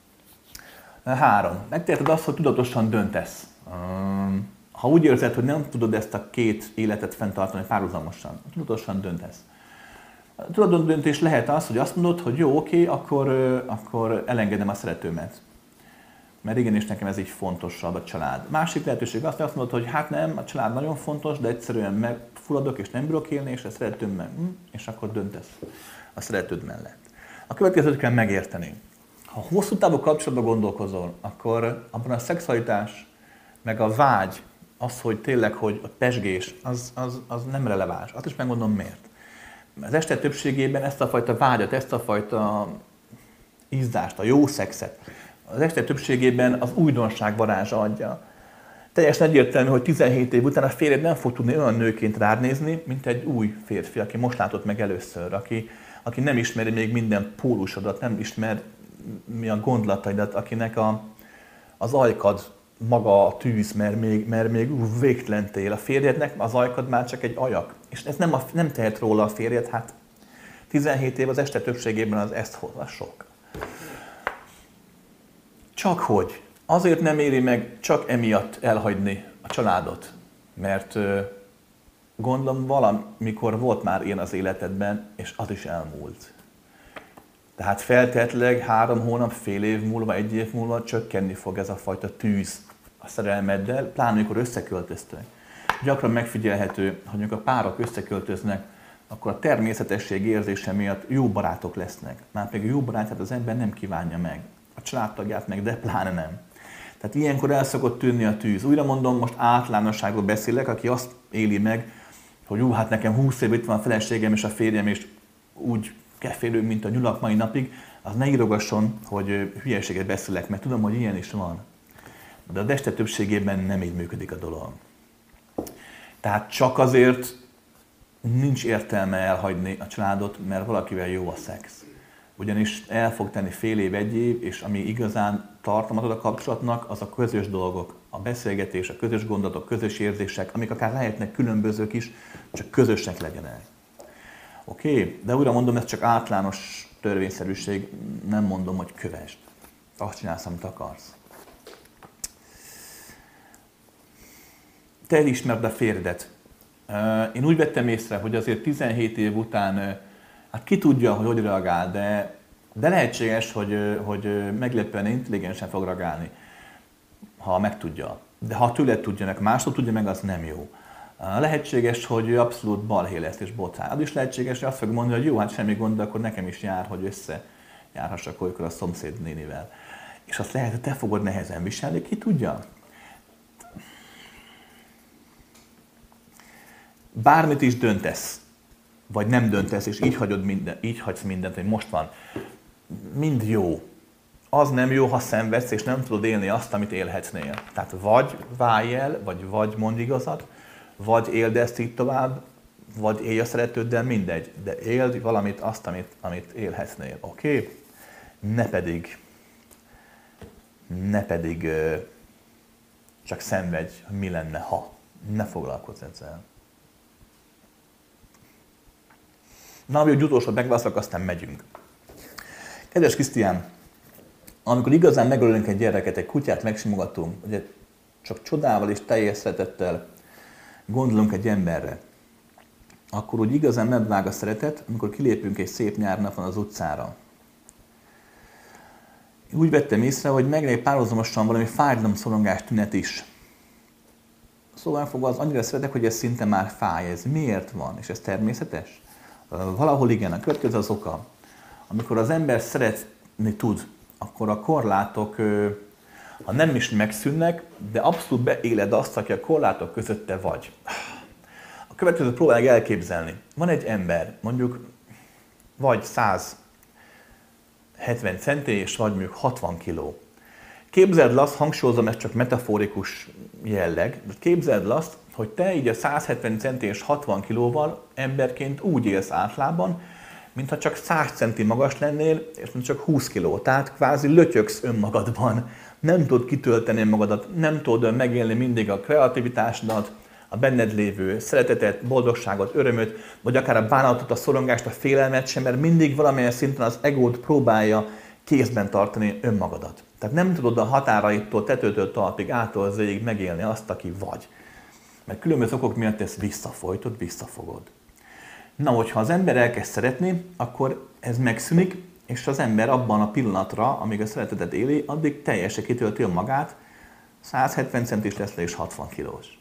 [SPEAKER 1] 3. Megteheted azt, hogy tudatosan döntesz. Ha úgy érzed, hogy nem tudod ezt a két életet fenntartani párhuzamosan, tudatosan döntesz. A tudatos döntés lehet az, hogy azt mondod, hogy jó, oké, akkor elengedem a szeretőmet. Mert igenis nekem ez így fontosabb a család. Másik lehetőség azt mondod, hogy hát nem, a család nagyon fontos, de egyszerűen megfulladok és nem bírok élni, és a szeretőm meg, és akkor döntesz a szeretőd mellett. A következőt kell megérteni. Ha hosszú távú kapcsolatban gondolkozol, akkor abban a szexualitás, meg a vágy, az, hogy tényleg, hogy a pezsgés, az nem releváns. Azt is megmondom miért. Az este többségében ezt a fajta vágyat, ezt a fajta izzást, a jó szexet, az este többségében az újdonság varázsa adja. Teljesen egyértelmű, hogy 17 év után a férjed nem fog tudni olyan nőként rád nézni, mint egy új férfi, aki most látott meg először, aki nem ismeri még minden pólusodat, nem ismer mi a gondolataidat, akinek az ajkad maga a tűz, mert még végtelen tél. A férjednek az ajkad már csak egy ajak. És ez nem tehet róla a férjed, hát 17 év az este többségében az ezt hozza sok. Csak hogy azért nem éri meg csak emiatt elhagyni a családot, mert gondolom valamikor volt már ilyen az életedben, és az is elmúlt. Tehát feltétlenül 3 hónap, fél év múlva, 1 év múlva csökkenni fog ez a fajta tűz a szerelmeddel, pláne amikor összeköltöztek. Gyakran megfigyelhető, hogy amikor a párok összeköltöznek, akkor a természetesség érzése miatt jó barátok lesznek. Már pedig a jó barátját az ember nem kívánja meg. A családtagját meg, de pláne nem. Tehát ilyenkor el szokott tűnni a tűz. Újra mondom, most általánosságról beszélek, aki azt éli meg, hogy hát nekem 20 év itt van a feleségem és a férjem, és úgy kefélünk, mint a nyulak mai napig, az ne írogasson, hogy hülyeséget beszélek, mert tudom, hogy ilyen is van. De a este többségében nem így működik a dolog. Tehát csak azért nincs értelme elhagyni a családot, mert valakivel jó a szex. Ugyanis el fog tenni fél év, 1 év, és ami igazán tartalmat ad a kapcsolatnak, az a közös dolgok, a beszélgetés, a közös gondolatok, közös érzések, amik akár lehetnek különbözők is, csak közösek legyenek. Oké? De újra mondom, ez csak általános törvényszerűség, nem mondom, hogy kövesd. Azt csinálsz, amit akarsz. Te elismerd a férjedet. Én úgy vettem észre, hogy azért 17 év után, hát ki tudja, hogy reagál, de lehetséges, hogy meglepően intelligensen fog reagálni. ha megtudja. De ha tőled tudja meg, mástól tudja meg, az nem jó. Lehetséges, hogy ő abszolút balhé lesz és botrány. Az is lehetséges, hogy azt fog mondani, hogy jó, hát semmi gond, de akkor nekem is jár, hogy összejárhassak olykor a szomszéd nénivel. És azt lehet, hogy te fogod nehezen viselni, ki tudja? Bármit is döntesz, vagy nem döntesz, és így hagysz mindent, hogy most van. Mind jó. Az nem jó, ha szenvedsz, és nem tudod élni azt, amit élhetnél. Tehát vagy válj el, vagy mondd igazat, vagy éld ezt így tovább, vagy élj a szeretőddel, mindegy. De éld valamit, azt, amit élhetnél. Oké? Ne pedig csak szenvedj, mi lenne, ha. Ne foglalkozz ezzel. Na, ami utolsó megválaszolok, aztán megyünk. Kedves Krisztián, amikor igazán megölünk egy gyereket, egy kutyát megsimogatunk, ugye csak csodával és teljes szeretettel gondolunk egy emberre, akkor úgy igazán megvág a szeretet, amikor kilépünk egy szép nyárnapon az utcára. Úgy vettem észre, hogy megjelenik párhuzamosan valami fájdalomszorongás tünet is. Szóval fogva az annyira szeretek, hogy ez szinte már fáj. Ez miért van? És ez természetes? Valahol igen, a következő az oka. Amikor az ember szeretni tud, akkor a korlátok, ha nem is megszűnnek, de abszolút beéled azt, aki a korlátok között te vagy. A következőt próbálj elképzelni. Van egy ember, mondjuk vagy 170 centi, és vagy mondjuk 60 kiló. Képzeld el azt, hangsúlyozom, ez csak metaforikus jelleg, de képzeld el azt, hogy te így a 170 centi és 60 kilóval emberként úgy élsz általában, mintha csak 100 centi magas lennél, és csak 20 kiló. Tehát kvázi lötyögsz önmagadban. Nem tudod kitölteni magadat, nem tudod megélni mindig a kreativitásodat, a benned lévő szeretetet, boldogságot, örömöt, vagy akár a bánatot, a szorongást, a félelmet sem, mert mindig valamilyen szinten az egód próbálja kézben tartani önmagadat. Tehát nem tudod a határaitól, tetőtől talpig, ától zéig megélni azt, aki vagy. Mert különböző okok miatt ezt visszafolytod, visszafogod. Na, hogyha az ember elkezd szeretni, akkor ez megszűnik, és az ember abban a pillanatra, amíg a szeretetet éli, addig teljesen kitölti magát, 170 centis lesz le és 60 kilós.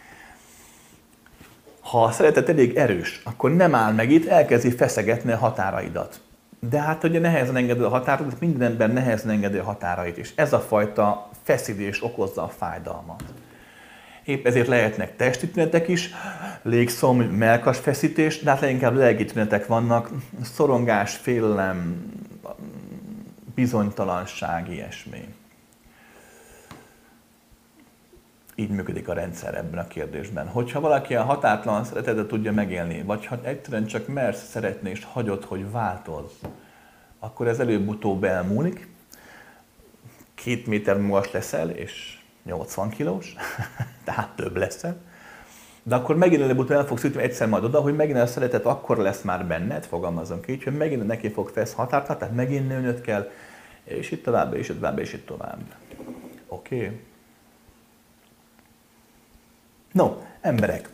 [SPEAKER 1] Ha a szeretet elég erős, akkor nem áll meg itt, elkezdi feszegetni a határaidat. De hát ugye nehezen engedő a határodat, minden ember nehezen engedő a határait, és ez a fajta feszülés okozza a fájdalmat. Épp ezért lehetnek testi tünetek is, légszom, mellkas feszítés, de hát leginkább lelki tünetek vannak, szorongás, félelem, bizonytalanság, ilyesmi. Így működik a rendszer ebben a kérdésben. Hogyha valaki a határtalan szeretetet tudja megélni, vagy ha egyszerűen csak mersz szeretni és hagyod, hogy változz, akkor ez előbb-utóbb elmúlik, 2 méter magas leszel, és 80 kilós, tehát több leszel, de akkor megint előbb-utóbb el fogsz jutni egyszer majd oda, hogy megint a szeretet akkor lesz már benned, fogalmazom ki, hogy megint neki fog fesz határtalan, tehát megint nőnöd kell, és itt tovább, és itt tovább, és itt tovább. Oké? No, emberek.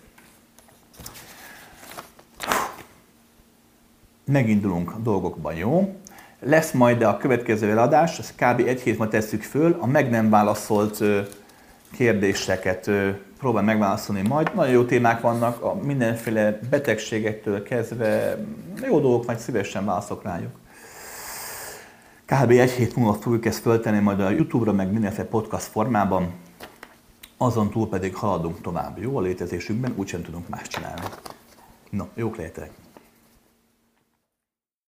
[SPEAKER 1] Megindulunk a dolgokban, jó? Lesz majd a következő eladás, ezt kb. 1 hét ma tesszük föl, a meg nem válaszolt kérdéseket próbál megválaszolni majd. Nagyon jó témák vannak, a mindenféle betegségektől kezdve, jó dolgok, majd szívesen válaszok rájuk. Kb. 1 hét múlva fogjuk ezt föltenni majd a YouTube-ra, meg mindenféle podcast formában. Azon túl pedig haladunk tovább. Jó a létezésünkben, úgysem tudunk más csinálni. No, jók lehetek!